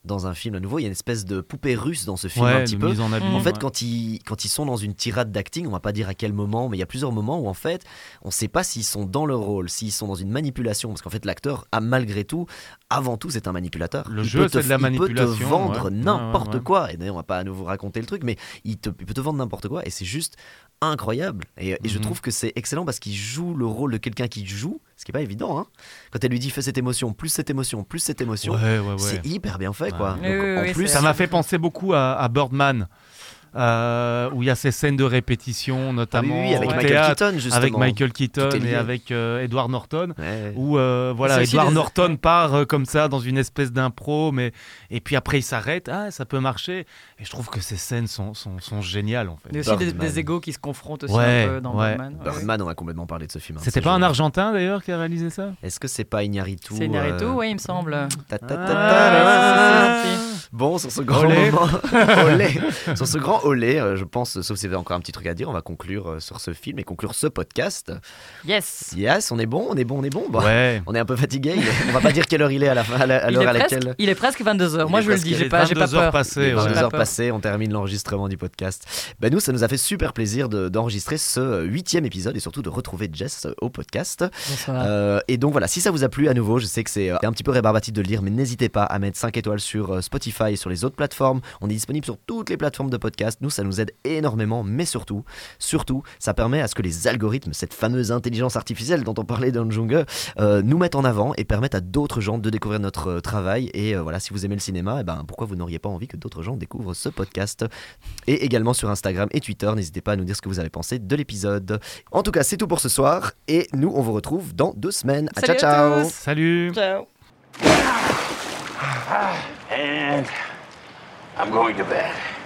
dans un film à nouveau. Il y a une espèce de poupée russe dans ce film Ouais, un petit de peu. mise en abîme, en fait, ouais. quand ils, quand ils sont dans une tirade d'acting, on va pas dire à quel moment, mais il y a plusieurs moments où en fait, on sait pas s'ils sont dans leur rôle, s'ils sont dans une manipulation, parce qu'en fait, l'acteur a malgré tout, avant tout, c'est un manipulateur. Le Il jeu, peut te- c'est de la Il peut te manipulation, vendre ouais. n'importe Ouais, ouais, ouais. quoi. Et d'ailleurs, on va pas à nouveau raconter le truc, mais il, te, il peut te vendre n'importe quoi, et c'est juste incroyable. Et, et je Mhm. trouve que c'est excellent parce qu'il joue le rôle de quelqu'un qui joue, ce qui est pas évident. Hein. Quand elle lui dit fais cette émotion, plus cette émotion, plus cette émotion, Ouais, ouais, ouais. c'est hyper bien fait, quoi. Oui, Donc, oui, en oui, plus, c'est- Ça m'a fait penser beaucoup à, à Birdman. Euh, où il y a ces scènes de répétition, notamment Ah oui, oui, avec au Michael théâtre, Keaton, justement. avec Michael Keaton Tout est et lié. avec euh, Edward Norton, Ouais. où euh, voilà, C'est aussi Edward des- Norton part euh, comme ça dans une espèce d'impro, mais et puis après il s'arrête, ah ça peut marcher. Et je trouve que ces scènes sont, sont, sont géniales en fait. Il y a aussi des, Birdman. des égos qui se confrontent aussi Ouais, un peu dans ouais. Birdman. Ouais, Birdman, on va complètement parler de ce film. hein. C'était C'est pas un génial. Argentin d'ailleurs qui a réalisé ça? Est-ce que c'est pas Iñárritu C'est Naruto, euh, oui, il me semble. ta, ta, ta, Ah, ta, ouais, ta. si, si, si. Bon, sur ce grand Olé. moment, olé. sur ce grand olé, euh, je pense, sauf si vous avez encore un petit truc à dire, on va conclure euh, sur ce film et conclure ce podcast. Yes. Yes, on est bon, on est bon, on est bon. Bon, Ouais. On est un peu fatigué. il est- On va pas dire quelle heure il est à la fin, à la- à Il l'heure est, à presque, laquelle. il est presque vingt-deux heures. Il Moi, est je le presque- dis, il j'ai est pas, j'ai pas vingt-deux heures peur. passées, Il est ouais. J'ai vingt-deux pas heures peur. passées, on termine l'enregistrement du podcast. Ben nous, ça nous a fait super plaisir de- d'enregistrer ce huitième épisode et surtout de retrouver Jess au podcast. Bonsoir. Euh, et donc voilà, si ça vous a plu à nouveau, je sais que c'est euh, un petit peu rébarbatif de le dire, mais n'hésitez pas à mettre cinq étoiles sur euh, Spotify et sur les autres plateformes. On est disponible sur toutes les plateformes de podcast. Nous, ça nous aide énormément, mais surtout, surtout, ça permet à ce que les algorithmes, cette fameuse intelligence artificielle dont on parlait dans le jungle, euh, nous mettent en avant et permettent à d'autres gens de découvrir notre euh, travail. Et euh, voilà, si vous aimez le cinéma, eh ben, pourquoi vous n'auriez pas envie que d'autres gens découvrent ce podcast? Et également sur Instagram et Twitter, n'hésitez pas à nous dire ce que vous avez pensé de l'épisode. En tout cas, c'est tout pour ce soir et nous, on vous retrouve dans deux semaines. À Salut ciao, à ciao. tous. Salut. Ciao. And I'm going to bed.